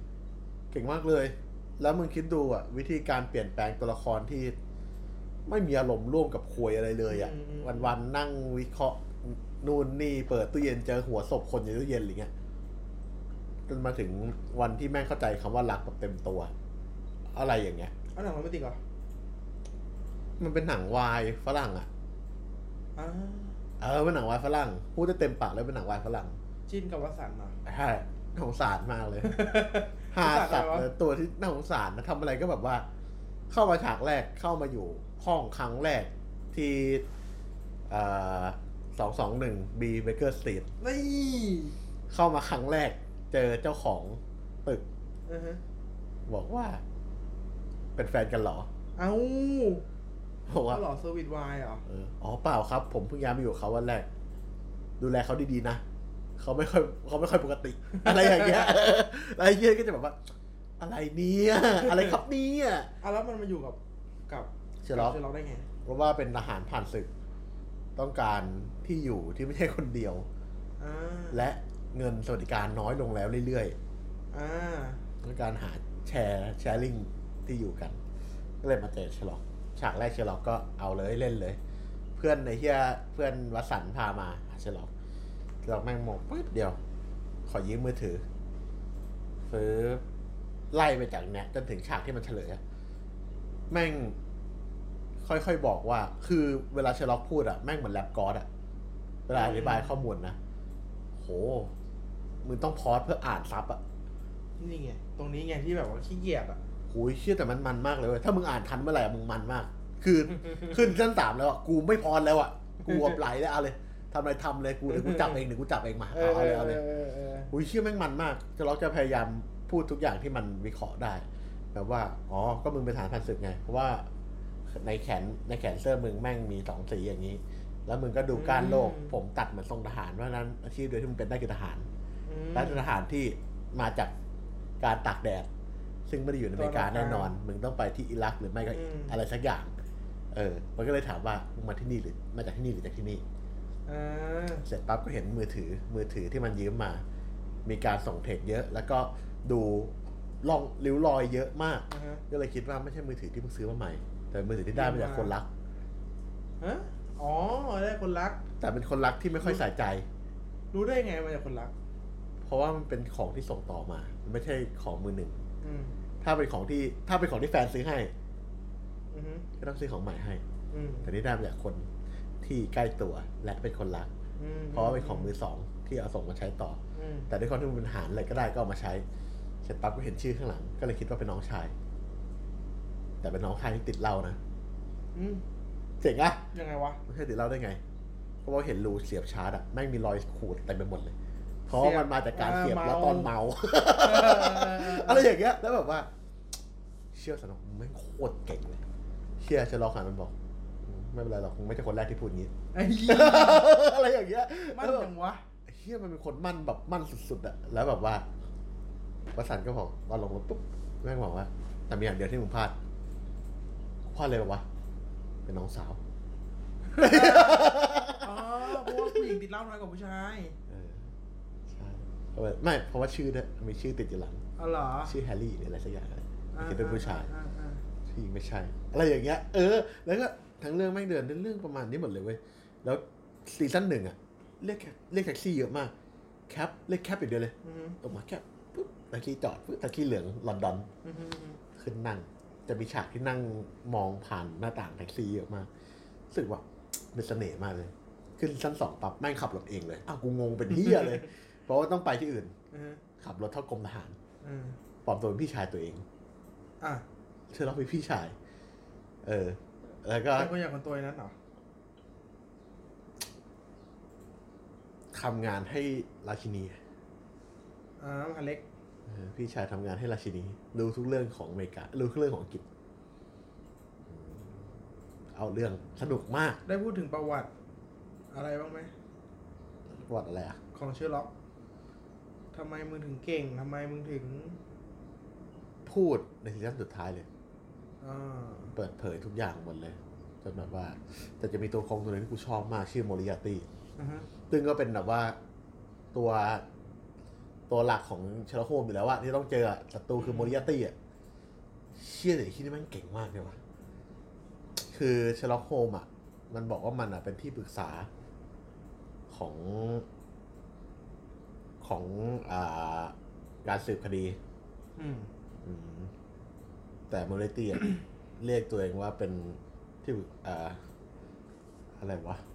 แล้วมึงคิดดูวิธีการเปลี่ยนแปลงตัวละครที่ไม่มีอารมณ์ร่วมกับควยอะไรเลยวันๆนั่งวิเคราะห์นู่นนี่เปิดตู้เย็นเจอหัวศพคนในตู้เย็นอะไรเงี้ยจนมาถึงวันที่แม่งเข้าใจคำว่ารักแบบเต็มตัวอะไรอย่างเงี้ยหนังโรแมนติกเหรอมันเป็นหนังวายฝรั่งเป็นหนังวายฝรั่งพูดได้เต็มปากเลยเป็นหนังวายฝรั่งจิ้นกับวสันต์เหรอใช่น่าสงสารมากเลยหาสัตว์ตัวที่น่าสงสารนะทำอะไรก็แบบว่าเข้ามาฉากแรกเข้ามาอยู่ห้องครั้งแรกที่221 B Baker Street นี่เข้ามาครั้งแรกเจอเจ้าของตึกบอกว่าเป็นแฟนกันเหรอบอกว่าหรอเซอร์วิสวายเหรอเปล่าครับผมเพิ่งย้ายมาอยู่เขาวันแรกดูแลเขาดีๆนะเขาไม่ค่อยปกติอะไรอย่างเงี้ยอะไรเงี้ยก็จะแบบว่าอะไรเนี่ยอะไรครับเนี่ยแล้วมันมาอยู่กับเชอร์ล็อกได้ไงเพราะว่าเป็นทหารผ่านศึกต้องการที่อยู่ที่ไม่ใช่คนเดียวและเงินสวัสดิการน้อยลงแล้วเรื่อยๆต้องการหาแชร์ลิงที่อยู่กันก็เลยมาเจอเชอร์ล็อกฉากแรกเชอร์ล็อกก็เอาเลยเล่นเลยเพื่อนในเฮียเพื่อนวสันต์พามาเชอร์ล็อกเราแม่งมองปึ๊บเดียวขอยืมมือถือซื้อไล่ไปจากเนี้ยจนถึงฉากที่มันเฉลยแม่งค่อยๆบอกว่าคือเวลาเชอร์ล็อกพูดแม่งเหมือนแรปก๊อดเวลาอธิบายข้อมูลนะโหมึงต้องพอสเพื่ออ่านซับนี่ไงตรงนี้ไงที่แบบว่าขี้เกียจโหเชี่ยแต่มันมากเลยเว้ยถ้ามึงอ่านทันเมื่อไหร่มึงมันมากคือขึ้นชั้น3แล้วกูไม่พอแล้วกูอับไหลแล้วเอาเลยทำอะไรทำเลยกูเดี๋ยวกูจับเองมาเอาเลยอุ้ยเชี่ยแม่งมันมากเชอร์ล็อกจะพยายามพูดทุกอย่างที่มันวิเคราะห์ได้แบบว่าก็มึงเป็นทหารผ่านศึกไงเพราะว่าในแขนเสื้อมึงแม่งมี2สีอย่างนี้แล้วมึงก็ดูก้านโลกผมตัดเหมือนทรงทหารเพราะนั้นอาชีพเดียวที่มึงเป็นได้คือทหารและทหารที่มาจากการตากแดดซึ่งไม่ได้อยู่ในอเมริกาแน่นอนมึงต้องไปที่อิรักหรือไม่ก็อะไรสักอย่างมันก็เลยถามว่ามึงมาที่นี่หรือมาจากที่นี่หรือจากที่นี่เสร็จปั๊บก็เห็นมือถือที่มันยืมมามีการส่งเทคเยอะแล้วก็ดูริ้วรอยเยอะมากก็เลยคิดว่าไม่ใช่มือถือที่มึงซื้อมาใหม่แต่มือถือที่ได้มาจากคนรักได้คนรักแต่เป็นคนรักที่ไม่ค่อยใส่ใจรู้ได้ไงมาจากคนรักเพราะว่ามันเป็นของที่ส่งต่อมามันไม่ใช่ของมือหนึ่งถ้าเป็นของที่แฟนซื้อให้ก็ต้องซื้อของใหม่ให้แต่นี่ได้มาจากคนที่ใกล้ตัวและเป็นคนรักเพราะว่าเป็นของมือสองที่เอาส่งมาใช้ต่อแต่ด้วยความที่มันเป็นทหารอะไรก็ได้ก็เอามาใช้เสร็จปั๊บก็เห็นชื่อข้างหลังก็เลยคิดว่าเป็นน้องชายแต่เป็นน้องชายที่ติดเหล้านะเจ๋งอะยังไงวะไม่ใช่ติดเหล้าได้ไงเพราะว่าเห็นรูเสียบชาร์จอะแม่งมีรอยขูดเต็มไปหมดเลยเพราะมันมาจากการเสียบแล้วตอนเมาอะไรอย่างเงี้ยแล้วแบบว่าเชื่อสนองแม่งโคตรเก่งเลยเชื่อเชอร์ล็อกมันบอกไม่เป็นไรหรอกไม่ใช่คนแรกที่พูดงี้อะไรอย่างเงี้ยมั่นจังวะเฮียมันเป็นคนมั่นแบบมั่นสุดๆอะแล้วแบบว่าประสันก็บอกตอนลงรถปุ๊บแม่งบอกว่าแต่มีอย่างเดียวที่มึงพลาดเลยแบบว่าเป็นน้องสาวอ๋อเพราะว่าผู้หญิงติดเหล้าน้อยกว่าผู้ชายใช่ไม่เพราะว่าชื่อเนี่ยมีชื่อติดอยู่หลังอ๋อเหรอชื่อแฮร์รี่อะไรสักอย่างคิดเป็นผู้ชายที่ไม่ใช่อะไรอย่างเงี้ยแล้วก็ทั้งเรื่องแม่งเดินเรื่องประมาณนี้หมดเลยเว้ยแล้วซีซั่น 1อะเรียกแท็กซี่เยอะมากแคปเรียกแคปอีกเดียวเลยออกมาแคปปุ๊บแท็กซี่จอดปุ๊บแท็กซี่เหลืองลอนดอนขึ้นนั่งจะมีฉากที่นั่งมองผ่านหน้าต่างแท็กซี่เยอะมากรู้สึกว่าเป็นเสน่ห์มากเลยขึ้นซีซั่น 2ปั๊บแม่งขับรถเองเลยอ้าวกูงงเป็นเหี้ยเลยเพราะว่าต้องไปที่อื่นขับรถเท่ากรมทหารปลอมตัวเป็นพี่ชายตัวเองเชื่อเราเป็นพี่ชายแล้วก็คนอย่างคนตัวนั้นเหรอทำงานให้ราชินีอเล็กพี่ชายทำงานให้ราชินีรู้ทุกเรื่องของอเมริการู้ทุกเรื่องของอังกฤษเอาเรื่องสนุกมากได้พูดถึงประวัติอะไรบ้างไหมประวัติอะไรอะของเชอร์ล็อกทำไมมึงถึงเก่งทำไมมึงถึงพูดในซีซั่นสุดท้ายเลยเปิดเผยทุกอย่างหมดเลยจนแบบว่าแต่จะมีตัวนึงที่กูชอบมากชื่อโมริยาตี้ซึ่งก็เป็นแบบว่าตัวหลักของเชอร์ล็อกโฮมส์อยู่แล้วว่าที่ต้องเจอศัตรูคือโมริยาตี้อ่ะเชี่ยเลยที่นี่มันเก่งมากเลยว่ะคือเชอร์ล็อกโฮมส์อ่ะมันบอกว่ามันอ่ะเป็นที่ปรึกษาของการสืบคดีแต่โมริยาตี้เรียกตัวเองว่าเป็นที่อะไรวะ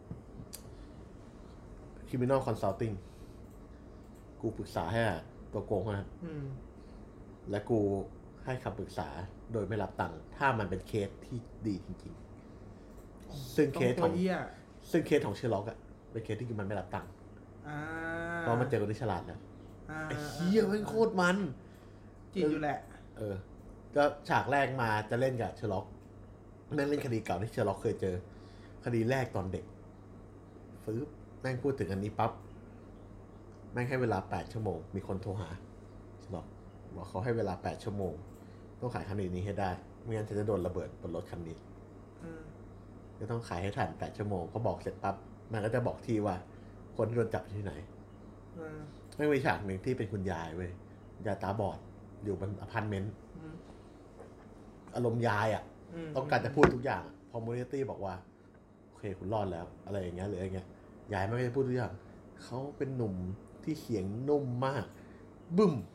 Criminal Consulting กูปรึกษาให้ตัวโกงฮะและกูให้คำปรึกษาโดยไม่รับตังค์ถ้ามันเป็นเคสที่ดีจริงๆซึ่งเคสของเชอร์ล็อกอะเป็นเคสที่มันไม่รับตังค์เพราะมันเจอคนที่ฉลาดแล้วไอ้เหี้ยมันโคตรมันจริงอยู่แหละก็ฉากแรกมาจะเล่นกับเชอร์ล็อกแม่งเล่นคดีเก่าที่เชอร์ล็อกเคยเจอคดีแรกตอนเด็กฟื้นแม่งพูดถึงอันนี้ปั๊บแม่งให้เวลา8ชั่วโมงมีคนโทรหาเชอร์ล็อกบอกเขาให้เวลา8ชั่วโมงต้องขายคดีนี้ให้ได้ไม่งั้นจะโดนระเบิดบนรถคันนี้จะต้องขายให้ทัน8ชั่วโมงพอบอกเสร็จปั๊บมันก็จะบอกที่ว่าคนที่โดนจับที่ไหนไม่มีฉากหนึ่งที่เป็นคุณยายเว้ยยายตาบอดอยู่บนอพาร์ตเมนต์อารมณ์ยายต้องการจะพูดทุกอย่างพอโมริยาตี้บอกว่าโอเคคุณรอดแล้วอะไรอย่างเงี้ยหรืออะไรเงี้ยยายไม่ได้พูดทุกอย่างเขาเป็นหนุ่มที่เสียงนุ่มมากบึ้ม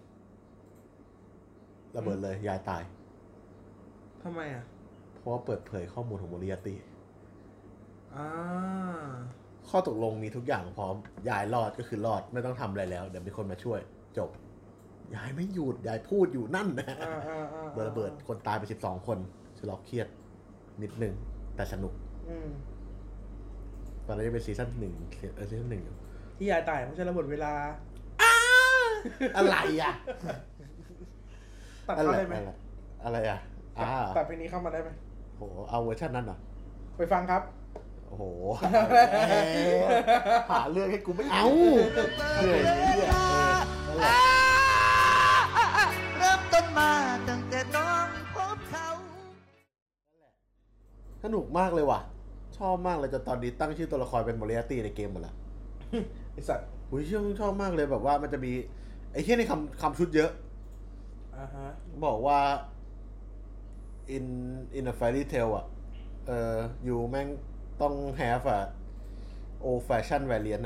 ระเบิดเลยยายตายทำไมเพราะว่าเปิดเผยข้อมูลของโมริยาตี้ข้อตกลงมีทุกอย่างพร้อมยายรอดก็คือรอดไม่ต้องทำอะไรแล้วเดี๋ยวมีคนมาช่วยจบยายไม่หยุดยายพูดอยู่นั่นนะระเบิดคนตายไป12คนเชอร์ล็อกเครียดนิดนึงแต่สนุกตอนนั้นจะเป็นซีซั่น1ซีซั่น1 ที่ยายตายไม่ใช่ระเบิดเวลาอะไรตัดเข้าได้ไหมอะไรตัดเพลงนี้เข้ามาได้ไหมโหเอาเวอร์ชันนั้นเหรอไปฟังครับโอ้โหหาเรื่องให้กูไม่เอาเหนื่อยเริ่มต้นมาตั้งแต่น้องพบเขาสนุกมากเลยว่ะชอบมากเลยจนตอนนี้ตั้งชื่อตัวละครเป็นโมริยาตี้ในเกมหมดแล้วไอ้สัตว์ชอบมากเลยแบบว่ามันจะมีไอ้ที่ในคำชุดเยอะบอกว่า in a fairy tale อยู่แม่งต้อง have a old fashion variant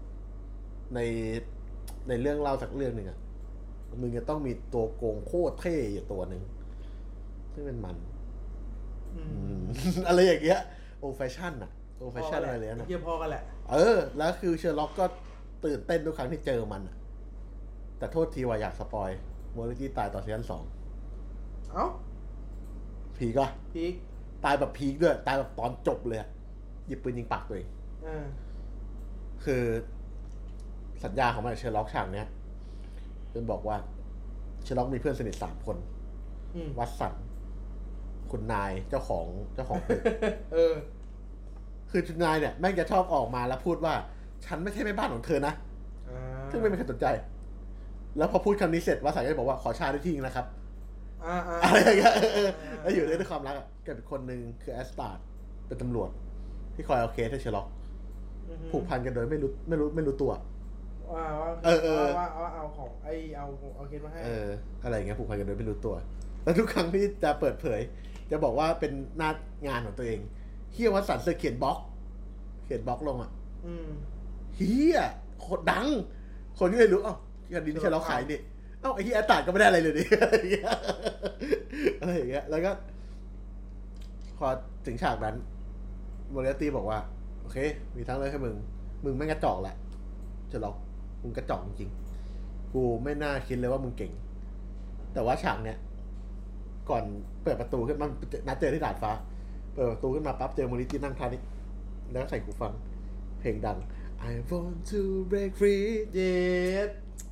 ในเรื่องเล่าสักเรื่องหนึ่งมึงจะต้องมีตัวโกงโคตรเท่อยู่ตัวหนึ่งซึ่งเป็นมันอะไรอย่างเงี้ย old fashion โปรเฟชชั่นอะไรเลยนะเกี่ยวพอกันแหละแล้วคือเชอร์ล็อกก็ตื่นเต้นทุกครั้งที่เจอมันแต่โทษทีว่าอยากสปอยโมริตี้ตายตอนซีซั่น2เอ้าพีกตายแบบพีกด้วยตายแบบตอนจบเลยหยิบปืนยิงปากตัวเองคือสัญญาของมันเชอร์ล็อกฉากเนี้ยเป็นบอกว่าเชอร์ล็อกมีเพื่อนสนิท3 คนวัตสันคุณนายเจ้าของตึกคือคุณนายเนี่ยแม่งจะชอบออกมาแล้วพูดว่าฉันไม่ใช่แม่บ้านของเธอนะซึ่งไม่มีใครสนใจแล้วพอพูดคำนี้เสร็จวัตสันก็จะบอกว่าขอชาด้วยที่นึงนะครับอะไรอย่างเงี้ยแล้วอยู่ด้วยความรักกับอีกคนนึงคือแอสตาร์ดเป็นตำรวจที่คอยเอาเคสให้เชอร์ล็อกผูกพันกันโดยไม่รู้ตัวว่าเอาของเอาเคสมาให้อะไรอย่างเงี้ยผูกพันกันโดยไม่รู้ตัวแล้วทุกครั้งที่จะเปิดเผยจะบอกว่าเป็นหน้างานของตัวเองเฮียวัตสันเสือเขียนบล็อกลงเฮียโคตรดังคนที่ไม่รู้กันดินที่เราขายดิไอ้ที่แอตตาร์ก็ไม่ได้อะไรเลยดิอะไรอย่างเงี้ยแล้วก็พอถึงฉากนั้นโมเรตี้บอกว่าโอเคมีทั้งเลยให้มึงไม่กระจอกแหละจะล็อกมึงกระจอกจริงๆกูไม่น่าคิดเลยว่ามึงเก่งแต่ว่าฉากเนี้ยก่อนเปิดประตูขึ้นมานัดเจอที่ดาดฟ้าเปิดประตูขึ้นมาปั๊บเจอโมริตี้นั่งท่านี้แล้วใส่หูฟังเพลงดัง I want to break free เย็ด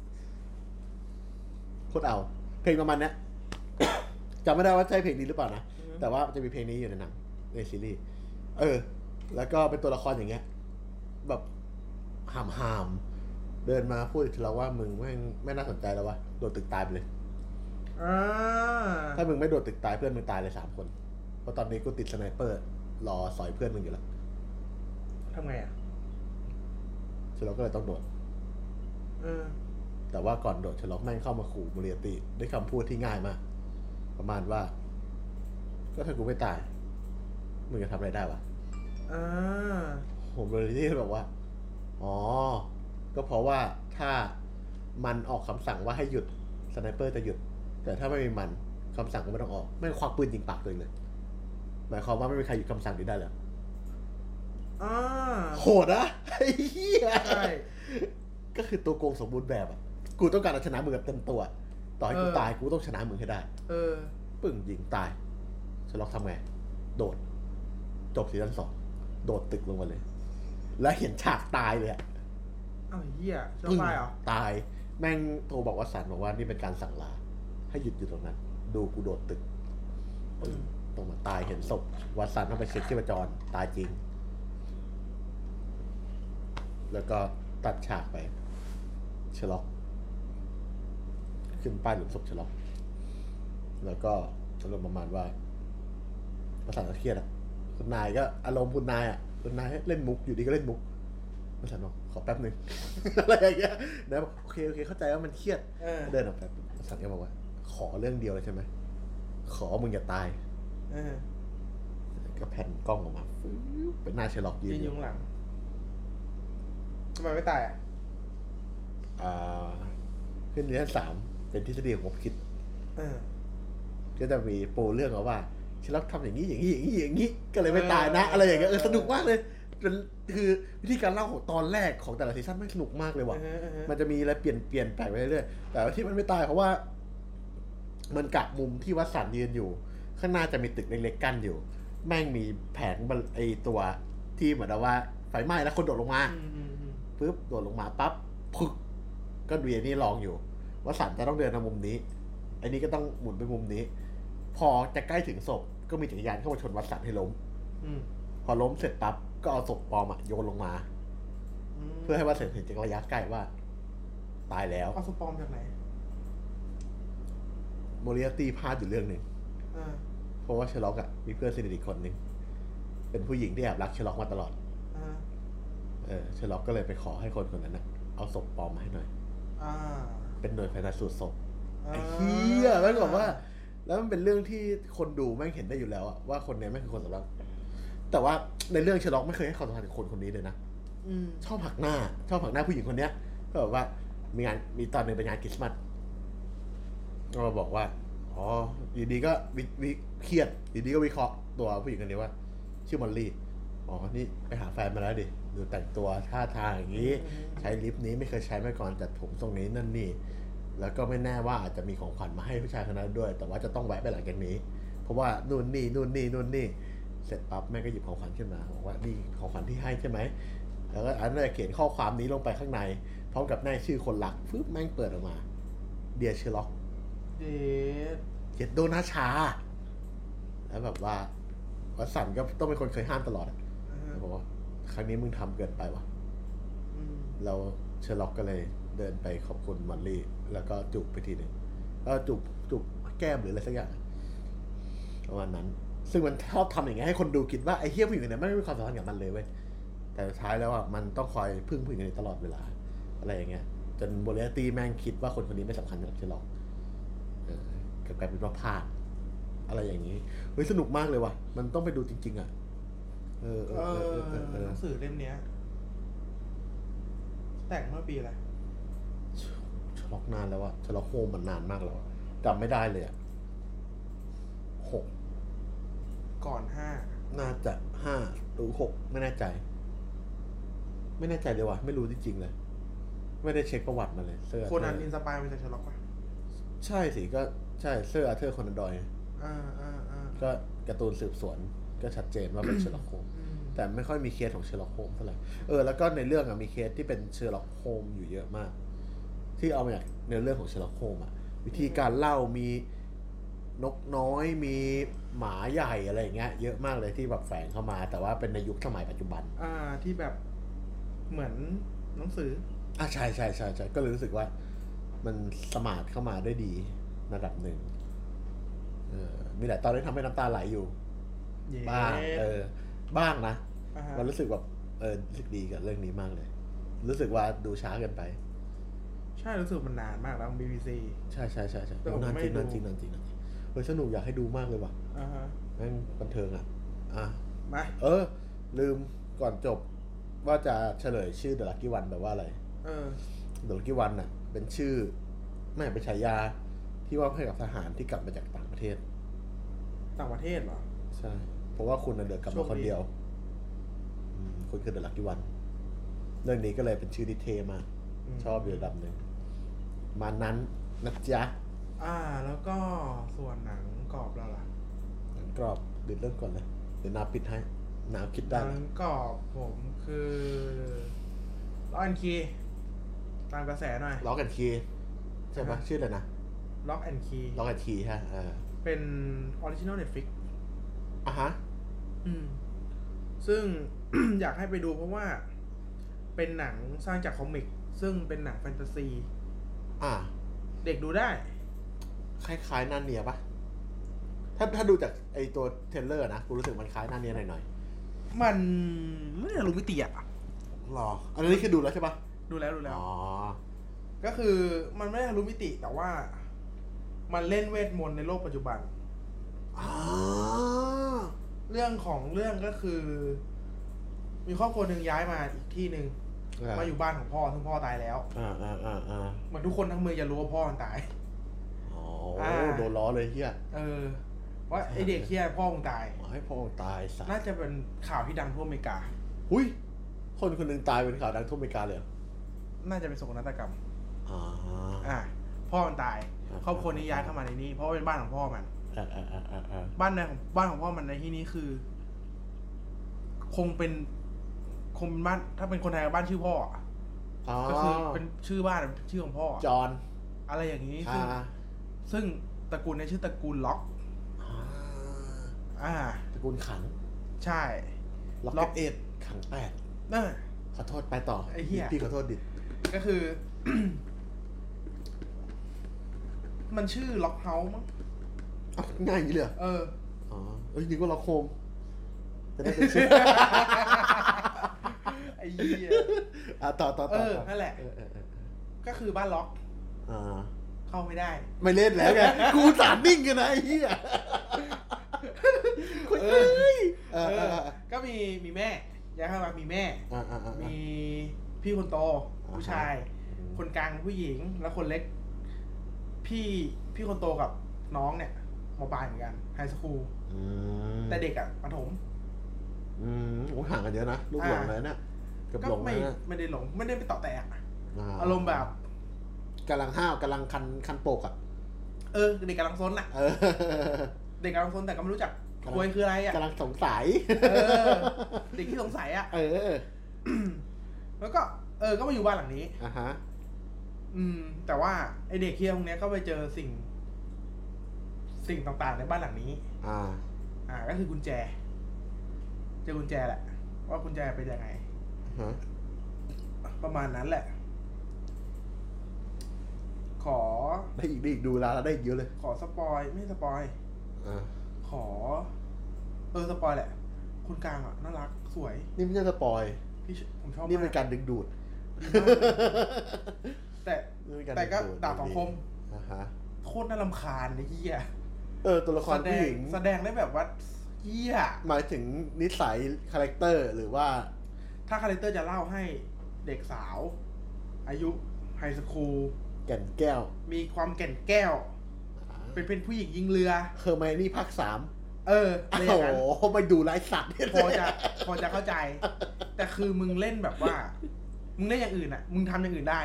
โคตรเอาเพลงประมาณนี้จำไม่ได้ว่าใช่เพลงนี้หรือเปล่านะแต่ว่าจะมีเพลงนี้อยู่ในหนังในซีรีส์แล้วก็เป็นตัวละครอย่างเงี้ยแบบหามเดินมาพูดถึงเราว่ามึงไม่น่าสนใจแล้ววะโดดตึกตายไปเลยถ้ามึงไม่โดดตึกตายเพื่อนมึงตายเลย3 คนเพราะตอนนี้กูติดสไนเปอร์รอสอยเพื่อนมึงอยู่แล้วทำไงเชลล็อกก็เลยต้องโดดแต่ว่าก่อนโดดเชลล็อกแม่งเข้ามาขู่โมเรียตี้ด้วยคำพูดที่ง่ายมากประมาณว่าก็ถ้ากูไม่ตายมึงจะทำอะไรได้วะผมโมเรียตี้บอกว่าก็เพราะว่าถ้ามันออกคำสั่งว่าให้หยุดสไนเปอร์จะหยุดแต่ถ้าไม่มีมันคำสั่งก็ไม่ต้องออกไม่ควักปืนยิงปากตัวเองเลยหมายความว่าไม่มีใครหยุดคำสั่งนี้ได้เลยโหดนะไอ้เหี้ยก็คือตัวโกงสมบูรณ์แบบกูต้องการเอาชนะมึงแบบเต็มตัวต่อให้กูตายกูต้องชนะมึงให้ได้ปึ้งยิงตายเชลล็อกทำไงโดดจบซีซั่น2โดดตึกลงมาเลยแล้วเห็นฉากตายเลยเหี้ยชอบตายเหรอตายแม่งโทรบอกว่าสันบอกว่านี่เป็นการสั่งลาให้หยุดอยู่ตรงนั้นดูกูโดดตึกตรงมาตายเห็นศพวัดสันต้องไปเช็คชีพจรตายจริงแล้วก็ตัดฉากไปเชลล็อกขึ้นป้ายหลุมศพเชลล็อกแล้วก็อารมณ์ประมาณว่าวัดสันก็เครียดคุณนายก็อารมณ์คุณนายเล่นมุกอยู่ดีก็เล่นมุกวัดสันบอกขอแป๊บนึงอะไรอย่างเงี้ยนะโอเคเข้าใจว่ามันเครียดเดินออกไปวัดสันก็บอกว่าขอเรื่องเดียวเลยใช่ไหมขอมึงอย่าตายก็แผ่นกล้องออกมาเป็นหน้าเชลล็อกยืนอยู่ข้างหลังทำไมไม่ตายขึ้นเรื่อง3เป็นทฤษฎีของผมคิดก็จะมีปูเรื่องว่าเชลล็อกทำอย่างนี้ก็เลยไม่ตายนะอะไรอย่างเงี้ยสนุกมากเลยคือวิธีการเล่าของตอนแรกของแต่ละซีซั่นไม่สนุกมากเลยว่ะมันจะมีอะไรเปลี่ยนแปลงไปเรื่อยๆแต่ว่าที่มันไม่ตายเพราะว่ามันกักมุมที่วัดสันยืนอยู่ข้างหน้าจะมีตึกเล็กๆกั้นอยู่แม่งมีแผงไอตัวที่เหมือนว่าไฟไหม้แล้วคนโดดลงมาปึ๊บโดดลงมาปั๊บพึกก็เวียนี่ลองอยู่วัดสันจะต้องเดินมามุมนี้ไอ้นี่ก็ต้องหมุนไปมุมนี้พอจะใกล้ถึงศพก็มีจักรยานเข้ามาชนวัดสันให้ล้มพอล้มเสร็จปั๊บก็เอาศพปลอมโยนลงมาเพื่อให้วัดสันเห็นจากระยะใกล้ว่าตายแล้วเอาศพปลอมจากไหนโมเรียตี้พลาดอยู่เรื่องหนึ่งเพราะว่าเชลล็อกมีเพื่อนสนิทอีกคนนึงเป็นผู้หญิงที่แอบรักเชลล็อกมาตลอดเชลล็อกก็เลยไปขอให้คนนั้นเอาศพปลอมมาให้หน่อยเป็นหน่วยชันสูตรศพไอ้เหี้ยแม่งบอกว่าแล้วมันเป็นเรื่องที่คนดูแม่งเห็นได้อยู่แล้วว่าคนนี้แม่งคือคนสำคัญแต่ว่าในเรื่องเชลล็อกไม่เคยให้ความสำคัญกับคนนี้เลยนะชอบหักหน้าผู้หญิงคนนี้ก็แบบว่ามีตอนนึงเป็นงานคริสต์มาสก็มาบอกว่าอยู่ดีก็เครียดอยู่ดีก็วิเคราะห์ตัวผู้หญิงคนนี้ว่าชื่อมอลลี่อ๋อนี่ไปหาแฟนมาแล้วดิดูแต่งตัวท่าทางอย่างนี้ใช้ลิฟต์นี้ไม่เคยใช้มาก่อนจัดผมทรงนี้นั่นนี่แล้วก็ไม่แน่ว่าอาจจะมีของขวัญมาให้ผู้ชายคนนั้นด้วยแต่ว่าจะต้องแวะไปหลังจากนี้เพราะว่านู่นนี่เสร็จปั๊บแม่ก็หยิบของขวัญขึ้นมาบอกว่านี่ของขวัญที่ให้ใช่ไหมแล้วก็อันนั้นเขียนข้อความนี้ลงไปข้างในพร้อมกับหน้าชื่อคนรักฟึ๊บแม่งเปิดออกมาเดียร์เชอร์ล็อกเขียนโดนาชาแล้วแบบว่าวัสันก็ต้องเป็นคนเคยห้ามตลอดบอกว่าครั้งนี้มึงทำเกินไปว่ะเราเชอร์ล็อกก็เลยเดินไปขอบคุณมอลลี่แล้วก็จูบไปทีหนึ่งแล้วจูบแก้มหรืออะไรสักอย่างประมาณนั้นซึ่งมันชอบทำอย่างเงี้ยให้คนดูคิดว่าไอ้เหี้ยผู้หญิงคนนี้ไม่มีความสัมพันธ์กับมันเลยเว้ยแต่สุดท้ายแล้วอ่ะมันต้องคอยพึ่งผู้หญิงคนนี้ตลอดเวลาอะไรอย่างเงี้ยจนโบเลตี้แม่งคิดว่าคนคนนี้ไม่สำคัญกับเชอร์ล็อกกลายเป็นว่าพลาดอะไรอย่างนี้เฮ้ยสนุกมากเลยว่ะมันต้องไปดูจริงๆอ่ะหนังสือเล่มเนี้ยแต่งเมื่อปีอะไรเชอร์ล็อกนานแล้วอะเชอร์ล็อกโฮมมันนานมากแล้วจำไม่ได้เลยอะ6 ก่อน5 น่าจะ5หรือ6ไม่แน่ใจเลยว่ะไม่รู้จริงๆเลยไม่ได้เช็คประวัติมาเลยเสื้อคนนั้นอินสปายมาจากเชอร์ล็อกป่ะใช่สิก็ใช่เสื้ออาเธอร์คอนันดอยก็การ์ตูนสืบสวนก็ชัดเจนว่าเป็นเชอร์ล็อกโฮมแต่ไม่ค่อยมีเคสของเชอร์ล็อกโฮมเท่าไหร่แล้วก็ในเรื่องมีเคสที่เป็นเชอร์ล็อกโฮมอยู่เยอะมากที่เอามาจากในเรื่องของเชอร์ล็อกโฮมวิธีการเล่ามีนกน้อยมีหมาใหญ่อะไรอย่างเงี้ยเยอะมากเลยที่แบบแฝงเข้ามาแต่ว่าเป็นในยุคสมัยปัจจุบันที่แบบเหมือนหนังสือใช่ก็เลยรู้สึกว่ามันสมาร์ทเข้ามาได้ดีระดับหนึ่งมีหลายตอนที่ทำให้น้ำตาไหลอยู่บ้างบ้างนะมันรู้สึกแบบรู้สึกดีกับเรื่องนี้มากเลยรู้สึกว่าดูช้าเกินไปใช่รู้สึกมันนานมากแล้ว BBC ใช่นานจริงสนุกอยากให้ดูมากเลยว่ะแม่งบันเทิงมาลืมก่อนจบว่าจะเฉลยชื่อ The Lucky One แบบว่าอะไรThe Lucky One น่ะเป็นชื่อไม่เป็นฉายาที่ว่าให้กับทหารที่กลับมาจากต่างประเทศเหรอใช่เพราะว่าคุณเดินกลับมาคนเดียวคุณคือ The Lucky One เรื่องนี้ก็เลยเป็นชื่อที่เท่มากชอบอยู่ระดับหนึ่งมานั้นนะจ๊ะแล้วก็ส่วนหนังกรอบเราล่ะหนังกรอบดิดเริ่มก่อนเลยเดี๋ยวนาปิดให้นาคิดได้หนังกรอบผมคือล็อกแอนด์คีย์ตามกระแสหน่อยล็อกแอนด์คีย์ใช่ปะชื่ออะไรนะล็อกแอนด์คีย์ฮะเป็นออริจินอล Netflix ฮะซึ่ง อยากให้ไปดูเพราะว่าเป็นหนังสร้างจากคอมิกซึ่งเป็นหนังแฟนตาซีเด็กดูได้คล้ายๆนาเนียปะถ้าดูจากไอตัวเทรลเลอร์นะกูรู้สึกมันคล้ายนาเนียหน่อยๆมันไม่ได้รู้มิติหรออันนี้คือดูแล้วใช่ปะดูแล้วก็คือมันไม่ได้รู้มิติแต่ว่ามันเล่นเวทมนต์ในโลกปัจจุบันเรื่องของเรื่องก็คือมีครอบครัวหนึ่งย้ายมาอีกที่หนึ่งมาอยู่บ้านของพ่อซึ่งพ่อตายแล้วเหมือนทุกคนทั้งเมืองจะรู้ว่าพ่อมันตายโดนล้อเลยเฮียว่าไอเด็กเฮียพ่อคงตายให้พ่อตายน่าจะเป็นข่าวที่ดังทั่วอเมริกาคนคนนึงตายเป็นข่าวดังทั่วอเมริกาเลยน่าจะเป็นโศกนาฏกรรมพ่อมันตายครอบครัวนี้ย้ายเข้ามาในนี้เพราะเป็นบ้านของพ่อมันบ้านของพ่อมันในที่นี้คือ คงเป็นบ้านถ้าเป็นคนไทยบ้านชื่อพ่อก็คือเป็นชื่อบ้านชื่อของพ่อจอนอะไรอย่างนี้ซึ่งตระกูลนี้ชื่อตระกูลล็อกตระกูลขังใช่ล็อก8ขัง8ขอโทษไปต่อไอ้เหี้ยพี่ขอโทษดิก็คือ มันชื่อล็อกเฮาส์มั้งง่ายอย่างนี้เลยนึกว่าล็อกโฮมจะได้เป็นชื่อไอ้เหี้ยต่อนั่นแหละก็คือบ้านล็อกเข้าไม่ได้ไม่เล่นแล้วไงกูสารนิ่งกันนะไอ้เหี้ยก็มีแม่ย้ายเข้ามามีแม่มีพี่คนโตผู้ชายคนกลางผู้หญิงแล้วคนเล็กพี่คนโตกับน้องเนี่ยม.ปลายเหมือนกันไฮสคูลแต่เด็กประถมโอ้ห่างกันเยอะนะลูกหลงเลยเนี่ยกับหลงนะไม่ได้หลงไม่ได้ไปต่อแตกอารมณ์แบบกำลังห้าวกำลังคันโปกเด็กกำลังซนเด็กกำลังซนแต่ก็ไม่รู้จักควยคืออะไรกำลังสงสัยเด็กที่สงสัยแล้วก็ก็มาอยู่บ้านหลังนี้แต่ว่าไอเด็กเฮี้ยพวกนี้ก็ไปเจอสิ่งต่างๆในบ้านหลังนี้ก็คือกุญแจเจอกุญแจแหละว่ากุญแจเป็นยังไงประมาณนั้นแหละขอได้อีกดูแล้วได้อีกเยอะเลยขอสปอยไม่สปอยขอสปอยแหละคุณกลางน่ารักสวยนี่ไม่ใช่สปอยพี่ผมชอบนี่เป็นการดึงดูดแต่ก็ดาบสองคมโคตรน่ารำคาญไอ้เหี้ยตัวละครผู้หญิงแสดงได้แบบว่าเหี้ยหมายถึงนิสัยคาแรคเตอร์หรือว่าถ้าคาแรคเตอร์จะเล่าให้เด็กสาวอายุไฮสคูลแก่นแก้วมีความแก่นแก้วเป็นผู้หญิงยิงเรือเฮอร์ไมโอนี่ภาค 3 อะไรอย่างนั้นโอ้ไปดูไร้สัตว์พอจะเข้าใจแต่คือมึงเล่นแบบว่ามึงเล่นอย่างอื่นมึงทำอย่างอื่นได้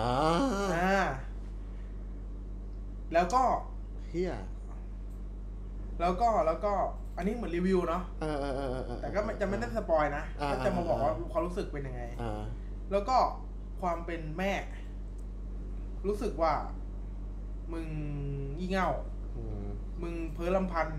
แล้วก็เฮียแล้วก็อันนี้เหมือนรีวิวเนาะแต่ก็จะไม่ได้สปอยนะก็จะมาบอกว่าความรู้สึกเป็นยังไงแล้วก็ความเป็นแม่รู้สึกว่ามึงยี่เง่ามึงเพ้อลำพัน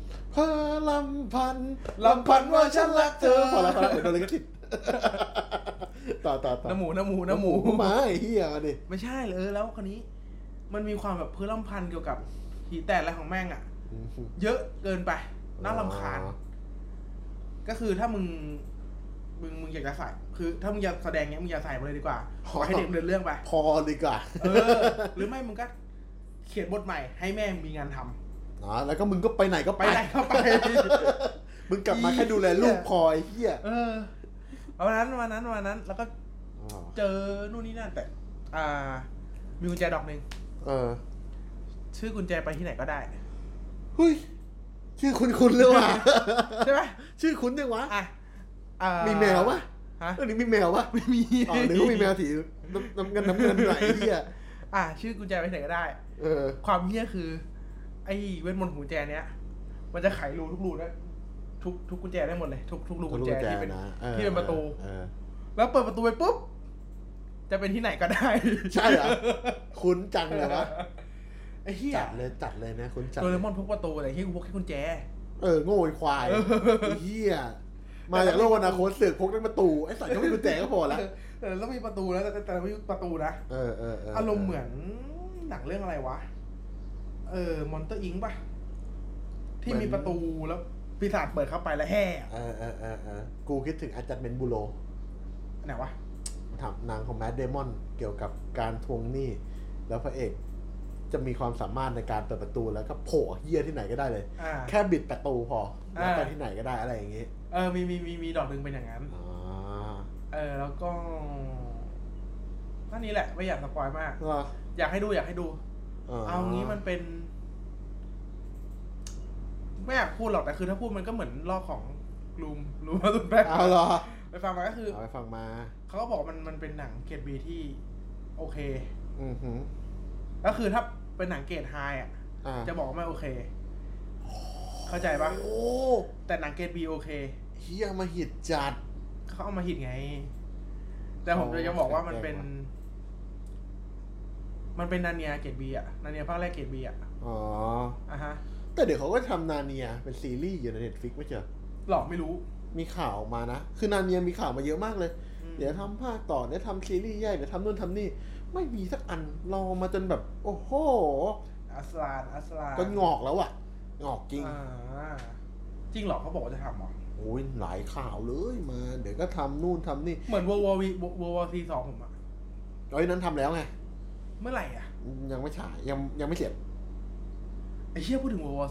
ว่าฉันรักเธอพอแล้วเดี๋ยวโดนเลยก็ติดต่อน้ำหมูมาเฮียมาดิไม่ใช่เลยแล้วคนนี้มันมีความแบบเพ้อลำพันเกี่ยวกับหีแตกอะไรของแม่งเยอะเกินไปน่ารำคาญก็คือถ้ามึงอยากจะใส่คือถ้ามึงอยากแสดงเนี้ยมึงอย่าใส่มาเลยดีกว่าให้เด็กเดินเรื่องไปพอดีกว่าหรือไม่มึงก็เขียนบทใหม่ให้แม่มีงานทำแล้วก็มึงก็ไปไหนก็ไปมึงกลับมาแค่ดูแลลูกพอไอ้เหี้ยวันนั้นแล้วก็เจอนู่นนี่นั่นแต่มีกุญแจดอกนึงชื่อกุญแจไปที่ไหนก็ได้เฮ้ยชื่อคุ้นเลยว่ะใช่ไหมชื่อคุ้นจังวะมีแมวปะนี่มีแมวปะไม่มีหรือว่ามีแมวสีน้ำเงินไหนเหี้ยชื่อกุญแจไปไหนก็ได้ความเหี้ยคือไอ้เวทมนต์กุญแจเนี้ยมันจะไขรูทุกรูได้ทุกกุญแจได้หมดเลยทุกรูกุญแจที่เป็นประตูแล้วเปิดประตูไปปุ๊บจะเป็นที่ไหนก็ได้ใช่เหรอคุ้นจังเลยวะไอ้เหี้ยจัดเลยนะคุ้นจังโดเรมอนพกประตูอะไรที่กูพกแค่กุญแจโง่ควายไอ้เหี้ยมาจากโลกอนาคตเสือกพกได้ประตูไอ้สัตว์ก็มีกุญแจก็พอแล้วแล้วมีประตูแล้วแต่ไม่มีประตูนะอารมณ์เหมือนหนังเรื่องอะไรวะมอนเตอร์อิงป่ะที่มีประตูแล้วปีศาจเปิดเข้าไปแล้วแห่กูคิดถึงอาจารย์เมนบูโรไหนวะทำหนังของแมดเดมอนเกี่ยวกับการทวงหนี้แล้วพระเอกจะมีความสามารถในการเปิดประตูแล้วก็โผล่เหี้ยที่ไหนก็ได้เลยแค่บิดประตูพอแล้วไปที่ไหนก็ได้อะไรอย่างงี้มีดอกนึงเป็นอย่างนั้นแล้วก็นั่นนี้แหละไม่อยากสปอยมากอยากให้ดูเอางี้มันเป็นไม่อยากพูดหรอกแต่คือถ้าพูดมันก็เหมือนลอกของรูมมาตุนแป๊กเอาเหรอไปฟังมาก็คือไปฟังมาเขาก็บอกมันเป็นหนังเกรด B ที่โอเคก็คือถ้าเป็นหนังเกรด High จะบอกว่าไม่โอเคเข้าใจปะแต่หนังเกรด B โอเคเฮียมาหิตจัดเขาเอามาหิตไงแต่ผมจะบอกว่ามันเป็นนาเนียเกรด B นาเนียภาคแรกเกรด B ฮะแต่เดี๋ยวเขาก็ทำนาเนียเป็นซีรีส์อยู่ใน Netflix ไม่ใช่หรอไม่รู้มีข่าวออกมานะคือนาเนียมีข่าวมาเยอะมากเลยเดี๋ยวทำภาคต่อเดี๋ยวทำซีรีส์ใหญ่เดี๋ยวทำนู่นทำนี่ไม่มีสักอันรอมาจนแบบโอ้โหอัสลานก็งอกแล้วงอกจริงจริงหรอเขาบอกว่าจะทำหรอโอ้ยหลายข่าวเลยมาเดี๋ยวก็ทำนู่นทำนี่เหมือนWorld 2ผมนั้นทำแล้วไงเมื่อไหร่ยังไม่ฉายยังไม่เสร็จไอ้เชี่ยพูดถึงWorld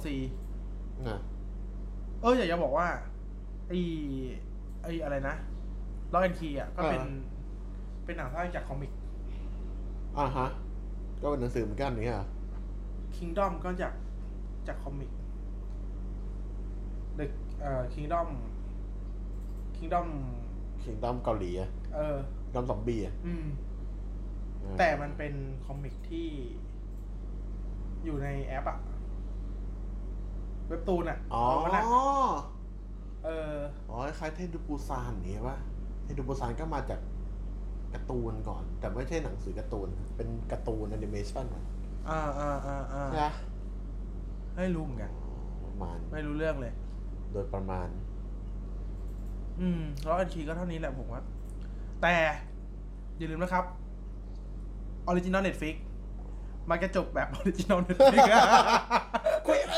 อยากจะบอกว่าไอ้อะไรนะล็อกแอนด์คีก็เป็นหนังสร้างจากคอมิกฮะก็เป็นหนังสือเหมือนกันนี่ฮะ Kingdom ก็จากคอมิก The Kingdom Kingdom เกาหลีอ่ะKingdom ซอมบี้อ่ะแต่มันเป็นคอมิกที่อยู่ในแอปอะเว็บตูนอะอ๋อคล้ายเทนดูปูซานนี่ป่ะเทนดูปูซานก็มาจากการ์ตูนก่อนแต่ไม่ใช่หนังสือการ์ตูนเป็นการ์ตูนแอนิเมชั่นใช่ไม่รู้เหมือนกันประมาณไม่รู้เรื่องเลยโดยประมาณแล้วอันคีก็เท่านี้แหละผมว่าแต่อย่าลืมนะครับออริจินอล Netflix มันจะจบแบบออริจินอล Netflix คุย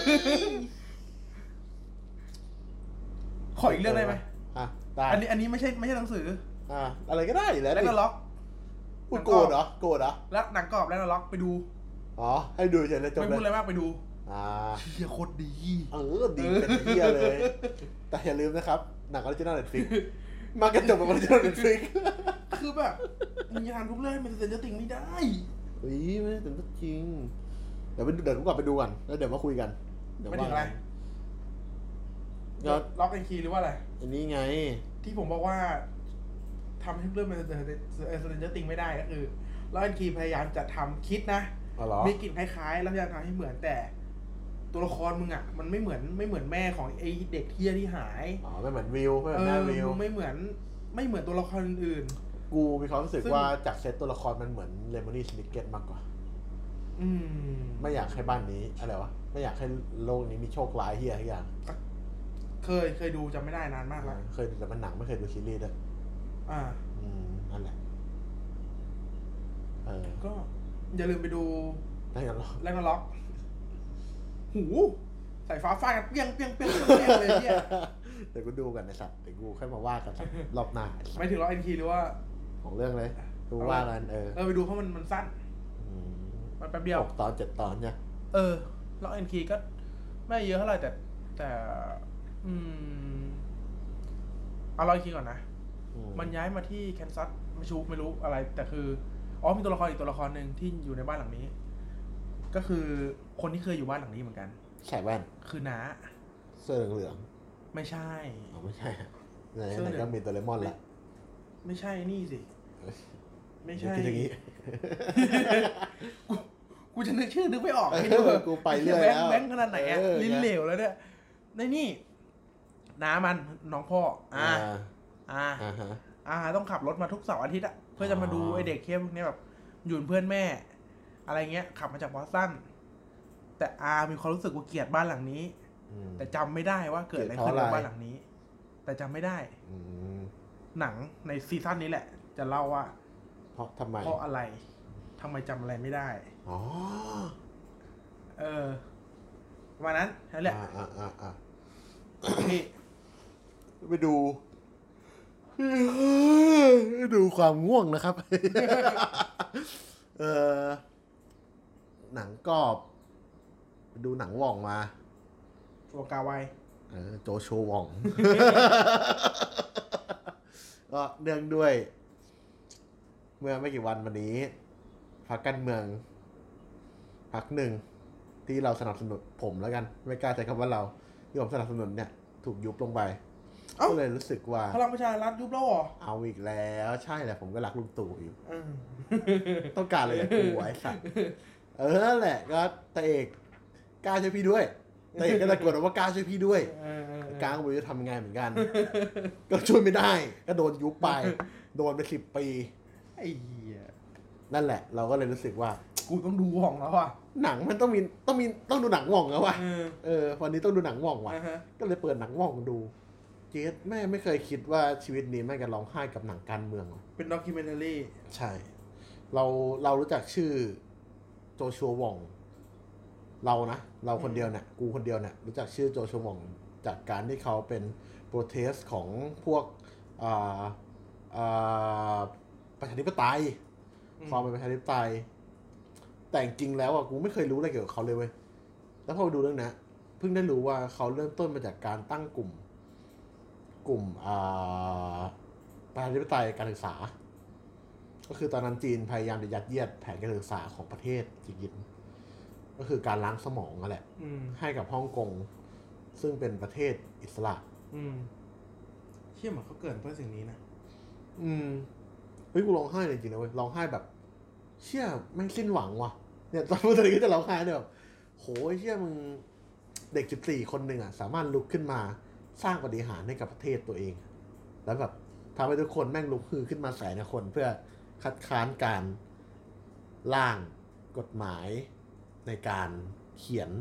ขออีกเรื่องได้ไหมได้อันนี้ไม่ใช่หนังสืออะไรก็ได้อยู่แล้วแล้วก็ล็อกโกรธเหรอแล้วหนังกรอบแล้วล็อกไปดูให้ดูเฉยเลยจบเลยไม่พูดอะไรมากไปดูเหี้ยโคตรดีดีเป็นเหี้ยเลยแต่อย่าลืมนะครับหนังออริจินอล Netflix มากันจบแบบออริจินอล Netflix คือแบบมึงจะทำทุกเรื่องมันจะติ่งไม่ได้ไม่ถึงจริงเดี๋ยวผมกลับไปดูกันแล้วเดี๋ยวมาคุยกันไม่ถึงอะไรล็อกแอนคีหรือว่าอะไรอันนี้ไงที่ผมบอกว่าทำให้เรื่องมันจะติ่งไม่ได้ก็คือล็อกแอนคีพยายามจะทำคิดนะมีกลิ่นคล้ายๆแล้วพยายามทำให้เหมือนแต่ตัวละครมึงอ่ะมันไม่เหมือนแม่ของไอเด็กเที่ยที่หายไม่เหมือนวิวไม่เหมือนแม่วิวไม่เหมือนตัวละครอื่นกูมีความรู้สึกว่าจากเซตตัวละครมันเหมือนเลมอนี่สนิกเก็ตมากกว่าไม่อยากให้บ้านนี้อะไรวะไม่อยากให้โลกนี้มีโชคร้ายเฮียทุกอย่างเคยดูจำไม่ได้นานมากแล้วเคยดูแต่มันหนังไม่เคยดูซีรีส์ด้วยนั่นแหละก็อย่าลืมไปดูแล้วก็ล็อกหูใส่ฟ้าฟาดกันเปี้ยงเลยเนี่ยเดี๋ยวกูดูกันนะสัตว์เดี๋ยวกูค่อยมาว่ากันรอบหน้าไม่ถึงล็อกเอ็นคีหรือว่าของเรื่องเลยดูว่ากันไปดูเพราะมันสั้นมันแป๊บเดียว 6 ตอน 7 ตอนเนี่ยล็อกเอ็นคีก็ไม่เยอะเท่าไหร่แต่เอาล็อกเอ็นคีก่อนนะมันย้ายมาที่แคนซัสไม่รู้อะไรแต่คือมีตัวละครอีกตัวละครหนึ่งที่อยู่ในบ้านหลังนี้ก็คือคนที่เคยอยู่บ้านหลังนี้เหมือนกันใส่แว่นคือน้าเสื้อเหลืองไม่ใช่ไม่ใช่ไหนก็มีตัวเลมอนละไม่ใช่นี่สิไม่ใช่กูจะนึกชื่อนึกไม่ออกกูไปเรื่อยแล้วแบงค์ขนาดไหนลิ้นเหลวแล้วเนี่ยในนี่น้ามันน้องพ่อต้องขับรถมาทุกเสาร์อาทิตย์เพื่อจะมาดูไอเด็กเข้มพวกนี้แบบอยู่เพื่อนแม่อะไรเงี้ยขับมาจากบอสตันแต่มีความรู้สึกว่าเกลียดบ้านหลังนี้แต่จำไม่ได้ว่าเกิดอะไรขึ้นกับบ้านหลังนี้แต่จำไม่ได้หนังในซีซั่นนี้แหละจะเล่าว่าเพราะอะไรทำไมจำอะไรไม่ได้ประมาณนั้นนั่นแหละนี่ไปดูความง่วงนะครับหนังกรอบดูหนังว่องมาโชกาไวโจโชว่องก็เนื่องด้วยเมื่อไม่กี่วันมานี้พรรคการเมืองพรรคหนึ่งที่เราสนับสนุนผมแล้วกันไม่กล้าใช้คำว่าเราที่ผมสนับสนุนเนี่ยถูกยุบลงไปก็เลยรู้สึกว่าพลังประชารัฐยุบแล้วเหรอเอาอีกแล้วใช่แหละผมก็รักลุงตู่อยู่ต้องการเลยกูไอ้สัตว์แหละก็ตาเอกกล้าช่วยพี่ด้วยตาเอกก็ตะโกนว่ากล้าช่วยพี่ด้วยกล้าไม่รู้จะทำยังไงเหมือนกันก็ช่วยไม่ได้ก็โดนยุบไปโดนไป10 ปีไอ้เหี้ยนั่นแหละเราก็เลยรู้สึกว่ากูต้องดูว่องแล้วว่ะหนังมันต้องดูหนังว่องแล้วว่ะวันนี้ต้องดูหนังว่องว่ะก็เลยเปิดหนังว่องดูเจสแม่ไม่เคยคิดว่าชีวิตนี้แม่งจะร้องไห้กับหนังการเมืองเป็นด็อกิเมนทารีใช่เรารู้จักชื่อโจชัวว่องเราคนเดียวเนี่ยกูคนเดียวเนี่ยรู้จักชื่อโจชัวว่องจากการที่เขาเป็นโปรเทสของพวกประชาธิปไตยความเป็นประชาธิปไตยแต่จริงแล้วกูไม่เคยรู้อะไรเกี่ยวกับเขาเลยเว้ยแล้วพอดูเรื่องนี้เพิ่งได้รู้ว่าเขาเริ่มต้นมาจากการตั้งกลุ่มประชาธิปไตยการศึกษาก็คือตอนนั้นจีนพยายามจะยัดเยียดแผนการศึกษาของประเทศจีนก็คือการล้างสมองนั่นแหละให้กับฮ่องกงซึ่งเป็นประเทศอิสระเชี่ยเหมือนเขาเกิดเพื่อสิ่งนี้นะเฮ้ยกูร้องไห้เลยจริงนะเว้ยร้องไห้แบบเชี่ยแม่งสิ้นหวังว่ะเนี่ยตอนพูดตอนนี้ก็จะร้องไห้เนี่ยแบบโหเชี่ยมึงเด็ก14คนหนึ่งอ่ะสามารถลุกขึ้นมาสร้างปาฏิหาริย์ให้กับประเทศตัวเองแล้วแบบทำให้ทุกคนแม่งลุกฮือขึ้นมาแสนคนเพื่อคัดค้านการร่างกฎหมายในการเขียน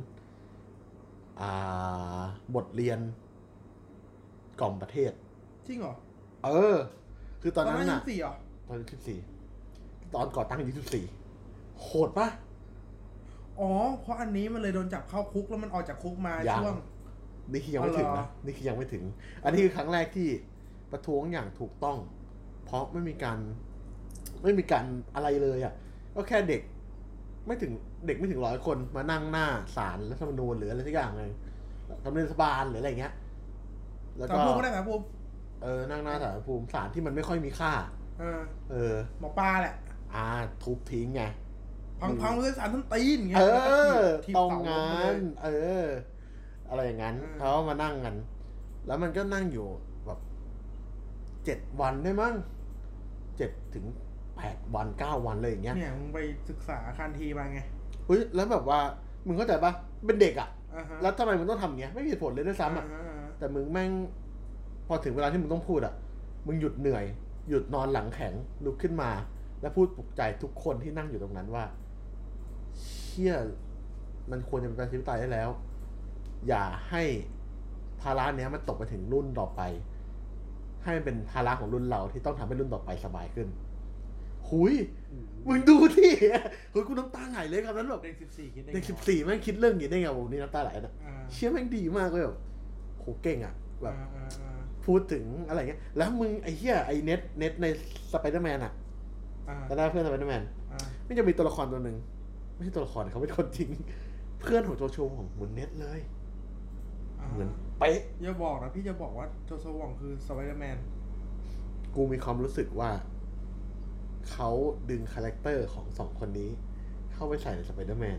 บทเรียนกล่อมประเทศจริงเหรอคือตอนนั้นน่ะตอน 24ตอนก่อตั้ง24โหดปะอ๋อเพราะอันนี้มันเลยโดนจับเข้าคุกแล้วมันออกจากคุกมาช่วงนี่คือยังไม่ถึงนะนี่คือยังไม่ถึงอันนี้คือครั้งแรกที่ประท้วงอย่างถูกต้องเพราะไม่มีการอะไรเลยอ่ะก็แค่เด็กไม่ถึง100 คนมานั่งหน้าศาลรัฐธรรมนูญหรืออะไรสักอย่างเลยทำเนียบรัฐบาลหรืออะไรเงี้ยแล้วก็พูดได้ไหมภูมินั่งหน้าศาลภูมิศาลที่มันไม่ค่อยมีค่าหมอปลาแหละทุบทิ้งไงพังเลยศาลท่านตีนไงตรงงานอะไรอย่างนั้นเขามานั่งกันแล้วมันก็นั่งอยู่แบบ7 วันได้มั้ง7 ถึง 8 วัน 9 วันเลยอย่างเงี้ยเนี่ยมึงไปศึกษาคันทีมาไงเฮ้ยแล้วแบบว่ามึงเข้าใจปะเป็นเด็กอ่ะแล้วทำไมมึงต้องทำอย่างเงี้ยไม่มีเหตุผลเลยด้วยซ้ำอ่ะแต่มึงแม่งพอถึงเวลาที่มึงต้องพูดอ่ะมึงหยุดเหนื่อยหยุดนอนหลังแข็งลุกขึ้นมาแล้วพูดปลุกใจทุกคนที่นั่งอยู่ตรงนั้นว่าเชี่ยมันควรจะเป็นประชาธิปไตยได้แล้วอย่าให้ภาระเนี้ยมันตกไปถึงรุ่นต่อไปให้มันเป็นภาระของรุ่นเราที่ต้องทำให้รุ่นต่อไปสบายขึ้นหุยมึงดูที่เฮ้ยกูน้ำตาไหลเลยครับนั้นแบบเด็ก14คิดได้เด็ก14แม่งคิดเรื่องนี้ได้ไงวะนี่น้ำตาไหลนะเชี่ยแม่งดีมากเลยแบบโหเก่งอ่ะแบบพูดถึงอะไรเงี้ยแล้วมึงไอ้เหี้ยไอ้เน็ตในสไปเดอร์แมนอ่ะแต่ได้เพื่อนสไปเดอร์แมนไม่จะมีตัวละครตัวหนึ่งไม่ใช่ตัวละครเขาเป็นคนจริงเพื่อนของโจโฉของเหมือนเน็ตเลยเหมือนเป๊ะอย่าบอกนะพี่จะบอกว่าโจโฉว่องคือสไปเดอร์แมนกูมีความรู้สึกว่าเขาดึงคาแรคเตอร์ของ2 คนนี้เข้าไปใส่ในสไปเดอร์แมน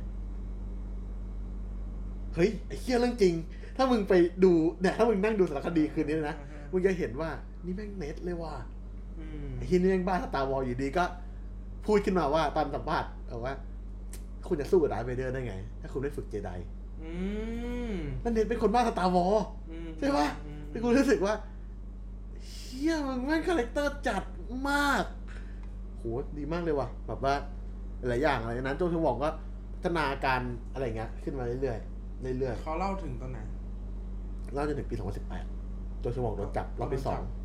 เฮ้ยไอ้เหี้ยเรื่องจริงถ้ามึงไปดูเนี่ยถ้ามึงนั่งดูสารคดีคืนนี้นะมึงจะเห็นว่านี่แม่งเน็ตเลยว่ะไอ้เหี้ยนี่แม่งบ้าสตาร์วอร์อยู่ดีก็พูดขึ้นมาว่าตอนสัมภาษณ์เอาว่าคุณจะสู้กับดาร์ธเวเดอร์ได้ไงถ้าคุณได้ฝึกเจไดนั่นเน็ตเป็นคนบ้าสตาร์วอร์ใช่ปะที่กูรู้สึกว่าเหี้ยมึงแม่งคาแรคเตอร์จัดมากโหดีมากเลยว่ะแบบว่าหลายอย่างอะไรนั้นโจโฉว่องก็พัฒนาการอะไรเงี้ยขึ้นมาเรื่อยๆเขาเล่าถึงตอนไหนเล่าจนถึงปี2018โจโฉว่องโดนจับรอบที่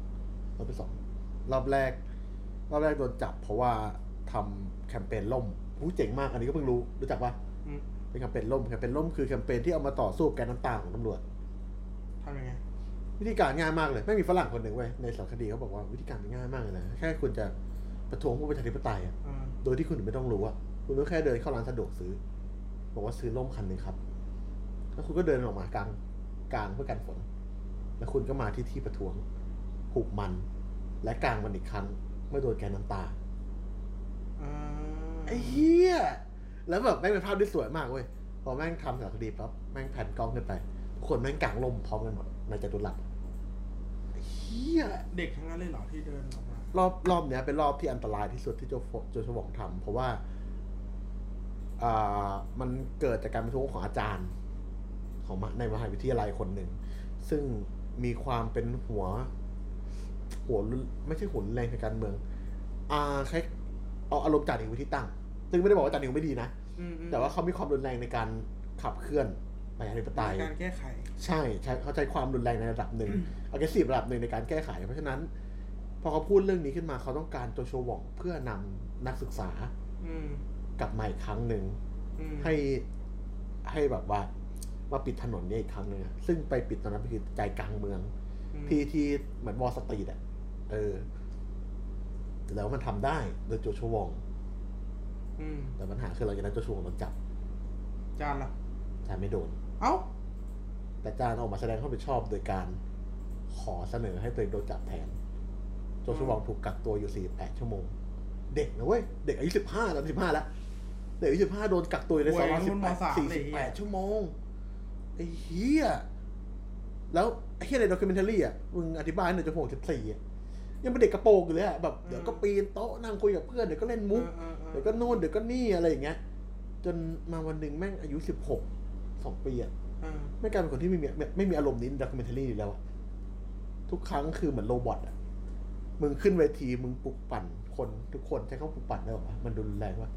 2รอบแรกโดนจับเพราะว่าทำแคมเปญล่มเจ๋งมากอันนี้ก็เพิ่งรู้จักป่ะเป็นแคมเปญล่มคือแคมเปญที่เอามาต่อสู้แก๊สน้ำตาของตำรวจทำยังไงวิธีการง่ายมากเลยไม่มีฝรั่งคนหนึ่งเว้ยในสารคดีเขาบอกว่าวิธีการง่ายมากเลยนะแค่คุณจะประท้วงผู้ประชาธิปไตยอ่ะโดยที่คุณไม่ต้องรู้อ่ะคุณก็แค่เดินเข้าร้านสะดวกซื้อบอกว่าซื้อร่มคันนึงครับแล้วคุณก็เดินออกมากลางเพื่อกันฝนแล้วคุณก็มาที่ประท้วงผูกมันและกลางมันอีกครั้งเมื่อโดนแก๊สน้ำตาไอ้เหี้ยแล้วแบบแม่งเป็นภาพที่สวยมากเว้ยพอแม่งทำสารคดีปั๊บแม่งแผ่นกล้องขึ้นไปทุกคนแม่งกางร่มพร้อมกันหมดในจัตุรัสเหี้ยเด็กทั้งนั้นเลยเหรอที่เดินออกมารอบเนี้ยเป็นรอบที่อันตรายที่สุดที่โจโฉว่องทำเพราะว่ามันเกิดจากการประท้วงของอาจารย์ของในมหาวิทยาลัยคนหนึ่งซึ่งมีความเป็นหัวไม่ใช่หัวแรงในการเมืองใช้เอาอารมณ์จานิวที่ตั้งซึ่งไม่ได้บอกว่าจานิวไม่ดีนะแต่ว่าเขามีความรุนแรงในการขับเคลื่อนประชาธิปไตยการแก้ไขใช่เขาใช้ความรุนแรงในระดับหนึ่งaggressive ระดับหนึ่งในการแก้ไขเพราะฉะนั้นพอเขาพูดเรื่องนี้ขึ้นมาเขาต้องการโจโฉว่องเพื่อนำนักศึกษากลับมาอีกครั้งหนึ่งให้แบบว่ามาปิดถนนนี้อีกครั้งหนึ่งซึ่งไปปิดตอนนั้นคือใจกลางเมืองที่เหมือนวอลสตรีทแล้วมันทำได้โดยโจโฉว่องแต่ปัญหาคือหลังจากนั้นโจโฉว่องโดนจับจานล่ะจานไม่โดนแต่จานออกมาแสดงความรับผิดชอบโดยการขอเสนอให้ตัวเองโดนจับแทนโจโฉว่องถูกกักตัวอยู่48 ชั่วโมงเด็กนะเว้ยเด็กอายุ15แล้ว15แล้วเด็กอายุ15โดนกักตัวใน48ชั่วโมงไอ้เหี้ยแล้วไไอ้เหี้ยในด็อกิเมนทารี่อ่ะมึงอธิบายหน่อยจะโผล่14อ่ะยังเป็นเด็กกระโปรงอยู่เลยอ่ะแบบเดี๋ยวก็ปีนโต๊ะนั่งคุยกับเพื่อนเดี๋ยวก็เล่นมุกเดี๋ยวก็โน่นเดี๋ยวก็นี่อะไรอย่างเงี้ยจนมาวันหนึ่งแม่งอายุ16 2 ปีอ่ะไม่กลายเป็นคนที่ไม่มีอารมณ์นี้ในด็อกิเมนทารี่แล้วอ่ะทุกครั้งคือเหมือนโรบอทอ่ะมึงขึ้นเวทีมึงปลุกปั่นคนทุกคนใช้คำปลุกปั่นได้หรอวะมันดูแรงวะ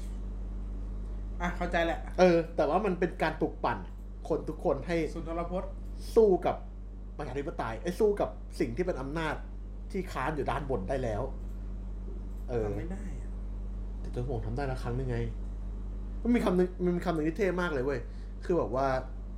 เข้าใจแหละแต่ว่ามันเป็นการปลุกปั่นคนทุกคนให้สุนทรพจน์สู้กับประชาธิปไตยสู้กับสิ่งที่เป็นอำนาจที่ค้านอยู่ด้านบนได้แล้วทำไม่ได้แต่ตัวผมทำได้แล้วครั้งนึงไงมันมีคำหนึ่งที่เท่มากเลยเว้ยคือแบบว่า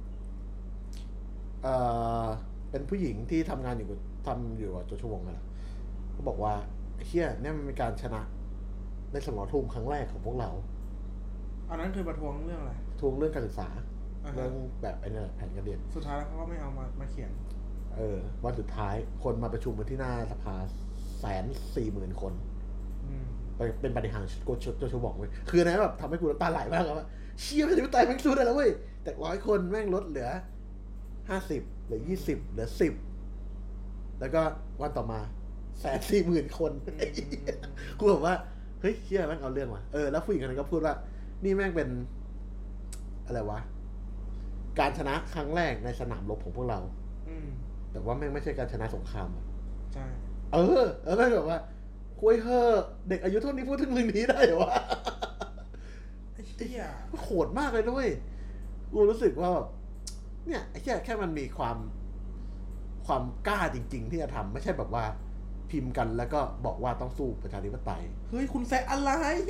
เป็นผู้หญิงที่ทำอยู่กับโจโฉวงนั่นแหละเขาบอกว่าเฮียเนี่ยมันเป็นการชนะในสมรภูมิครั้งแรกของพวกเราอันนั้นคือประท้วงเรื่องอะไรทวงเรื่องการศึกษาเรื่องแบบไอ้เนี่ยแผนการเรียนสุดท้ายแล้วเขาก็ไม่เอามาเขียนวันสุดท้ายคนมาประชุมกันที่หน้าสภา140,000 คนเป็นปฏิหารย์โจโฉบอกเว้ยคือนะแบบทำให้กูน้ำตาไหลมากเลยว่าเชี่ยประชาธิปไตยแม่งสู้ได้แล้วเว้ยแต่100 คนแม่งลดเหลือ50เหลือ20เหลือ10แล้วก็วันต่อมา140,000 คนกูบอกว่าเฮ้ยเชี่ยแม่งเอาเรื่องว่ะแล้วผู้หญิงคนนั้นก็พูดว่านี่แม่งเป็นอะไรวะการชนะครั้งแรกในสนามรบของพวกเราแต่ว่าแม่งไม่ใช่การชนะสงครามใช่แม่งแบบว่าคุยเฮ้อเด็กอายุเท่านี้พูดถึงเรื่องนี้ได้เหรอวะไอ้เหี้ยโหดมากเลยด้วยกูรู้สึกว่าแบบเนี่ยไอ้แค่มันมีความกล้าจริงๆที่จะทำไม่ใช่แบบว่าพิมพ์กันแล้วก็บอกว่าต้องสู้ประชาธิปไตยเฮ้ยคุณแซะอะไร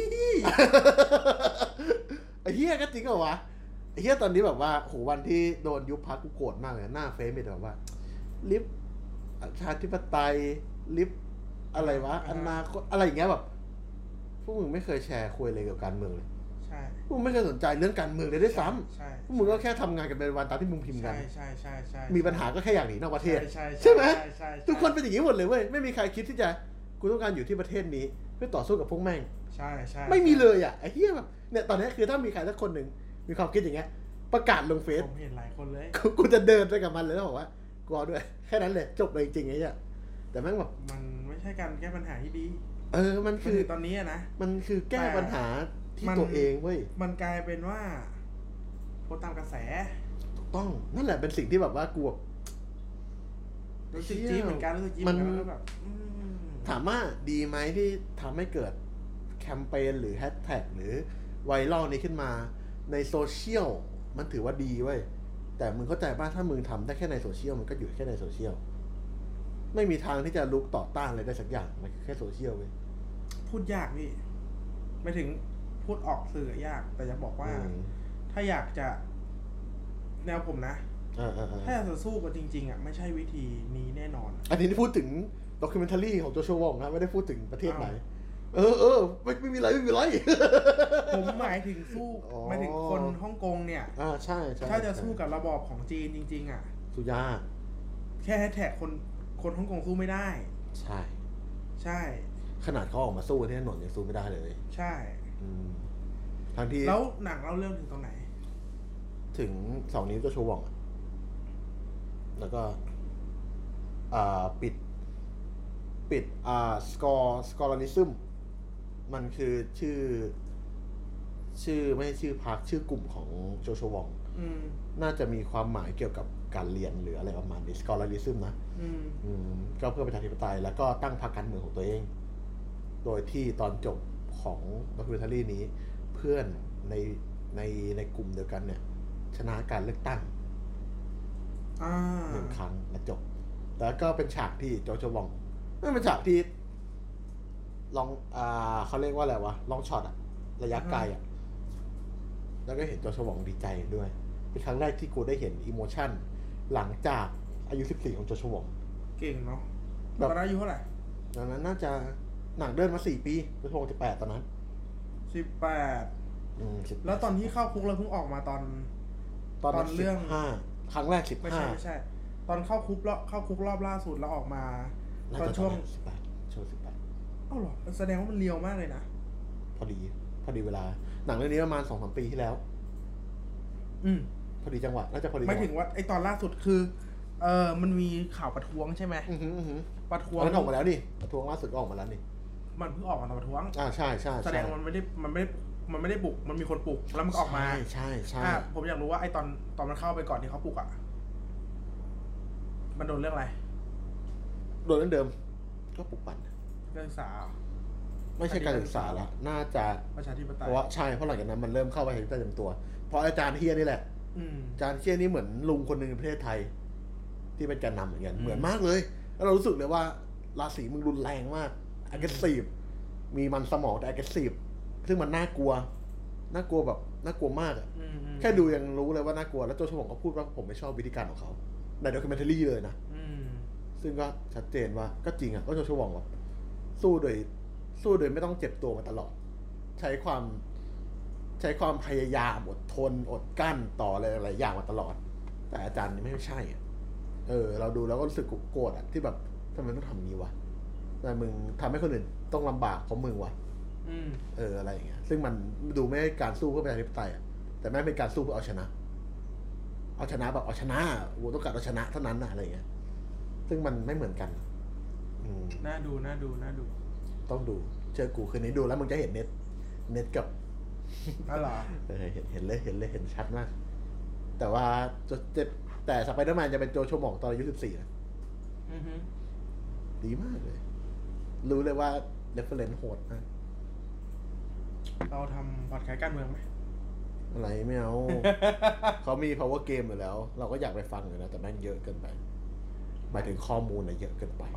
ไอ้เหี้ยก็จริงเหรอวะไอ้เหี้ยตอนนี้แบบว่าโหวันที่โดนยุบพรรคกูโกรธมากเลยหน้าเฟซมีแต่แบบว่าลิฟประชาธิปไตยลิฟอะไรวะอนาคตอะไรอย่างเงี้ยแบบพวกมึงไม่เคยแชร์คุยอะไรเกี่ยวกับการเมืองเลยใช่พวกมึงไม่เคยสนใจเรื่องการเมืองเลยด้วยซ้ำพวกมึงก็แค่ทำงานกันเป็นวันตามที่มึงพิมพ์กันใช่มีปัญหาก็แค่อยากหนีนอกประเทศใช่ไหมทุกคนเป็นอย่างนี้หมดเลยเว้ยไม่มีใครคิดที่จะกูต้องการอยู่ที่ประเทศนี้เพื่อต่อสู้กับพวกแม่งใช่ไม่มีเลยอ่ะไอ้เหี้ยแบบเนี่ยตอนนี้คือถ้ามีใครสักคนหนึ่งมีความคิดอย่างเงี้ยประกาศลงเฟซผมเห็นหลายคนเลยกูจะเดินไปกับมันเลยแล้วบอกว่ากูเอาด้วยแค่นั้นเลยจบเลยจริงๆไอ้เหี้ยแต่แม่งแบบมันไม่ใช่การแก้ปัญหาที่ดีมันคือตอนนี้นะมันคือแก้ปัญหาที่ตัวเองเว้ยมันกลายเป็นว่าโพสตามกระแสถูกต้องนั่นแหละเป็นสิ่งที่แบบว่ากูรู้สึกจี๊ดเหมือนกันรู้สึกจี๊ดเหมือนกันแบบถามว่าดีไหมที่ทำให้เกิดแคมเปญหรือแฮชแท็กหรือไวรัลนี้ขึ้นมาในโซเชียลมันถือว่าดีเว้ยแต่มึงเข้าใจป่ะถ้ามึงทำได้แค่ในโซเชียลมันก็อยู่แค่ในโซเชียลไม่มีทางที่จะลุกต่อต้านอะไรได้สักอย่างมันแค่โซเชียลเว้ยพูดยากพี่ไม่ถึงพูดออกสื่อยากแต่จะบอกว่าถ้าอยากจะแนวผมนะถ้าอยากจะสู้กันจริงๆอ่ะไม่ใช่วิธีนี้แน่นอนอันนี้ที่พูดถึงด็อกิเมนทารี่ของโจโฉวองนะไม่ได้พูดถึงประเทศไหนไม่มีไรผมหมายถึงสู้หมายถึงคนฮ่องกงเนี่ยใช่ถ้าจะสู้กับระบอบของจีนจริงๆอ่ะสู้ยากแค่แฮชแท็กคนฮ่องกงสู้ไม่ได้ใช่ขนาดเขาออกมาสู้ที่ถนนยังสู้ไม่ได้เลยใช่ทั้งที่แล้วหนังเล่าเรื่องถึงตรงไหนถึง2 นิ้วโจโฉวองแล้วก็ปิดสกอร์ลิซึมมันคือชื่อไม่ใช่ชื่อพรรคชื่อกลุ่มของโจโฉวองน่าจะมีความหมายเกี่ยวกับการเรียนหรืออะไรประมาณนี้สกอร์ลิซึมนะก็เพื่อประชาธิปไตยแล้วก็ตั้งพรรคการเมืองของตัวเองโดยที่ตอนจบของด็อกิเมนทารี่นี้เพื่อนในกลุ่มเดียวกันเนี่ยชนะการเลือกตั้ง1 ครั้งและจบแล้วก็เป็นฉากที่โจโฉวองนั่นเป็นฉากที่ลองเขาเรียกว่าอะไรวะลองช็อตอะระยะไกลอะแล้วก็เห็นโจโฉวองดีใจด้วยเป็นครั้งแรกที่กูได้เห็นอิโมชั่นหลังจากอายุ14ของโจโฉวองเก่งเนาะตอนนั้นอายุเท่าไหร่ตอนนั้นน่าจะหนังเดินมา4 ปีโจโฉวอง18ตอนนั้น 18แล้วตอนที่เข้าคุกเราเพิ่งออกมาตอนเรื่อง 15ครั้งแรก15 ไม่ใช่ตอนเข้าคุกรอบล่าสุดแล้วออกมาตอนช่วง18เหรอแสดงว่ามันเรียวมากเลยนะพอดีเวลาหนังเรื่องนี้ประมาณ 2-3 ปีที่แล้วพอดีจังหวะน่าจะพอดีไม่ถึงว่าไอตอนล่าสุดคือมันมีข่าวประท้วงใช่ไหมประท้วงมันออกมาแล้วนี่ประท้วงล่าสุดออกมาแล้วนี่มันเพิ่งออกมาตอนประท้วงใช่แสดงมันไม่ได้ปลุกมันมีคนปลุกแล้วมันก็ออกมาใช่ผมอยากรู้ว่าไอ้ตอนมันเข้าไปก่อนที่เขาปลุกมันโดนเรื่องอะไรโดนเรื่องเดิมก็ปลุกปั่นการศึกษาไม่ใช่การศึกษาละน่าจะประชาธิปไตยเพราะใช่เพราะหลังจากนั้นมันเริ่มเข้าไปเต็มตัวเพราะอาจารย์เฮียนี่แหละอาจารย์เฮียนี่เหมือนลุงคนหนึ่งในประเทศไทยที่เป็นแกนนำเหมือนกันเหมือนมากเลยแล้วเรารู้สึกเลยว่าราศีมึงรุนแรงมาก aggressive มีมันสมองแต่ aggressive ซึ่งมันน่ากลัวแบบน่ากลัวมากอ่ะแค่ดูยังรู้เลยว่าน่ากลัวแล้วโจชวงก็พูดว่าผมไม่ชอบวิธีการของเขาในด็อกิเมนทารี่เลยนะซึ่งก็ชัดเจนว่าก็จริงอ่ะก็โจชวงแบบสู้โดยไม่ต้องเจ็บตัวมาตลอดใช้ความพยายามอดทนอดกั้นต่ออะไรหลายอย่างมาตลอดแต่อาจารย์นี่ไม่ใช่อ่ะเราดูแล้วก็รู้สึกโกรธอ่ะที่แบบทำไมต้องทำนี้วะทำไมมึงทำให้คนอื่นต้องลำบากเพราะมึงวะอะไรอย่างเงี้ยซึ่งมันดูไม่ใช่การสู้เพื่อประชาธิปไตยอ่ะแต่แม่เป็นการสู้เพื่อเอาชนะแบบเอาชนะโว้ต้องการเอาชนะเท่านั้นนะอะไรอย่างเงี้ยซึ่งมันไม่เหมือนกันน่าดูต้องดูเจอกูคืนนี้ดูแล้วมึงจะเห็นเน็ตกับอะไรเห็นเลยชัดมากแต่ว่าแต่สไปเดอร์แมนจะเป็นโจโฉหม่องตอนอายุ14นะดีมากเลยรู้เลยว่าเรฟเฟอเรนซ์โหดมากเราทำพอดแคสต์การเมืองไหมอะไรไม่เอา เขามี power game อยู่แล้วเราก็อยากไปฟังอยู่นะแต่แม่งเยอะเกินไปหมายถึงข้อมูลเยอะเกินไป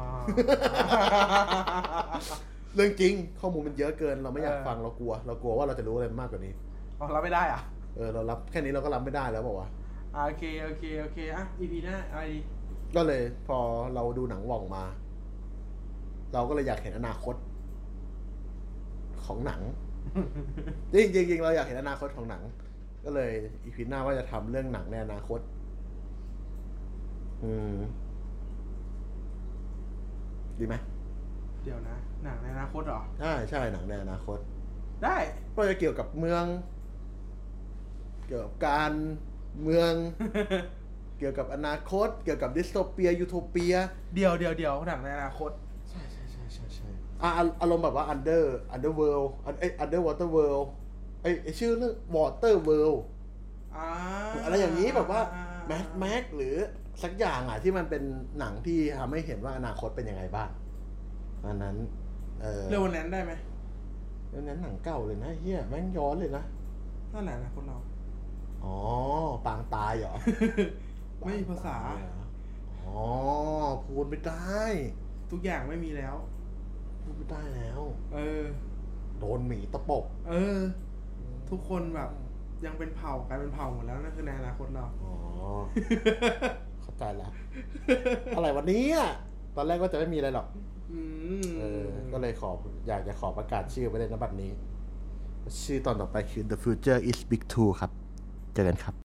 เรื่องจริงข้อมูลมันเยอะเกินเราไม่อยากฟังเรากลัวว่าเราจะรู้อะไรมากกว่านี้รับไม่ได้เรารับแค่นี้เราก็รับไม่ได้แล้วบอกว่าโอเคอ่ะ EP หน้าอะไรดีก็เลยพอเราดูหนังว่องมาเราก็เลยอยากเห็นอนาคตของหนัง จริงเราอยากเห็นอนาคตของหนังก็เลยอีพีหน้าว่าจะทำเรื่องหนังในอนาคตดีไหมเดี๋ยวนะหนังในอนาคตเหรอใช่หนังในอนาคตได้ก็จะเกี่ยวกับเมืองเกี่ยวกับการเมือง เกี่ยวกับอนาคตเกี่ยวกับดิสโทเปียยูโทเปียเดี๋ยวหนังในอนาคตใช่อารมณ์แบบว่า underworld underwater world ไอชื่อเรื่อง water world อะไรอย่างนี้แบบว่าแม็กหรือสักอย่างที่มันเป็นหนังที่ทำให้เห็นว่าอนาคตเป็นยังไงบ้างอันนั้นเรื่องวันนั้นได้ไหมเรื่องนั้นหนังเก่าเลยนะเฮียแม่งย้อนเลยนะนั่นแหละนะคนเราปางตายเหรอไม่มีภาษาพูดไม่ได้ทุกอย่างไม่มีแล้วพูดไม่ได้แล้วโดนหมีตะปบทุกคนแบบยังเป็นเผ่ากลายเป็นเผ่าหมดแล้วนั่นคือในอนาคตเราเข้าใจแล้ว อะไรวันนี้ตอนแรกก็จะไม่มีอะไรหรอกก็เลยอยากจะขอประกาศชื่อไว้เลยนะบัดนี้ชื่อตอนต่อไปคือ The Future is Big 2 ครับเจอกันครับ